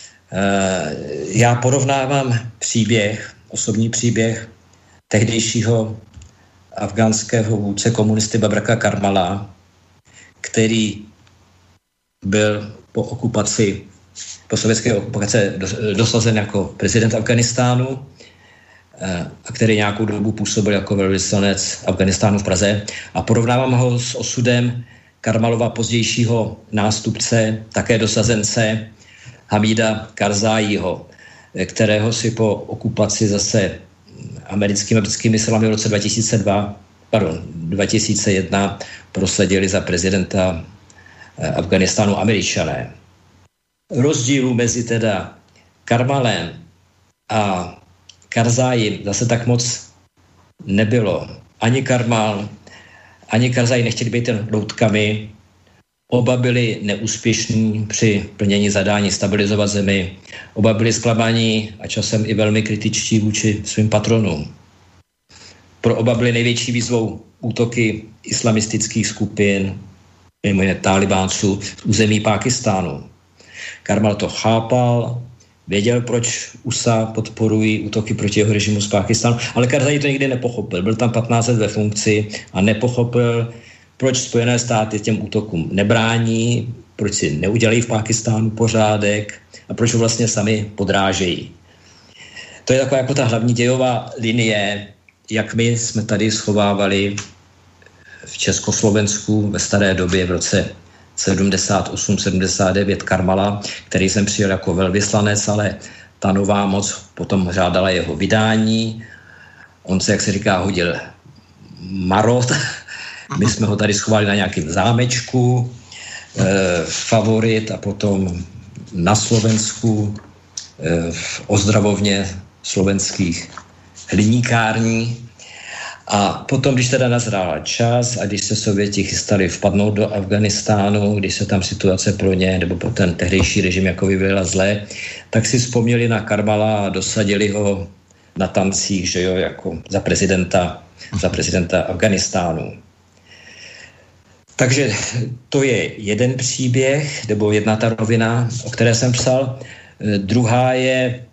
Já porovnávám osobní příběh tehdejšího afgánského vůdce komunisty Babraka Karmala, který byl po sovětské okupaci dosazen jako prezident Afghánistánu a který nějakou dobu působil jako velvyslanec Afghánistánu v Praze. A porovnávám ho s osudem Karmalova pozdějšího nástupce, také dosazence Hamida Karzájího, kterého si po okupaci zase americkými britskými silami v roce 2001 prosadili za prezidenta Afghánistánu Američané. Rozdílu mezi teda Karmalem a Karzájím zase tak moc nebylo. Ani Karmal, ani Karzájí nechtěli být jen loutkami. Oba byli neúspěšní při plnění zadání stabilizovat zemi. Oba byli zklamaní a časem i velmi kritičtí vůči svým patronům. Pro oba byly největší výzvou útoky islamistických skupin, mimo jiné Talibánců, z území Pákistánu. Karmal to chápal, věděl, proč USA podporují útoky proti jeho režimu z Pákistánu, ale Karzai to nikdy nepochopil. Byl tam 15 let ve funkci a nepochopil, proč Spojené státy těm útokům nebrání, proč si neudělají v Pákistánu pořádek a proč ho vlastně sami podrážejí. To je taková jako ta hlavní dějová linie, jak my jsme tady schovávali v Československu ve staré době v roce 78-79 Karmala, který jsem přijel jako velvyslanec, ale ta nová moc potom žádala jeho vydání. On se, jak se říká, hodil marot. My jsme ho tady schovali na nějakém zámečku, Favorit, a potom na Slovensku v ozdravovně slovenských hliníkární. A potom, když teda nazrál čas a když se Sověti chystali vpadnout do Afghánistánu, když se tam situace pro ně nebo pro ten tehdejší režim jako vyvíjela zlé, tak si vzpomněli na Karmala a dosadili ho na tancích, že jo, jako za prezidenta Afghánistánu. Takže to je jeden příběh, nebo jedna ta rovina, o které jsem psal. Druhá je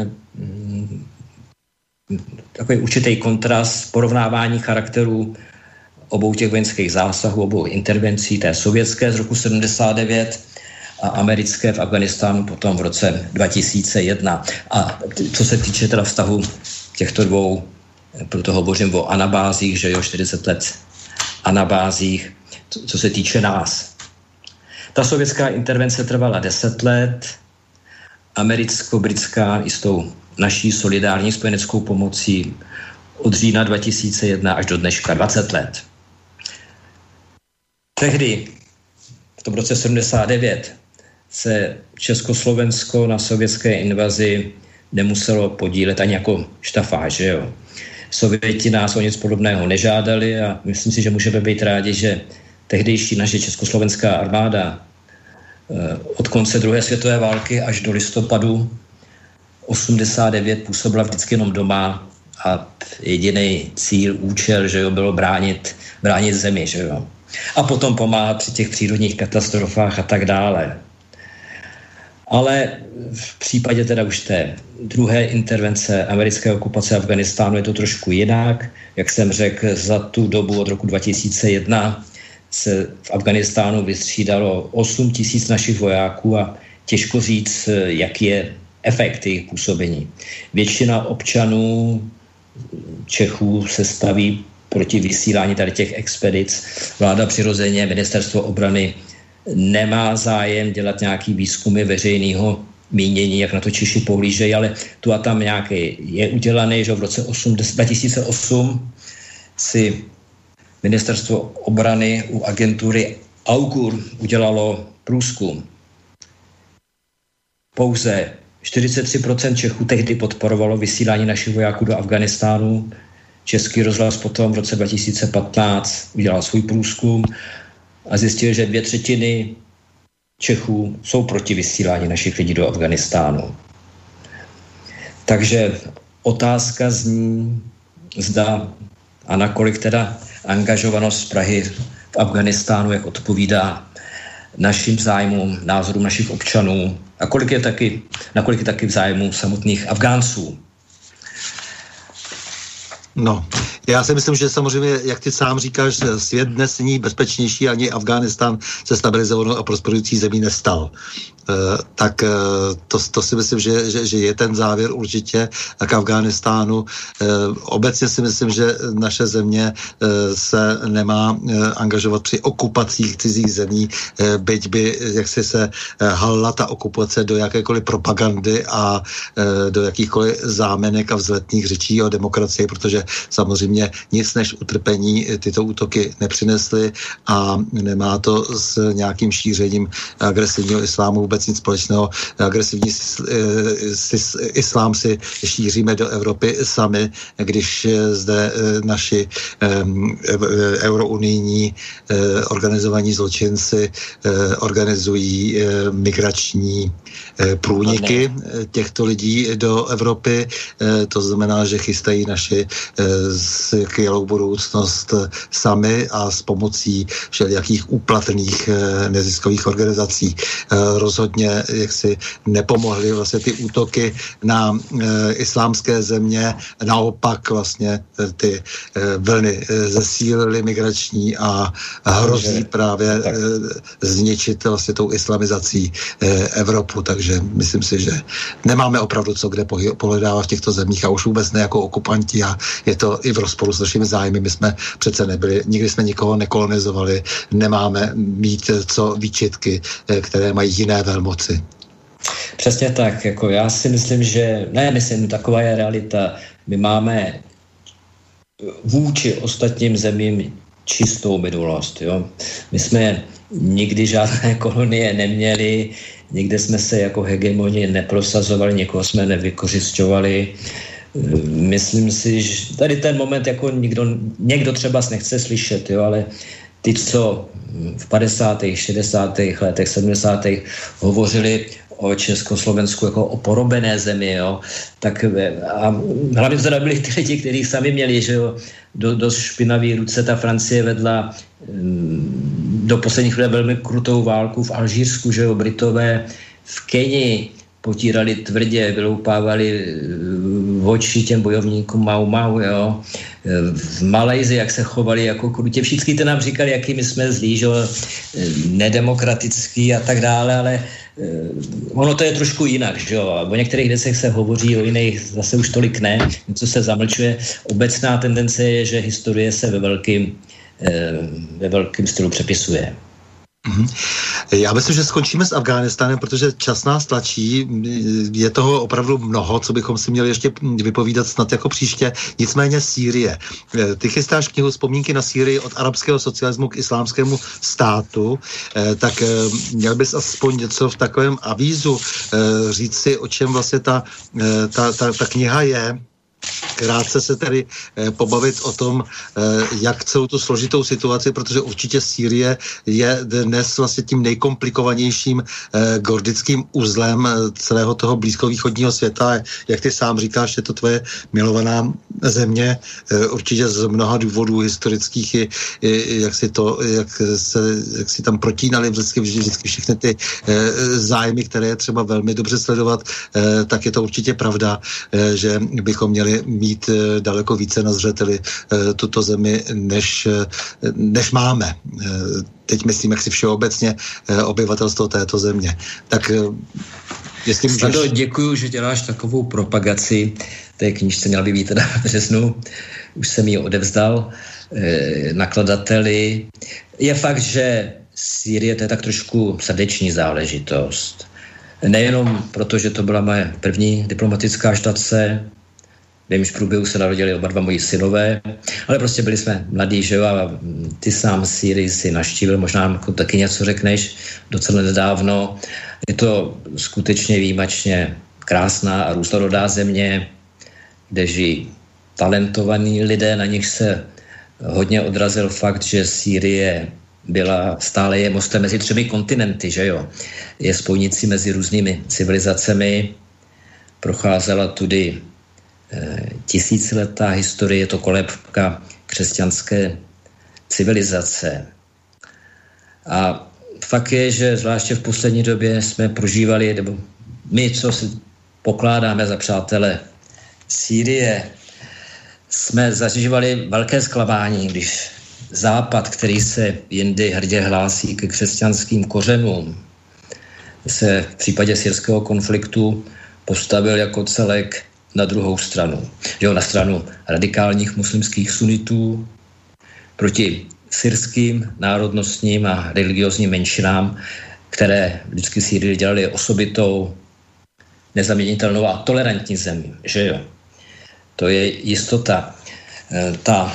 takový určitý kontrast, porovnávání charakterů obou těch vojenských zásahů, obou intervencí, té sovětské z roku 79 a americké v Afghánistánu potom v roce 2001. A co se týče teda vztahu těchto dvou, proto hovořím o anabázích, že jo, 40 let anabázích, co se týče nás. Ta sovětská intervence trvala 10 let, americko-britská i s tou naší solidární spojeneckou pomocí od října 2001 až do dneška 20 let. Tehdy, v tom roce 79, se Československo na sovětské invazi nemuselo podílet ani jako štafáž, že jo. Sověti nás o nic podobného nežádali a myslím si, že můžeme být rádi, že tehdejší naše československá armáda od konce druhé světové války až do listopadu 89 působila vždycky jenom doma a jediný cíl, účel, že jo, bylo bránit zemi, že jo. A potom pomáhat při těch přírodních katastrofách a tak dále. Ale v případě teda už té druhé intervence americké okupace Afghánistánu je to trošku jinak. Jak jsem řekl, za tu dobu od roku 2001 se v Afghánistánu vystřídalo 8 000 našich vojáků a těžko říct, jaký je efekt jejich působení. Většina občanů Čechů se staví proti vysílání tady těch expedic. Vláda přirozeně, ministerstvo obrany nemá zájem dělat nějaký výzkumy veřejného mínění, jak na to Češi pohlížejí, ale tu a tam nějaký je udělaný, že v roce 2008 si ministerstvo obrany u agentury Augur udělalo průzkum. Pouze 43% Čechů tehdy podporovalo vysílání našich vojáků do Afghánistánu. Český rozhlas potom v roce 2015 udělal svůj průzkum a zjistil, že 2/3 Čechů jsou proti vysílání našich lidí do Afghánistánu. Takže otázka zní, zda a nakolik teda angažovanost Prahy v Afghánistánu, jak odpovídá našim zájmům, názorům našich občanů a nakolik je taky v zájmu samotných Afgánců. No, já si myslím, že samozřejmě, jak ty sám říkáš, svět dnes není bezpečnější, ani Afghánistán se stabilizovanou a prosperující zemí nestal. Tak to si myslím, že je ten závěr určitě k Afghánistánu. Obecně si myslím, že naše země se nemá angažovat při okupacích cizích zemí, byť by jaksi se halila ta okupace do jakékoliv propagandy a do jakýchkoliv zámenek a vzletných řečí o demokracii, protože samozřejmě nic než utrpení tyto útoky nepřinesly a nemá to s nějakým šířením agresivního islámu vůbec nic společného. Agresivní islám si šíříme do Evropy sami, když zde naši eurounijní organizovaní zločinci organizují migrační průniky těchto lidí do Evropy. To znamená, že chystají naši skvělou budoucnost sami a s pomocí všelijakých úplatných neziskových organizací. Rozhodně jaksi nepomohly vlastně ty útoky na islámské země, naopak vlastně ty vlny zesílily migrační a hrozí právě zničit vlastně tou islamizací Evropu, takže myslím si, že nemáme opravdu co kde pohledávat v těchto zemích a už vůbec ne jako okupanti a je to i v rozporu s našimi zájmy. My jsme přece nebyli, nikdy jsme nikoho nekolonizovali, nemáme mít co výčitky, které mají jiné velmoci. Přesně tak, jako já si myslím, že taková je realita. My máme vůči ostatním zemím čistou minulost, jo. My jsme nikdy žádné kolonie neměli, nikde jsme se jako hegemoni neprosazovali, někoho jsme nevykořisťovali. Myslím si, že tady ten moment jako někdo třeba nechce slyšet, jo, ale ty, co v 50., 60. letech, 70. hovořili o Československu jako o porobené zemi, jo, tak a hlavně to byli ty lidi, kteří sami měli, že jo, dost špinavý ruce. Ta Francie vedla do posledních let velmi krutou válku v Alžírsku, že jo, Britové v Kenii potírali tvrdě, vyloupávali oči těm bojovníkům Mau, jo. V Malajsii, jak se chovali jako krutě. Všichni to nám říkali, jaký my jsme zlí, že nedemokratický a tak dále, ale ono to je trošku jinak, že jo. O některých věcech se hovoří, o jiných zase už tolik ne, něco se zamlčuje. Obecná tendence je, že historie se ve velkém stylu přepisuje. Já myslím, že skončíme s Afghánistánem, protože čas nás tlačí, je toho opravdu mnoho, co bychom si měli ještě vypovídat snad jako příště. Nicméně Sýrie. Ty chystáš knihu Vzpomínky na Sýrii od arabského socialismu k islámskému státu, tak měl bys aspoň něco v takovém avízu říct si, o čem vlastně ta kniha je. krátce se tedy pobavit o tom, jak celou tu složitou situaci, protože určitě Sýrie je dnes vlastně tím nejkomplikovanějším gordickým uzlem celého toho blízkovýchodního světa. Jak ty sám říkáš, je to tvoje milovaná země, určitě z mnoha důvodů historických, jak si tam protínali vždycky všechny ty zájmy, které je třeba velmi dobře sledovat, tak je to určitě pravda, že bychom měli mít daleko více na zřeteli tuto zemi, než máme. Teď myslím, jak si všeobecně obyvatelstvo této země. Tak jestli můžeš... Stado, děkuju, že děláš takovou propagaci té knížce, měla by být teda v březnu, už jsem ji odevzdal nakladateli. Je fakt, že Sýrie to je tak trošku srdeční záležitost. Nejenom proto, že to byla moje první diplomatická štace, v jejímž průběhu se narodili oba dva moji synové, ale prostě byli jsme mladí, že jo, a ty sám Sýrii si navštívil, možná taky něco řekneš, docela nedávno. Je to skutečně výjimečně krásná a různorodá země, kde žijí talentovaní lidé, na nich se hodně odrazil fakt, že Sýrie stále je mostem mezi 3 kontinenty, že jo. Je spojnicí mezi různými civilizacemi, procházela tudy tisíciletá historie, je to kolébka křesťanské civilizace. A fakt je, že zvláště v poslední době jsme prožívali, nebo my, co si pokládáme za přátele Sýrie, jsme zažívali velké zklamání, když Západ, který se jindy hrdě hlásí ke křesťanským kořenům, se v případě syrského konfliktu postavil jako celek na druhou stranu. Jo, na stranu radikálních muslimských sunitů proti syrským národnostním a religiozním menšinám, které vždycky Sýrii dělali osobitou, nezaměnitelnou a tolerantní zemi. Že jo? To je jistota. Ta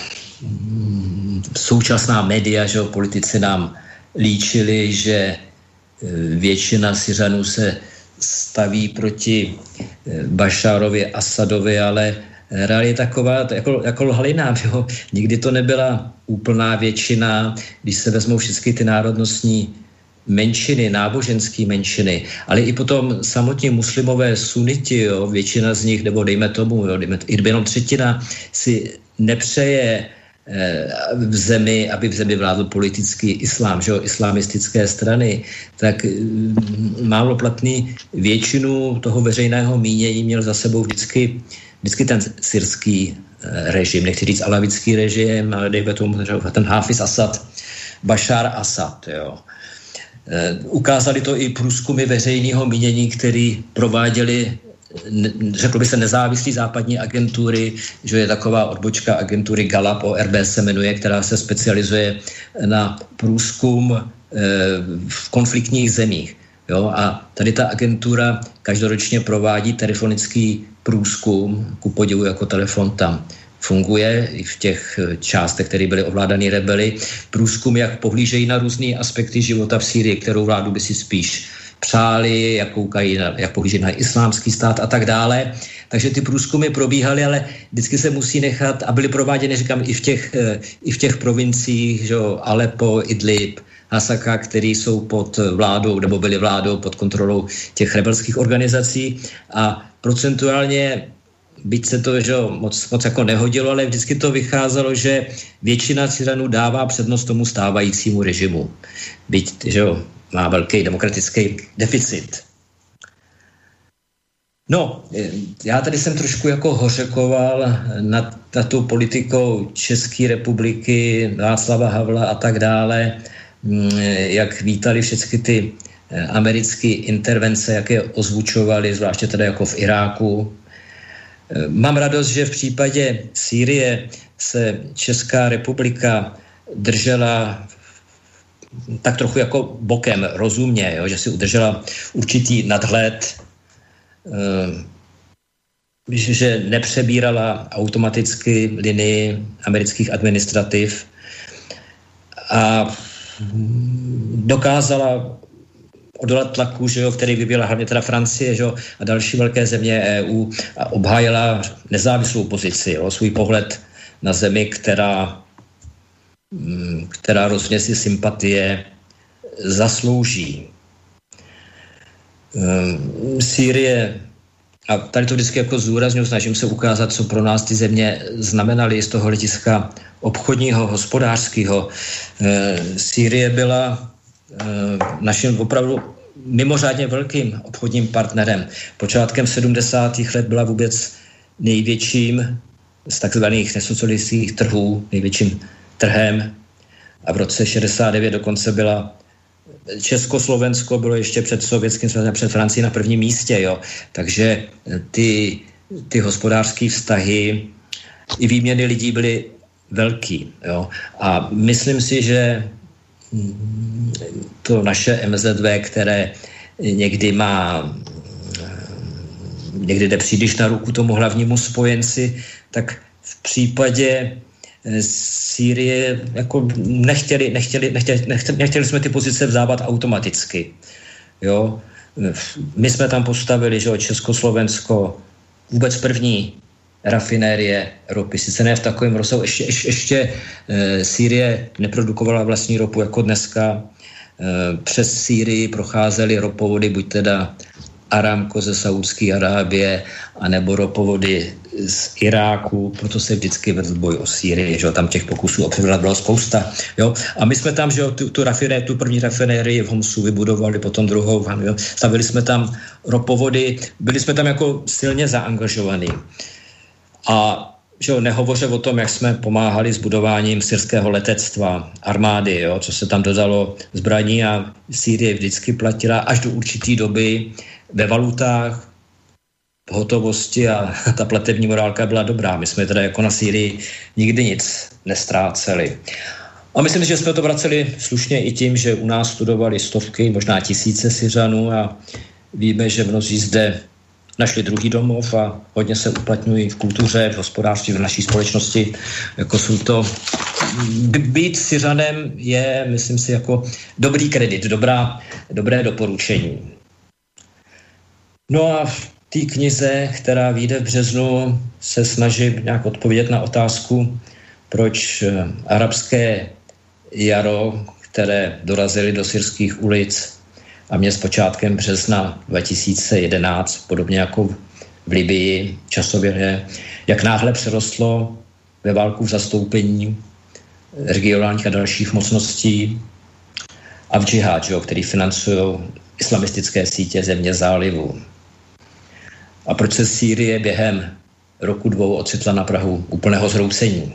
současná média, že jo, politici nám líčili, že většina Syřanů se staví proti Bašárovi, Asadovi, ale realita je taková, jako lhali nám, jo. Nikdy to nebyla úplná většina, když se vezmou všechny ty národnostní menšiny, náboženské menšiny, ale i potom samotní muslimové suniti, jo, většina z nich, nebo dejme tomu, jo, jenom 1/3 si nepřeje v zemi, aby v zemi vládl politický islám, že jo, islamistické strany, tak málo platný většinu toho veřejného mínění měl za sebou vždycky ten syrský režim, nechci říct alavický režim, ale dejme tomu ten Hafiz Asad, Bašár Asad, jo. Ukázali to i průzkumy veřejného mínění, který prováděli, řekl by se, nezávislí západní agentury, že je taková odbočka agentury Gallup, ORB se jmenuje, která se specializuje na průzkum v konfliktních zemích. Jo? A tady ta agentura každoročně provádí telefonický průzkum, ku podivu jako telefon tam funguje i v těch částech, které byly ovládané rebely. Průzkum, jak pohlížejí na různé aspekty života v Sýrii, kterou vládu by si spíš přáli, jak pohlížejí na islámský stát a tak dále. Takže ty průzkumy probíhaly, ale vždycky se musí nechat, a byly prováděny, říkám, i v těch provinciích, že Aleppo, Idlib, Hasaka, který jsou pod vládou, nebo byly vládou pod kontrolou těch rebelských organizací a procentuálně, byť se to, že moc jako nehodilo, ale vždycky to vycházelo, že většina Syřanů dává přednost tomu stávajícímu režimu. Byť, že má velký demokratický deficit. No, já tady jsem trošku jako hořekoval nad tou politikou České republiky, Václava Havla a tak dále, jak vítali všechny ty americké intervence, jak je ozvučovali, zvláště teda jako v Iráku. Mám radost, že v případě Sýrie se Česká republika držela tak trochu jako bokem, rozumně, jo, že si udržela určitý nadhled, že nepřebírala automaticky linii amerických administrativ a dokázala odolat tlaku, že jo, který vyvíjela hlavně teda Francie, že jo, a další velké země EU a obhájila nezávislou pozici, jo, svůj pohled na zemi, která rozhodně si sympatie zaslouží. Sýrie, a tady to vždycky jako zdůrazňuji, snažím se ukázat, co pro nás ty země znamenaly z toho hlediska obchodního, hospodářského. Sýrie byla naším opravdu mimořádně velkým obchodním partnerem. Počátkem 70. let byla vůbec největším z takzvaných nesocialistických trhů, největším trhem, a v roce 69 dokonce byla Československo bylo ještě před sovětským svazem, před Francií na prvním místě, jo. Takže ty hospodářské vztahy i výměny lidí byly velký, jo. A myslím si, že to naše MZV, které někdy jde příliš na ruku tomu hlavnímu spojenci, tak v případě Sýrie jako nechtěli jsme ty pozice vzávat automaticky. Jo? My jsme tam postavili, že Československo vůbec první rafinérie ropy. Sice ne v takovém rozsahu, ještě Sýrie neprodukovala vlastní ropu jako dneska. Přes Sýrii procházely ropovody, buď teda Aramco ze Saúdské Arábie, anebo ropovody z Iráku, proto se vždycky vedl boj o Sýrii, že tam těch pokusů o převrát bylo spousta. Jo? A my jsme tam, že tu první rafinérii v Homsu vybudovali, potom druhou, jo? Stavili jsme tam ropovody, byli jsme tam jako silně zaangažovaní. A že nehovoře o tom, jak jsme pomáhali s budováním syrského letectva, armády, jo? Co se tam dodalo zbraní, a Sýrie vždycky platila až do určité doby ve valutách, v hotovosti, a ta platební morálka byla dobrá. My jsme teda jako na Sýrii nikdy nic nestráceli. A myslím, že jsme to vraceli slušně i tím, že u nás studovali stovky, možná tisíce Syřanů, a víme, že mnozí zde našli druhý domov a hodně se uplatňují v kultuře, v hospodářství, v naší společnosti. Jako jsou to... Být Syřanem je, myslím si, jako dobrý kredit, dobré doporučení. No a v té knize, která vyjde v březnu, se snažím nějak odpovědět na otázku, proč arabské jaro, které dorazily do syrských ulic a mě s počátkem března 2011, podobně jako v Libii časově, jak náhle přerostlo ve válku v zastoupení regionálních a dalších mocností a v džihad, který financují islamistické sítě země zálivu. A proč se Sýrie během roku 2 ocitla na prahu úplného zhroucení?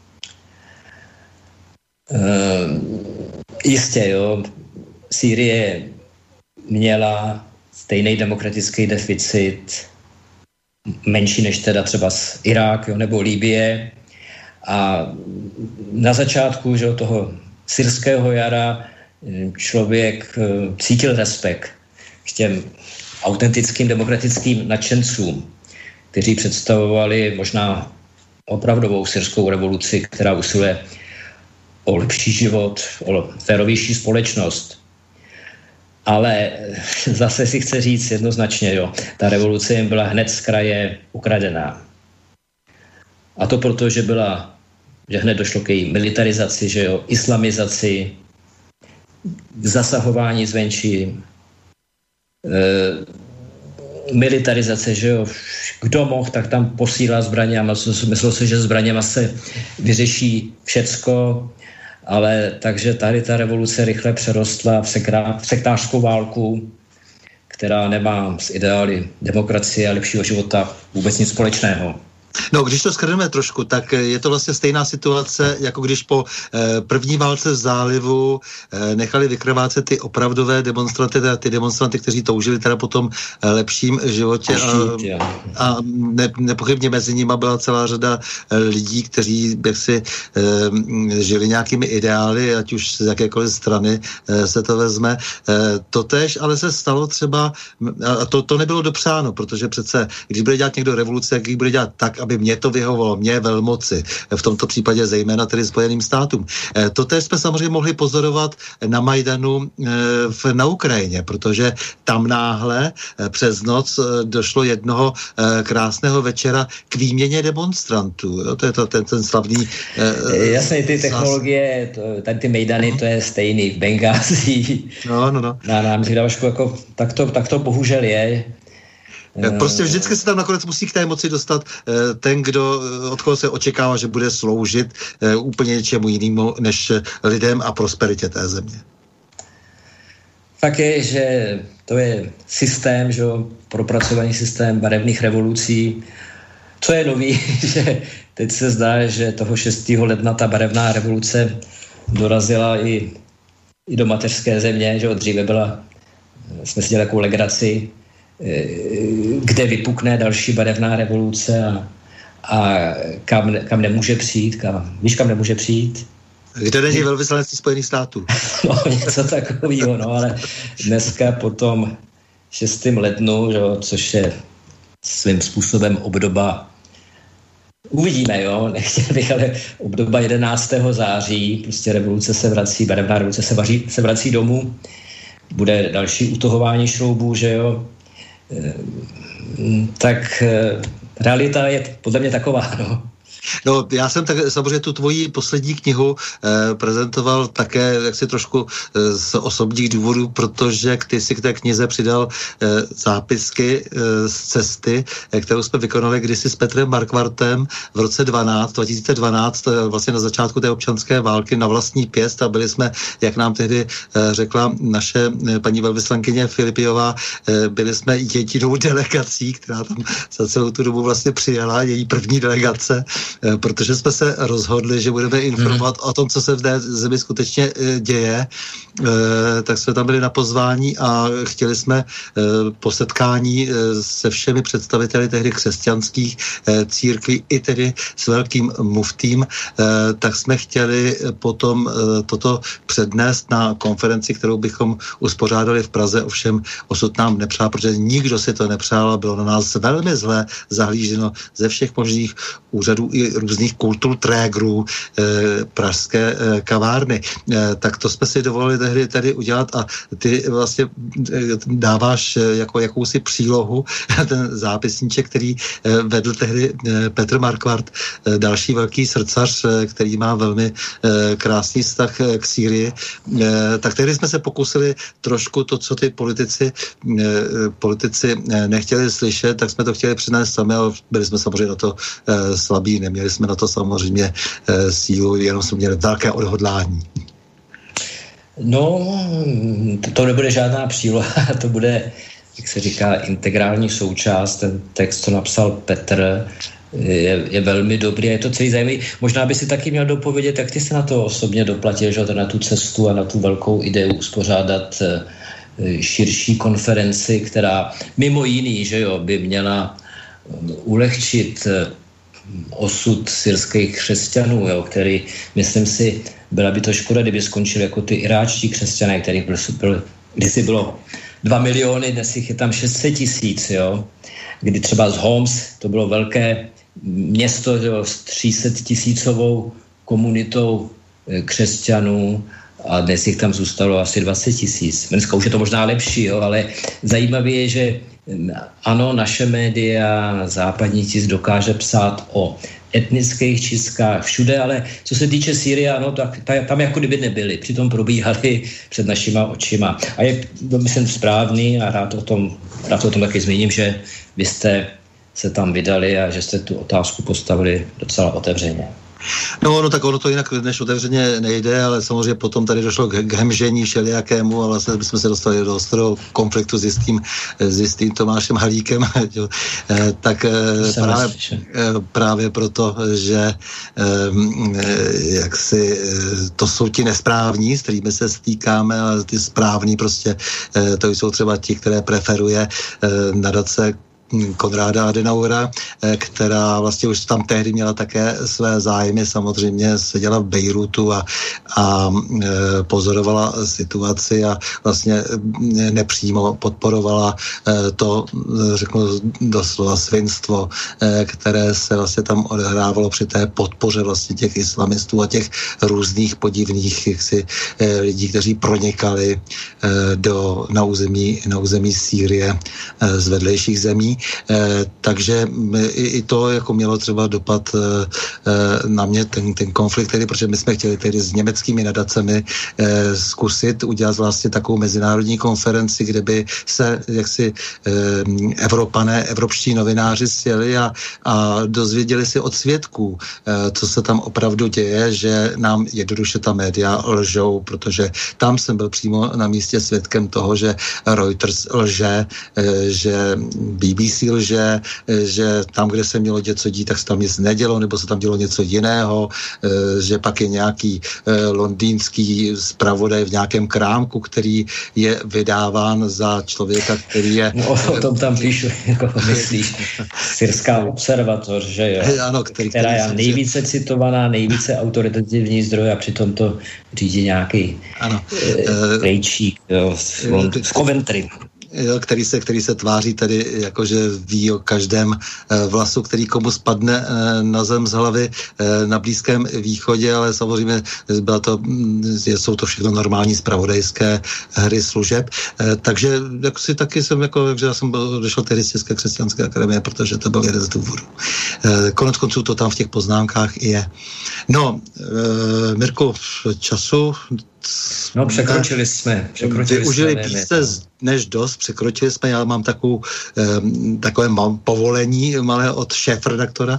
Jistě, jo, Sýrie měla stejný demokratický deficit, menší než teda třeba z Irák, jo, nebo Libye. A na začátku, že, toho syrského jara člověk cítil respekt k těm autentickým demokratickým nadšencům, kteří představovali možná opravdovou syrskou revoluci, která usiluje o lepší život, o férovější společnost. Ale zase si chci říct jednoznačně, jo, ta revoluce jim byla hned z kraje ukradená. A to proto, že hned došlo k její militarizaci, že jo, islamizaci, zasahování zvenčí, militarizace, že jo, kdo mohl, tak tam posílá zbraně a myslel se, že zbraněma se vyřeší všecko, ale takže tady ta revoluce rychle přerostla v sektářskou válku, která nemá s ideály demokracie a lepšího života vůbec nic společného. No, když to shrneme trošku, tak je to vlastně stejná situace, jako když po první válce v zálivu nechali vykrvácet ty opravdové demonstranty, teda ty demonstranty, kteří toužili teda po tom lepším životě a nepochybně mezi nimi byla celá řada lidí, kteří jaksi žili nějakými ideály, ať už z jakékoliv strany se to vezme. Totéž ale se stalo třeba, a to nebylo dopřáno, protože přece, když bude dělat někdo revoluce, jak ji bude dělat tak, tak, aby mě to vyhovovalo, mě velmoci, v tomto případě zejména tedy Spojeným státům. Totéž jsme samozřejmě mohli pozorovat na Majdanu na Ukrajině, protože tam náhle přes noc došlo jednoho krásného večera k výměně demonstrantů. Jo? To je ten slavný... Jasně, ty technologie, tady ty Mejdany, to je stejný v Bengázii. No. Na náměstí Damašku, jako, tak to bohužel je. Prostě vždycky se tam nakonec musí k té moci dostat ten, od koho se očekává, že bude sloužit úplně něčemu jinému než lidem a prosperitě té země. Fakt je, že to je systém, že propracovaný systém barevných revolucí. Co je nový, že teď se zdá, že toho 6. ledna ta barevná revoluce dorazila i do mateřské země, že dříve jsme si dělali takovou legraci, kde vypukne další barevná revoluce a kam nemůže přijít. Víš, kam nemůže přijít? Kde není velvyslanectví Spojených států? No, něco takového, no, ale dneska po tom 6. lednu, což je svým způsobem obdoba, uvidíme, jo, nechtěl bych, ale obdoba 11. září, prostě revoluce se vrací, barevná revoluce se vrací domů, bude další utahování šroubů, že jo, tak realita je podle mě taková, no. No, já jsem tak samozřejmě tu tvoji poslední knihu prezentoval také jaksi trošku z osobních důvodů, protože ty si k té knize přidal zápisky z cesty, kterou jsme vykonali kdysi s Petrem Markvartem v roce 2012, vlastně na začátku té občanské války na vlastní pěst a byli jsme, jak nám tehdy řekla naše paní velvyslankyně Filipijová, byli jsme jedinou delegací, která tam za celou tu dobu vlastně přijela, její první delegace, protože jsme se rozhodli, že budeme informovat o tom, co se v té zemi skutečně děje, tak jsme tam byli na pozvání a chtěli jsme po setkání se všemi představiteli tehdy křesťanských církví i tedy s velkým muftím, tak jsme chtěli potom toto přednést na konferenci, kterou bychom uspořádali v Praze, ovšem osud nám nepřál, protože nikdo si to nepřál a bylo na nás velmi zlé zahlíženo ze všech možných úřadů i různých kulturtrégrů pražské kavárny. Tak to jsme si dovolili tehdy tady udělat a ty vlastně dáváš jako jakousi přílohu ten zápisníček, který vedl tehdy Petr Markvart, další velký srdcař, který má velmi krásný vztah k Sýrii. Tak tehdy jsme se pokusili trošku to, co ty politici nechtěli slyšet, tak jsme to chtěli přinést sami, ale byli jsme samozřejmě na to slabí, neměli jsme na to samozřejmě sílu, jenom jsme měli velké odhodlání. No, to nebude žádná příloha, to bude, jak se říká, integrální součást. Ten text, co napsal Petr, je velmi dobrý a je to celý zajímavý. Možná by si taky měl dopovědět, jak ty se na to osobně doplatil, že na tu cestu a na tu velkou ideu uspořádat širší konferenci, která mimo jiný, že jo, by měla ulehčit osud syrských křesťanů, jo, který, myslím si, byla by to škoda, kdyby skončili jako ty iráčtí křesťané, kterých kdysi bylo 2 miliony, dnes jich je tam 600 000, jo, kdy třeba z Homs, to bylo velké město, jo, s 300 000 komunitou křesťanů a dnes jich tam zůstalo asi 20 000. Dneska už je to možná lepší, jo, ale zajímavé je, že ano, naše média, západní tisk dokáže psát o etnických čistkách všude, ale co se týče Sýrie, ano, tak tam jako kdyby nebyly. Přitom probíhaly před našima očima. A je, myslím, správný a rád o tom taky zmíním, že vy jste se tam vydali a že jste tu otázku postavili docela otevřeně. No tak ono to jinak než otevřeně nejde, ale samozřejmě potom tady došlo k hemžení všelijakému a vlastně bychom se dostali do ostrého konfliktu s jistým Tomášem Halíkem, tak právě proto, že jaksi to jsou ti nesprávní, s kterými se stýkáme, ale ty správní prostě to jsou třeba ti, které preferuje nadace Konráda Adenauera, která vlastně už tam tehdy měla také své zájmy, samozřejmě seděla v Bejrutu a pozorovala situaci a vlastně nepřímo podporovala to, řeknu doslova, svinstvo, které se vlastně tam odehrávalo při té podpoře vlastně těch islamistů a těch různých podivných lidí, kteří pronikali na území Sýrie z vedlejších zemí. Takže i to jako mělo třeba dopad na mě ten konflikt, protože my jsme chtěli tedy s německými nadacemi zkusit udělat vlastně takovou mezinárodní konferenci, kde by se jaksi evropští novináři sjeli a dozvěděli si od svědků, co se tam opravdu děje, že nám jednoduše ta média lžou, protože tam jsem byl přímo na místě svědkem toho, že Reuters lže, že BBC lže, že tam, kde se mělo něco dít, tak se tam nic nedělo, nebo se tam dělo něco jiného, že pak je nějaký londýnský zpravodaj v nějakém krámku, který je vydáván za člověka, který je... No, o tom tam píšu, jako myslíš, Syrská observatoř, že jo? Ano, která je nejvíce citovaná, nejvíce autoritativní zdroj a přitom to řídí nějaký rejčík v Coventry. Jo, který se tváří tedy, jakože ví o každém vlasu, který komu spadne na zem z hlavy na Blízkém východě, ale samozřejmě jsou to všechno normální zpravodajské hry služeb. Takže já jsem došel tedy z České křesťanské akademie, protože to byl jeden z důvodů. Konec konců to tam v těch poznámkách je. No, Mirku, času... No, překročili jsme. Využili více než dost, překročili jsme, já mám takové povolení malé od šéfredaktora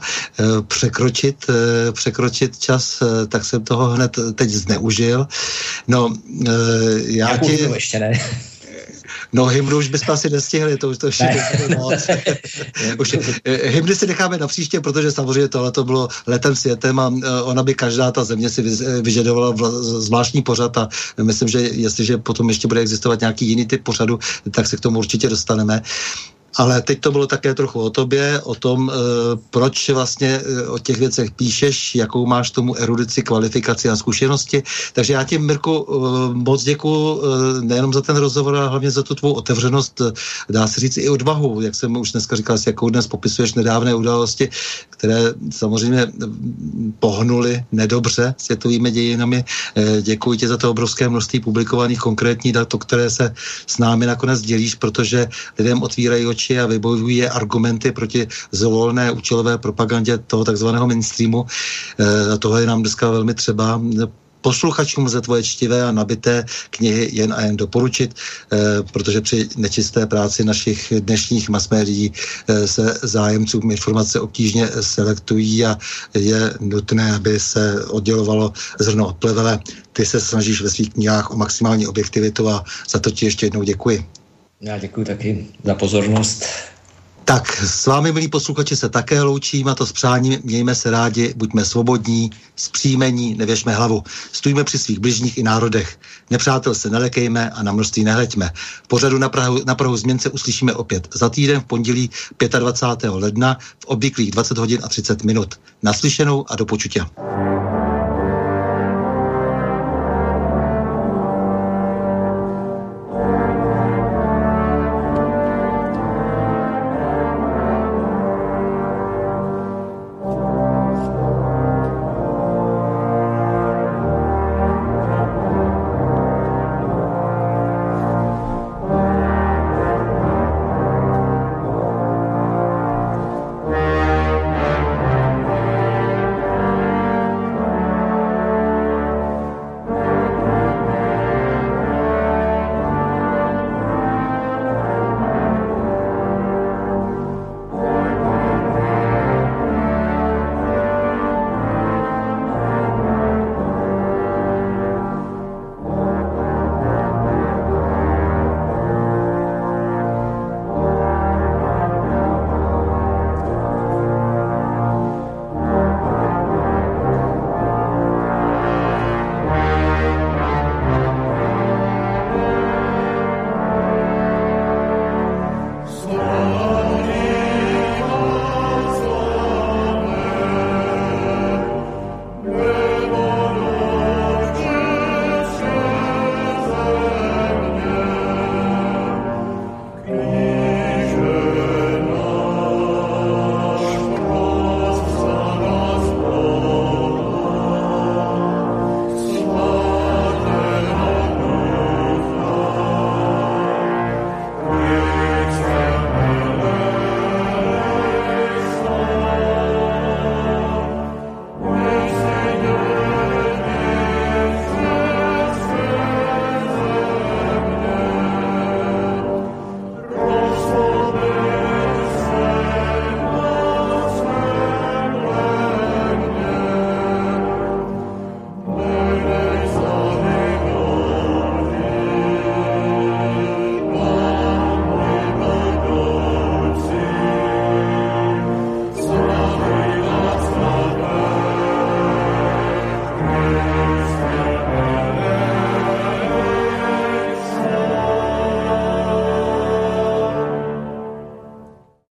překročit čas, tak jsem toho hned teď zneužil. No, já ti... ještě ne. No, hymnu už bychom asi nestihli, to už je moc. Hymny si necháme na příště, protože samozřejmě tohle to bylo letem světem a ona by každá ta země si vyžadovala zvláštní pořad a myslím, že jestliže potom ještě bude existovat nějaký jiný typ pořadu, tak se k tomu určitě dostaneme. Ale teď to bylo také trochu o tobě, o tom, proč vlastně o těch věcech píšeš, jakou máš tomu erudici, kvalifikaci a zkušenosti. Takže já ti, Mirku, moc děkuju nejenom za ten rozhovor, ale hlavně za tu tvou otevřenost, dá se říct i odvahu, jak jsem už dneska říkal, s jakou dnes popisuješ nedávné události, které samozřejmě pohnuly nedobře světovými dějinami. Děkuji ti za to obrovské množství publikovaných konkrétních dat, které se s námi nakonec dělíš, protože lidem otvírají oči a vybojují argumenty proti zvolné účelové propagandě toho takzvaného mainstreamu. Toho je nám dneska velmi třeba. Posluchačům za tvoje čtivé a nabité knihy jen a jen doporučit, protože při nečisté práci našich dnešních masmédií se zájemcům informace obtížně selektují a je nutné, aby se oddělovalo zrno od plevele. Ty se snažíš ve svých knihách o maximální objektivitu a za to ti ještě jednou děkuji. Já děkuji taky za pozornost. Tak, s vámi, milí posluchači, se také loučím a to s přáním, mějme se rádi, buďme svobodní, zpříjmení, nevěšme hlavu. Stůjme při svých bližních i národech. Nepřátel se nelekejme a na množství nehleďme. V pořadu na Prahu změn se uslyšíme opět za týden v pondělí 25. ledna v obvyklých 20 hodin a 30 minut. Naslyšenou a do počutia.